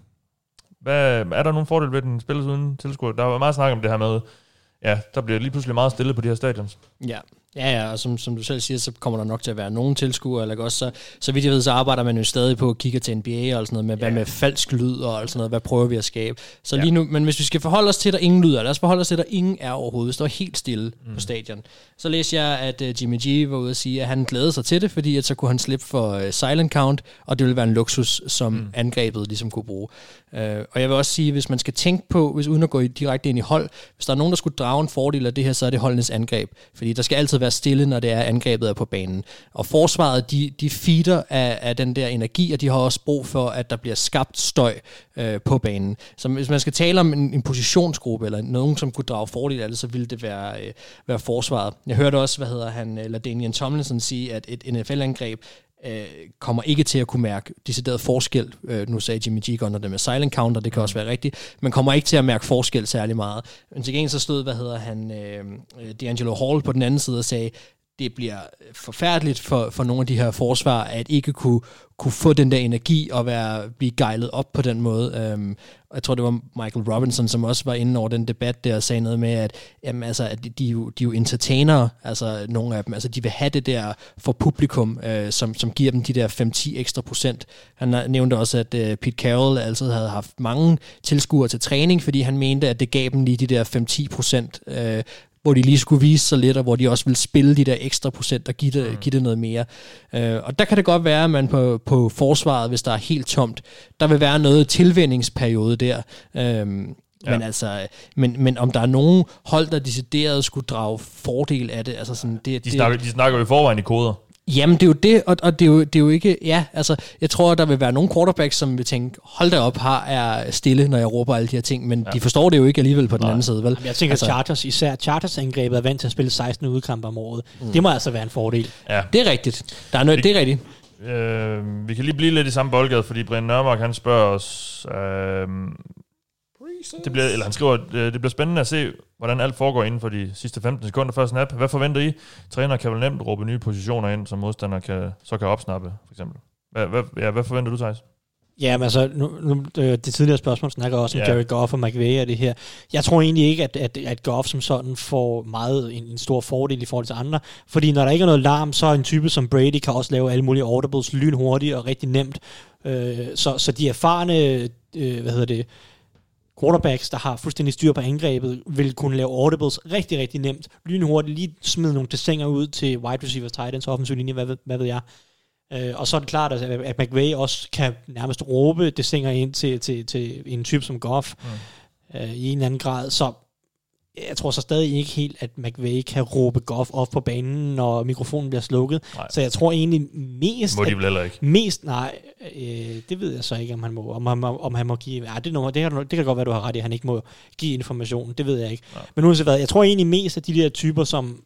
Hvad, er der nogen fordel ved den spilles uden tilskuer? Der var meget snak om det her med, ja, der bliver lige pludselig meget stille på de her stadions. Ja, ja, ja og som, som du selv siger, så kommer der nok til at være nogen tilskuere, eller også så, så vidt jeg ved, så arbejder man jo stadig på at kigge til N B A og sådan noget, med ja. hvad med falsk lyd og sådan noget, hvad prøver vi at skabe. Så ja. lige nu, men hvis vi skal forholde os til, at der ingen lyd er, lad os forholde os til, at der ingen er overhovedet, hvis der er helt stille mm. på stadion. Så læste jeg, at uh, Jimmy G var ude at sige, at han glædede sig til det, fordi at så kunne han slippe for uh, silent count, og det ville være en luksus, som mm. angrebet ligesom kunne bruge. Uh, og jeg vil også sige, hvis man skal tænke på, hvis uden at gå direkte ind i hold, hvis der er nogen, der skulle drage en fordel af det her, så er det holdenes angreb. Fordi der skal altid være stille, når det er angrebet er på banen. Og forsvaret, de, de feeder af, af den der energi, og de har også brug for, at der bliver skabt støj øh, på banen. Så hvis man skal tale om en, en positionsgruppe, eller nogen, som kunne drage fordel af det, så ville det være, øh, være forsvaret. Jeg hørte også, hvad hedder han, eller Daniel Tomlinson sige, at et N F L-angreb Øh, kommer ikke til at kunne mærke decideret forskel. Øh, nu sagde Jimmy G under det med silent counter, det kan også være rigtigt, men kommer ikke til at mærke forskel særlig meget. Men til gengæld så stod, hvad hedder han, øh, D'Angelo Hall på den anden side og sagde, det bliver forfærdeligt for, for nogle af de her forsvar, at ikke kunne, kunne få den der energi og være, blive gejlet op på den måde. Um, jeg tror, det var Michael Robinson, som også var inde over den debat der, og sagde noget med, at, jamen, altså, at de, de, er jo, de er jo entertainere, altså nogle af dem, altså de vil have det der for publikum, uh, som, som giver dem de der fem til ti ekstra procent. Han nævnte også, at uh, Pete Carroll altid havde haft mange tilskuere til træning, fordi han mente, at det gav dem lige de der fem til ti procent, uh, hvor de lige skulle vise sig lidt, og hvor de også vil spille de der ekstra procent og give det, mm. give det noget mere. Uh, og der kan det godt være, at man på, på forsvaret, hvis der er helt tomt, der vil være noget tilvændingsperiode der. Uh, ja. Men altså, men, men om der er nogen hold, der decideret skulle drage fordel af det, altså sådan, det, de, det, snakker, de snakker jo i forvejen i koder. Jamen, det er jo det, og, og det, er jo, det er jo ikke, ja, altså, jeg tror, der vil være nogle quarterbacks, som vil tænke, hold da op, her er stille, når jeg råber alle de her ting, men ja. de forstår det jo ikke alligevel på den Nej. anden side, vel? Jamen, jeg tænker, altså, Chargers, især Chargers-angrebet er vant til at spille seksten udkampe om året. Mm. Det må altså være en fordel. Ja. Det er rigtigt. Der er noget, det er rigtigt. Øh, vi kan lige blive lidt i samme boldgade, fordi Brian Nørmark, han spørger os, øh, det bliver, eller han skriver, at det bliver spændende at se, hvordan alt foregår inden for de sidste femten sekunder før snap. Hvad forventer I? Træner kan vel nemt råbe nye positioner ind, som modstander kan, så kan opsnappe, for eksempel. Hvad, hvad, ja, hvad forventer du, Theis? Ja, men altså, nu, nu, det tidligere spørgsmål snakker også om Ja. Jared Goff og McVay og det her. Jeg tror egentlig ikke, at, at, at Goff som sådan får meget en, en stor fordel i forhold til andre, fordi når der ikke er noget larm, så en type som Brady kan også lave alle mulige audibles lynhurtigt og rigtig nemt. Øh, så, så de erfarne, øh, hvad hedder det, quarterbacks, der har fuldstændig styr på angrebet, vil kunne lave audibles rigtig, rigtig nemt. Lynhurtigt, lige smide nogle desinger ud til wide receivers, tight ends, offensiv linje, hvad ved, hvad ved jeg. Uh, og så er det klart, at, at McVay også kan nærmest råbe desinger ind til, til, til en type som Goff mm. uh, i en anden grad. Så jeg tror så stadig ikke helt, at McVay kan råbe Goff op på banen, når mikrofonen bliver slukket. Nej. Så jeg tror egentlig mest... Må de vel heller ikke? Mest, nej, øh, det ved jeg så ikke, om han må, om han, om han må give... Ja, det, nummer, det, kan, det kan godt være, du har ret i, at han ikke må give information. Det ved jeg ikke. Nej. Men uanset hvad, jeg tror egentlig mest, at de der typer, som...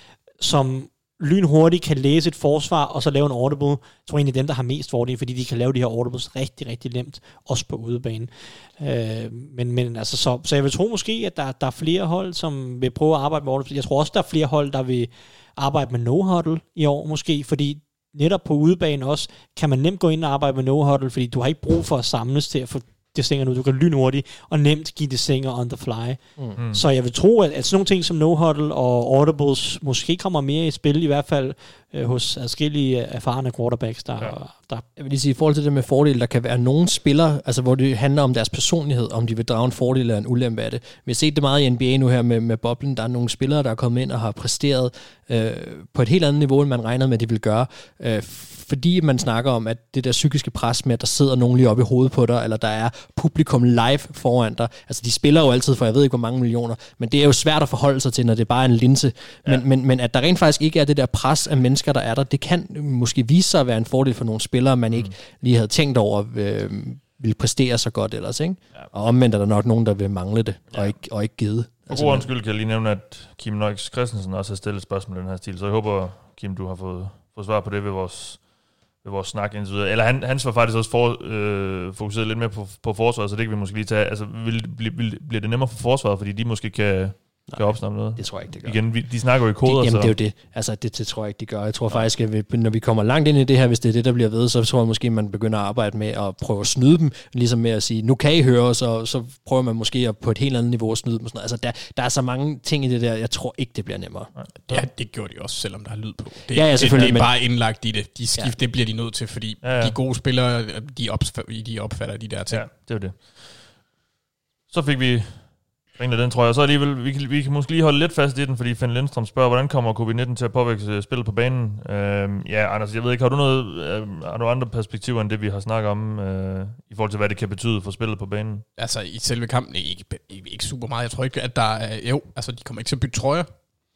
som lynhurtigt kan læse et forsvar, og så lave en audible. Jeg tror egentlig dem, der har mest fordel, fordi de kan lave de her audibles rigtig, rigtig nemt, også på udebane. Øh, men, men altså, så, så jeg vil tro måske, at der, der er flere hold, som vil prøve at arbejde med audibles. Jeg tror også, der er flere hold, der vil arbejde med no-huddle i år måske, fordi netop på udebane også, kan man nemt gå ind og arbejde med no-huddle, fordi du har ikke brug for at samles til at få desinger nu. Du kan lynhurtigt og nemt give desinger on the fly. Mm. Så jeg vil tro, at, at sådan nogle ting som no-huddle og audibles måske kommer mere i spil, i hvert fald øh, hos adskillige erfarne quarterbacks, der, ja. der... Jeg vil lige sige, i forhold til det med fordel, der kan være nogle spillere, altså hvor det handler om deres personlighed, om de vil drage en fordel eller en ulempe af det. Vi har set det meget i N B A nu her med, med boblen. Der er nogle spillere, der er kommet ind og har præsteret øh, på et helt andet niveau, end man regnede med, at de ville gøre. Øh, fordi man snakker om, at det der psykiske pres med, at der sidder nogen lige oppe i hovedet på dig, eller der er publikum live foran dig. Altså, de spiller jo altid for, jeg ved ikke, hvor mange millioner, men det er jo svært at forholde sig til, når det er bare en linse. Men, ja. men, men at der rent faktisk ikke er det der pres af mennesker, der er der, det kan måske vise sig at være en fordel for nogle spillere, man ikke mm. lige havde tænkt over, øh, ville præstere så godt ellers, ikke? Ja. Og omvendt er der nok nogen, der vil mangle det, ja. og, ikke, og ikke givet. For altså, god undskyld kan jeg lige nævne, at Kim Nøjks Christensen også har stillet spørgsmål i den her stil, så jeg håber, Kim, du har fået, fået svar på det ved vores ved vores snak indtil videre. Eller han, hans var faktisk også for, øh, fokuseret lidt mere på, på forsvaret, så det kan vi måske lige tage. Altså, vil, vil, vil, bliver det nemmere for forsvaret, fordi de måske kan, kan opsnappe noget? Det tror jeg ikke, det gør. Igen, vi, de snakker jo i koder. De, jamen, så. det er jo det. Altså, det, det tror jeg ikke, de gør. Jeg tror ja. faktisk, at vi, når vi kommer langt ind i det her, hvis det er det, der bliver ved, så tror jeg måske, at man begynder at arbejde med at prøve at snyde dem, ligesom med at sige, nu kan I høre os, og så prøver man måske at på et helt andet niveau at snyde dem. Sådan noget. Altså, der, der er så mange ting i det der, jeg tror ikke, det bliver nemmere. Ja, det gjorde de også, selvom der er lyd på. Det, ja, ja, selvfølgelig, det, det er men... bare indlagt i det. De skift, ja. det bliver de nødt til, fordi ja, ja. de gode spillere, de, opf- de opfatter de der ting. Ja, det er det. Så fik vi ringende den, tror jeg. Og så alligevel, vi kan, vi kan måske lige holde lidt fast i den, fordi Finn Lindstrøm spørger, hvordan kommer covid nitten til at påvirke spillet på banen? Øhm, ja, Anders, jeg ved ikke, har du noget, øh, har du andre perspektiver end det, vi har snakket om, øh, i forhold til, hvad det kan betyde for spillet på banen? Altså, i selve kampen, ikke, ikke, ikke super meget. Jeg tror ikke, at der er, jo, altså, de kommer ikke til at bytte trøjer.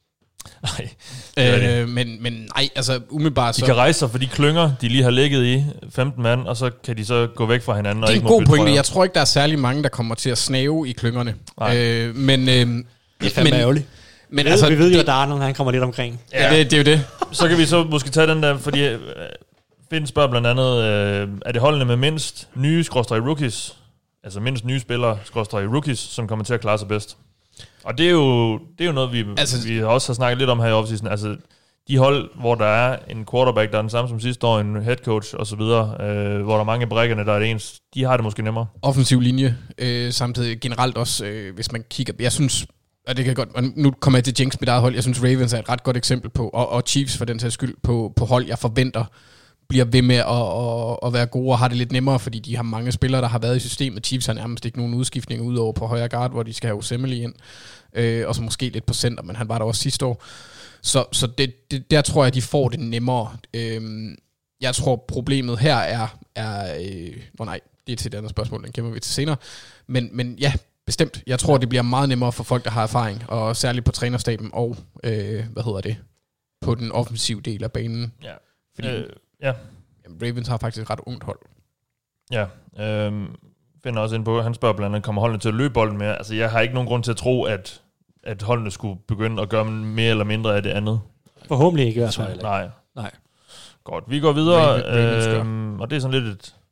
Nej. Øh, men, men nej, altså umiddelbart så... De kan rejse sig for de klynger, de lige har ligget i, femten mand, og så kan de så gå væk fra hinanden. Det er og en ikke god pointe. trøjer. Jeg tror ikke, der er særlig mange, der kommer til at snave i klyngerne. Øh, men... Øh, det er fandme ærgerligt. Men altså, vi ved jo, det, at der er nogen, han kommer lidt omkring. Ja, ja det, det er jo det. Så kan vi så måske tage den der, fordi uh, Finn spørger blandt andet, uh, er det holdene med mindst nye skråstreg rookies, altså mindst nye spillere skråstreg rookies, som kommer til at klare sig bedst? Og det er jo, det er jo noget, vi, altså, vi også har snakket lidt om her i offseason. Altså, de hold, hvor der er en quarterback, der er den samme som sidste år, en head coach og så videre, øh, hvor der er mange brækkerne, der er det ens, de har det måske nemmere. Offensiv linje, øh, samtidig generelt også, øh, hvis man kigger, jeg synes, og det kan godt, og nu kommer jeg til Jinx mit eget hold, jeg synes Ravens er et ret godt eksempel på, og, og Chiefs for den sags skyld, på, på hold, jeg forventer, bliver ved med at, at, at være gode og har det lidt nemmere, fordi de har mange spillere, der har været i systemet. Chiefs har nærmest ikke nogen udskiftninger udover på højre guard, hvor de skal have Osemele ind, øh, og så måske lidt på center, men han var der også sidste år. Så, så det, det, der tror jeg, de får det nemmere. Øh, jeg tror, problemet her er... er øh, oh nej, det er til et andet spørgsmål, den kæmper vi til senere. Men, men ja, bestemt. Jeg tror, det bliver meget nemmere for folk, der har erfaring, og særligt på trænerstaben og, øh, hvad hedder det, på den offensive del af banen. Ja. Fordi... Øh. Ja. Ravens har faktisk et ret ungt hold. Ja, øhm, finder også ind på, han spørger blandt andet, kommer holdene til at løbe bolden mere? Altså, jeg har ikke nogen grund til at tro, at, at holdene skulle begynde at gøre mere eller mindre af det andet. Forhåbentlig ikke, i hvert fald. Nej. Nej. Godt, vi går videre, øhm, og det er sådan lidt et,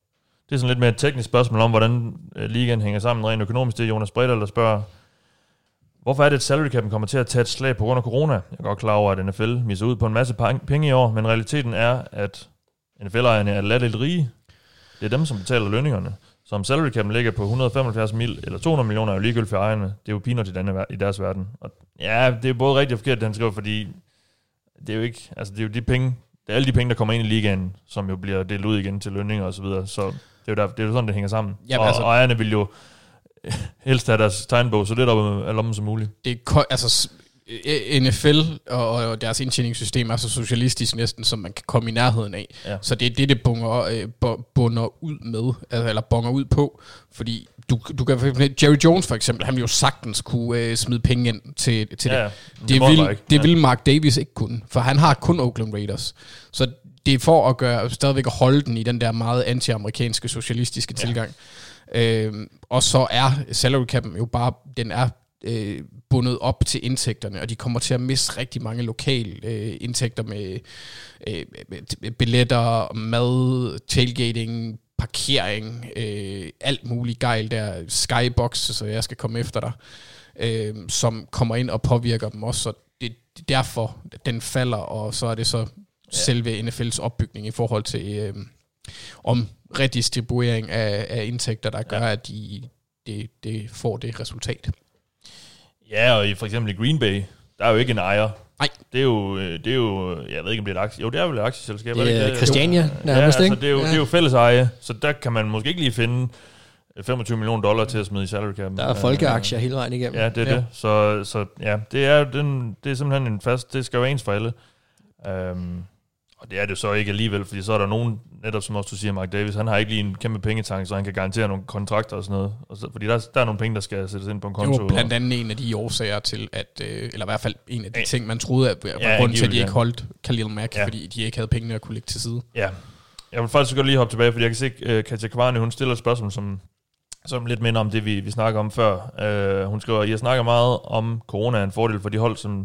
Det er sådan lidt mere et teknisk spørgsmål om, hvordan øh, ligaen hænger sammen rent økonomisk. Det er Jonas Bredal, der spørger, hvorfor er det, at salary cap'en kommer til at tage et slag på grund af corona? Jeg er godt klar over, at N F L misser ud på en masse penge i år, men realiteten er, at N F L-ejerne er latterligt rige. Det er dem, som betaler lønningerne. Så om salary cap'en ligger på et hundrede og femoghalvfjerds mil eller to hundrede millioner, er jo ligegyldigt for ejerne. Det er jo peanuts i, denne, i deres verden. Og ja, det er både rigtigt og forkert, det han skriver, fordi det er jo ikke, altså det er jo de penge, det er alle de penge, der kommer ind i ligaen, som jo bliver delt ud igen til lønninger og så videre. Så det er jo, der, det er jo sådan, det hænger sammen. Jamen, og, altså, og ejerne vil jo helst have deres tegnbog så lidt op af lommen som muligt. Det er altså N F L og, og deres indtjeningssystem er så socialistisk næsten, som man kan komme i nærheden af. Ja. Så det er det, det bunger, øh, bunder ud med, altså, eller bunger ud på. Fordi du, du kan Jerry Jones for eksempel, han vil jo sagtens kunne øh, smide penge ind til, til ja, det. Det, det, vil, det ja. vil Mark Davis ikke kunne, for han har kun Oakland Raiders. Så det er for at gøre, stadigvæk at holde den i den der meget anti-amerikanske socialistiske ja. tilgang. Øh, og så er salary cap'en jo bare, den er øh, bundet op til indtægterne, og de kommer til at miste rigtig mange lokale øh, indtægter med, øh, med billetter, mad, tailgating, parkering, øh, alt muligt gejl der, skybox, så jeg skal komme efter dig, øh, som kommer ind og påvirker dem også, så det er derfor, den falder, og så er det så ja. selve N F L's opbygning i forhold til øh, om redistribuering af, af indtægter, der gør, ja. at de, de, de får det resultat. Ja, og i, for eksempel i Green Bay, der er jo ikke en ejer. Nej. Det er jo, det er jo, jeg ved ikke, om det er et aktie. Jo, det er vel et aktieselskab. Det er det, Christiania, ja, nærmest, altså, ikke? det er jo, ja. det er jo fælles eje, så der kan man måske ikke lige finde femogtyve millioner dollar til at smide i salary cap. Der er folkeaktier hele vejen igennem. Ja, det er ja. det. Så, så ja, det er, den, det er simpelthen en fast, det skal jo ens for alle. Um, og det er det så ikke alligevel, fordi så er der nogen, netop som også du siger, Mark Davis, han har ikke lige en kæmpe pengetank, så han kan garantere nogle kontrakter og sådan noget. Og så, fordi der, der er nogle penge, der skal sættes ind på en konto. Det var blandt andet en af de årsager til, at, øh, eller i hvert fald en af de ja. ting, man troede, at var ja, grunden til, at de ikke holdt Khalil Mack, ja. fordi de ikke havde pengene at kunne lægge til side. Ja, jeg vil faktisk godt lige hoppe tilbage, fordi jeg kan se, at uh, Katja Kvarne, hun stiller et spørgsmål, som, som lidt minder om det, vi, vi snakker om før. Uh, hun skriver, jeg snakker meget om corona er en fordel for de hold, som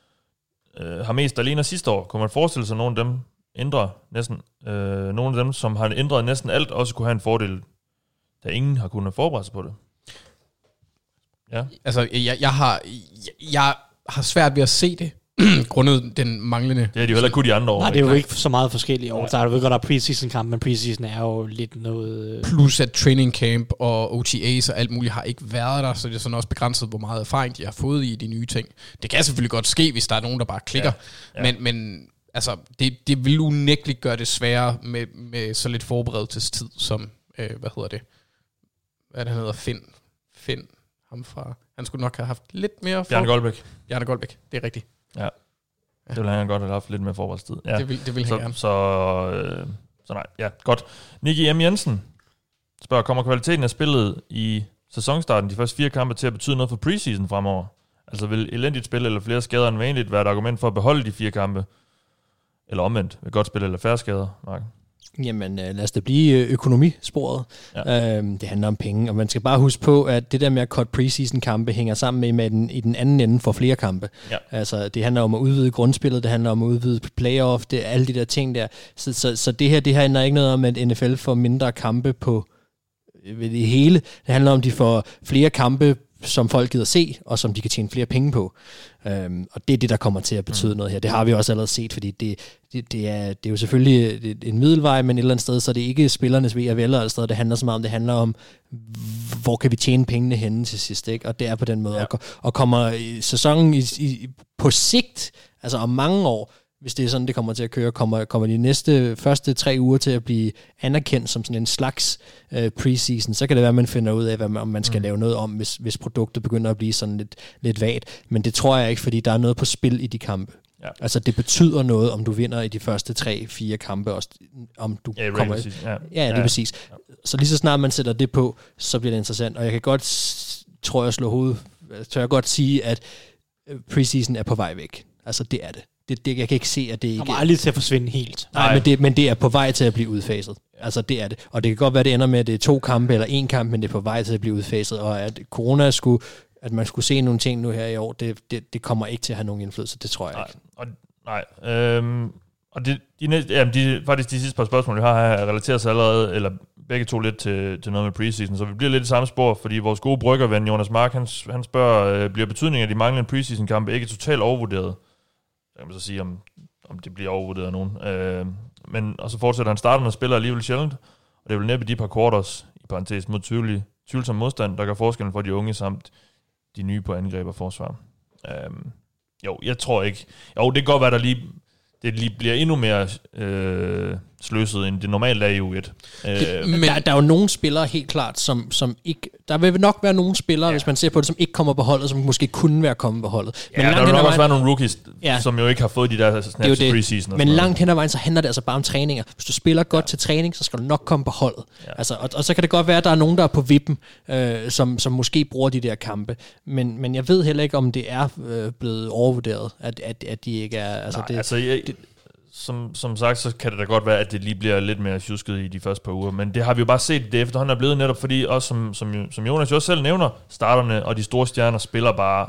uh, har mest alene sidste år. Kunne man forestille sig, at nogle af dem ændre næsten, øh, nogle af dem, som har ændret næsten alt, også kunne have en fordel, da ingen har kunnet forberede sig på det. Ja. Altså, jeg, jeg, har, jeg, jeg har svært ved at se det, grundet den manglende... Det er de jo heller ikke kun de andre år. Nej, det er jo ikke så meget forskellige år. Der er jo godt, der er preseason kamp, men preseason er jo lidt noget... Plus at training camp og O T A's og alt muligt har ikke været der, så det er sådan også begrænset, hvor meget erfaring de har fået i de nye ting. Det kan selvfølgelig godt ske, hvis der er nogen, der bare klikker, ja. Ja. men... men altså, det, det vil unægteligt gøre det sværere med, med så lidt forberedelsestid, som, øh, hvad hedder det, hvad det hedder, Finn, Finn, ham fra, han skulle nok have haft lidt mere... For... Bjarne Goldbæk. Bjarne Goldbæk, det er rigtigt. Ja, det ville han godt have haft lidt mere forberedelsestid. Ja. Det vil, det vil han så, gerne. Så, øh, så nej, ja, godt. Nicky M. Jensen spørger, kommer kvaliteten af spillet i sæsonstarten, de første fire kampe, til at betyde noget for preseason fremover? Altså vil elendigt spil eller flere skader end vanligt være et argument for at beholde de fire kampe? Eller omvendt, et godt spil eller færre skader, Mark? Jamen, lad os da blive økonomisporet. Ja. Øhm, det handler om penge, og man skal bare huske på, at det der med at cut preseason-kampe hænger sammen med, med den, i den anden ende for flere kampe. Ja. Altså, det handler om at udvide grundspillet, det handler om at udvide playoff, det er alle de der ting der. Så, så, så det her, det handler ikke noget om, at N F L får mindre kampe på ved det hele. Det handler om, at de får flere kampe, som folk gider se, og som de kan tjene flere penge på. Øhm, og det er det, der kommer til at betyde mm. noget her. Det har vi også allerede set, fordi det, det, det, er, det er jo selvfølgelig en middelvej, men et eller andet sted, så er det ikke spillernes ved at vælge, eller sted, det handler så meget om, det handler om, hvor kan vi tjene pengene henne til sidst, ikke? Og det er på den måde. Ja. Og, og kommer sæsonen i, i, på sigt, altså om mange år, hvis det er sådan, det kommer til at køre, kommer, kommer de næste første tre uger til at blive anerkendt som sådan en slags øh, preseason, så kan det være, at man finder ud af, hvad man, om man skal mm. lave noget om, hvis, hvis produktet begynder at blive sådan lidt, lidt vagt. Men det tror jeg ikke, fordi der er noget på spil i de kampe. Ja. Altså, det betyder noget, om du vinder i de første tre, fire kampe, også, om du ja, kommer... Præcis. Ja, ja, det er ja. præcis. Ja. Så lige så snart man sætter det på, så bliver det interessant. Og jeg kan godt, tror jeg, slå hovedet, tør jeg godt sige, at preseason er på vej væk. Altså, det er det. Det, det, jeg kan ikke se, at det ikke... Det kommer aldrig til at forsvinde helt. Nej, Nej. Men, det, men det er på vej til at blive udfaset. Altså, det er det. Og det kan godt være, at det ender med, at det er to kampe eller en kamp, men det er på vej til at blive udfaset. Og at corona skulle... At man skulle se nogle ting nu her i år, det, det, det kommer ikke til at have nogen indflydelse. Det tror jeg nej. ikke. Og, nej. Øhm, Og det, de, næste, jamen de, faktisk de sidste par spørgsmål, vi har her, relaterer sig allerede, eller begge to lidt til, til noget med preseason, så vi bliver lidt i samme spor, fordi vores gode bryggerven Jonas Mark, han, han spørger, øh, bliver betydningen af de manglende preseason-kampe ikke totalt overvurderet? Så kan man så sige, om, om det bliver overvurderet af nogen. Øh, men, og så fortsætter han, starterne spiller alligevel sjældent, og det er vel næppe de par quarters, i parentes mod tvivlig, tvivlsom modstand, der gør forskellen for de unge, samt de nye på angreb og forsvar. Øh, jo, jeg tror ikke. Jo, det kan godt være, der lige... det lige bliver endnu mere øh, sløset, end det normalt er i U et. Øh, men der, der er jo nogle spillere helt klart, som, som ikke... Der vil nok være nogle spillere, ja. hvis man ser på det, som ikke kommer på holdet, som måske kunne være kommet på holdet. Men ja, langt der vil nok vejen, også være nogle rookies, ja. som jo ikke har fået de der snaps i preseason. Men langt hen ad vejen, så handler det altså bare om træninger. Hvis du spiller godt ja. til træning, så skal du nok komme på holdet. Ja. Altså, og, og så kan det godt være, at der er nogen, der er på vippen, øh, som, som måske bruger de der kampe. Men, men jeg ved heller ikke, om det er øh, blevet overvurderet, at, at, at de ikke er... Altså, Nej, det, altså jeg, det, Som, som sagt, så kan det da godt være, at det lige bliver lidt mere tjusket i de første par uger. Men det har vi jo bare set, det efterhånden er blevet netop, fordi også som, som, som Jonas jo også selv nævner, starterne og de store stjerner spiller bare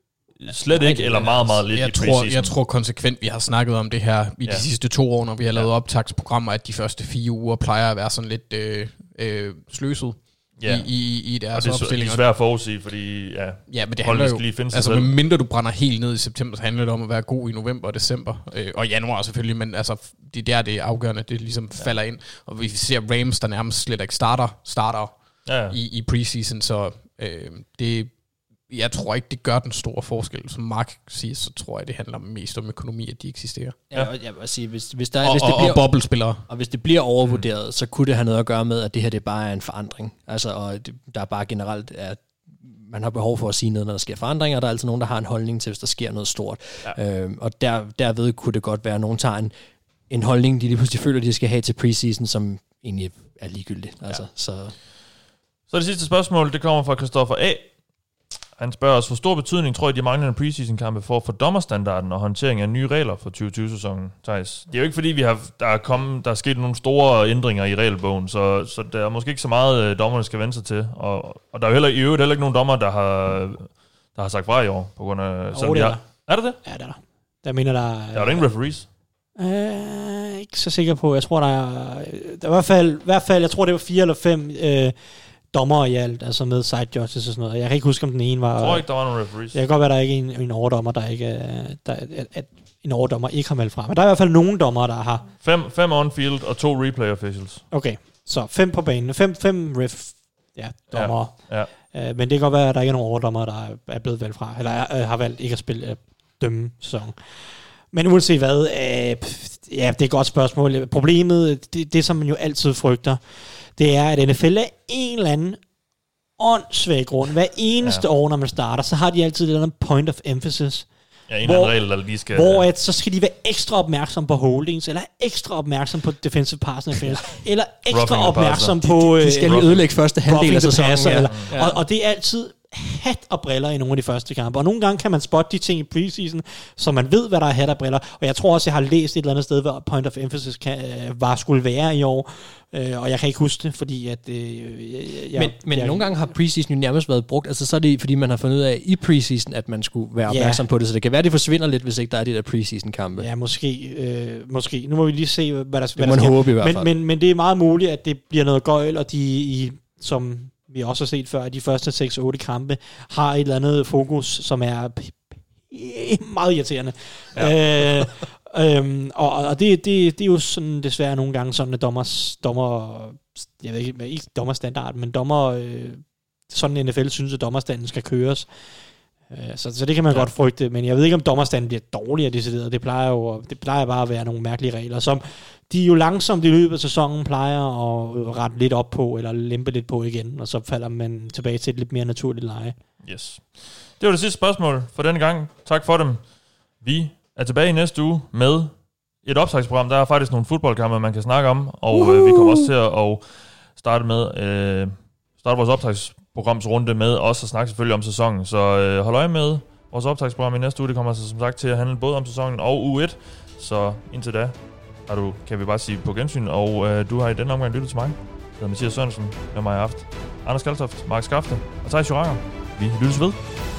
slet ikke, Nej, eller meget, meget lidt jeg i tror, preseason. Jeg tror konsekvent, vi har snakket om det her i ja. de sidste to år, når vi har lavet ja. optagsprogrammer, at de første fire uger plejer at være sådan lidt øh, øh, sløset. Ja. I, i, i deres og det er, det er svært at forudsige, fordi ja, ja men det handler jo, lige finde sig altså selv. mindre du brænder helt ned i september, så handler det om at være god i november og december, øh, og januar selvfølgelig, men altså, det er der, det er afgørende, det ligesom ja. falder ind, og vi ser Rams, der nærmest slet ikke starter, starter ja, ja. I, i preseason, så øh, det, jeg tror ikke, det gør den store forskel. Som Mark siger, så tror jeg, det handler mest om økonomi, at de eksisterer. Ja, og jeg vil sige, hvis, hvis der, og, hvis det og, bliver, og boblespillere. Og hvis det bliver overvurderet, mm. så kunne det have noget at gøre med, at det her det bare er en forandring. Altså, og det, der er bare generelt, at man har behov for at sige noget, når der sker forandringer, og der er altid nogen, der har en holdning til, hvis der sker noget stort. Ja. Øhm, og der, derved kunne det godt være, at nogen tager en, en holdning, de lige pludselig føler, de skal have til preseason, som egentlig er ligegyldigt. Altså, ja. så. så det sidste spørgsmål, det kommer fra Christoffer A. Han spørger os, hvor stor betydning tror I, de manglende preseason-kampe får for dommerstandarden og håndtering af nye regler for tyve tyve-sæsonen, Thijs? Det er jo ikke fordi, vi har, der, er kommet, der er sket nogle store ændringer i regelbogen, så, så der er måske ikke så meget, dommerne skal vende sig til. Og, og der er jo heller, i øvrigt heller ikke nogen dommer, der har, der har sagt fra i år. På grund af, oh, det er, har, er det det? Ja, det er der. Der mener, der er... Er der ingen referees? Øh, ikke så sikker på. Jeg tror, der er... Der er i hvert fald, i hvert fald, jeg tror, det var fire eller fem... Øh, dommer i alt, altså med side judges og sådan noget. Jeg kan ikke huske, om den ene var... Jeg tror ikke, der var nogen referees. Det kan godt være, der er ikke en, en overdommer, der ikke... Der, at, at en overdommer ikke har meldt fra. Men der er i hvert fald nogle dommer, der har... Fem, fem on-field og to replay officials. Okay, så fem på banen. Fem, fem ref... Ja, dommer. Ja, ja. Uh, men det kan godt være, at der ikke er nogen overdommer, der er blevet valgt fra. Eller uh, har valgt ikke at spille uh, dømme sæson. Men uanset hvad... Uh, ja, det er et godt spørgsmål. Problemet, det, det som man jo altid frygter, det er, at N F L er en eller anden åndssvag grund. Hver eneste ja. år, når man starter, så har de altid et eller andet point of emphasis. Ja, en hvor, regel, der lige skal... Hvor at, så skal de være ekstra opmærksom på holdings, eller ekstra opmærksom på defensive pass interference, eller ekstra opmærksom på... De, de skal lige ødelægge første halvdel af sæsonen. Ja. Eller, ja. og, og det er altid hat og briller i nogle af de første kampe. Og nogle gange kan man spotte de ting i preseason, så man ved, hvad der er hat og briller. Og jeg tror også, jeg har læst et eller andet sted, hvor point of emphasis kan, øh, var skulle være i år. Øh, og jeg kan ikke huske det, fordi at... Øh, jeg, men men jeg, nogle gange har preseason jo nærmest været brugt. Altså så er det, fordi man har fundet ud af i preseason, at man skulle være opmærksom ja. på det. Så det kan være, det forsvinder lidt, hvis ikke der er de der preseason-kampe. Ja, måske. Øh, måske. Nu må vi lige se, hvad der, det hvad der sker. Håbe i hvert fald. Men, men, men det er meget muligt, at det bliver noget gøjl, og de i... som vi også har set før, at de første seks otte kampe har et eller andet fokus, som er meget irriterende. Ja. øh, øhm, og og det, det, det er jo sådan desværre nogle gange sådan, at dommers, dommer, jeg ved ikke, ikke dommerstandard, men dommer, øh, sådan N F L synes, at dommerstanden skal køres. Øh, så, så det kan man ja. godt frygte, men jeg ved ikke, om dommerstanden bliver dårligere decideret. Det plejer jo det plejer bare at være nogle mærkelige regler, som de jo langsomt i løbet af sæsonen plejer at rette lidt op på, eller lempe lidt på igen, og så falder man tilbage til et lidt mere naturligt leje. Yes. Det var det sidste spørgsmål for denne gang. Tak for dem. Vi er tilbage i næste uge med et optagsprogram. Der er faktisk nogle fodboldkampe, man kan snakke om, og uh-huh. øh, vi kommer også til at og starte med øh, starte vores optagsprogramsrunde med også at snakke selvfølgelig om sæsonen. Så øh, hold øje med vores optagsprogram i næste uge. Det kommer altså som sagt til at handle både om sæsonen og U et. Så indtil da har du, kan vi bare sige, på gensyn. Og øh, du har i denne omgang lyttet til mig. Jeg hedder Mathias Sørensen. Med mig i aften. Anders Kaltoft, Mark Skafte og Thijs Joranger. Vi lyttes ved.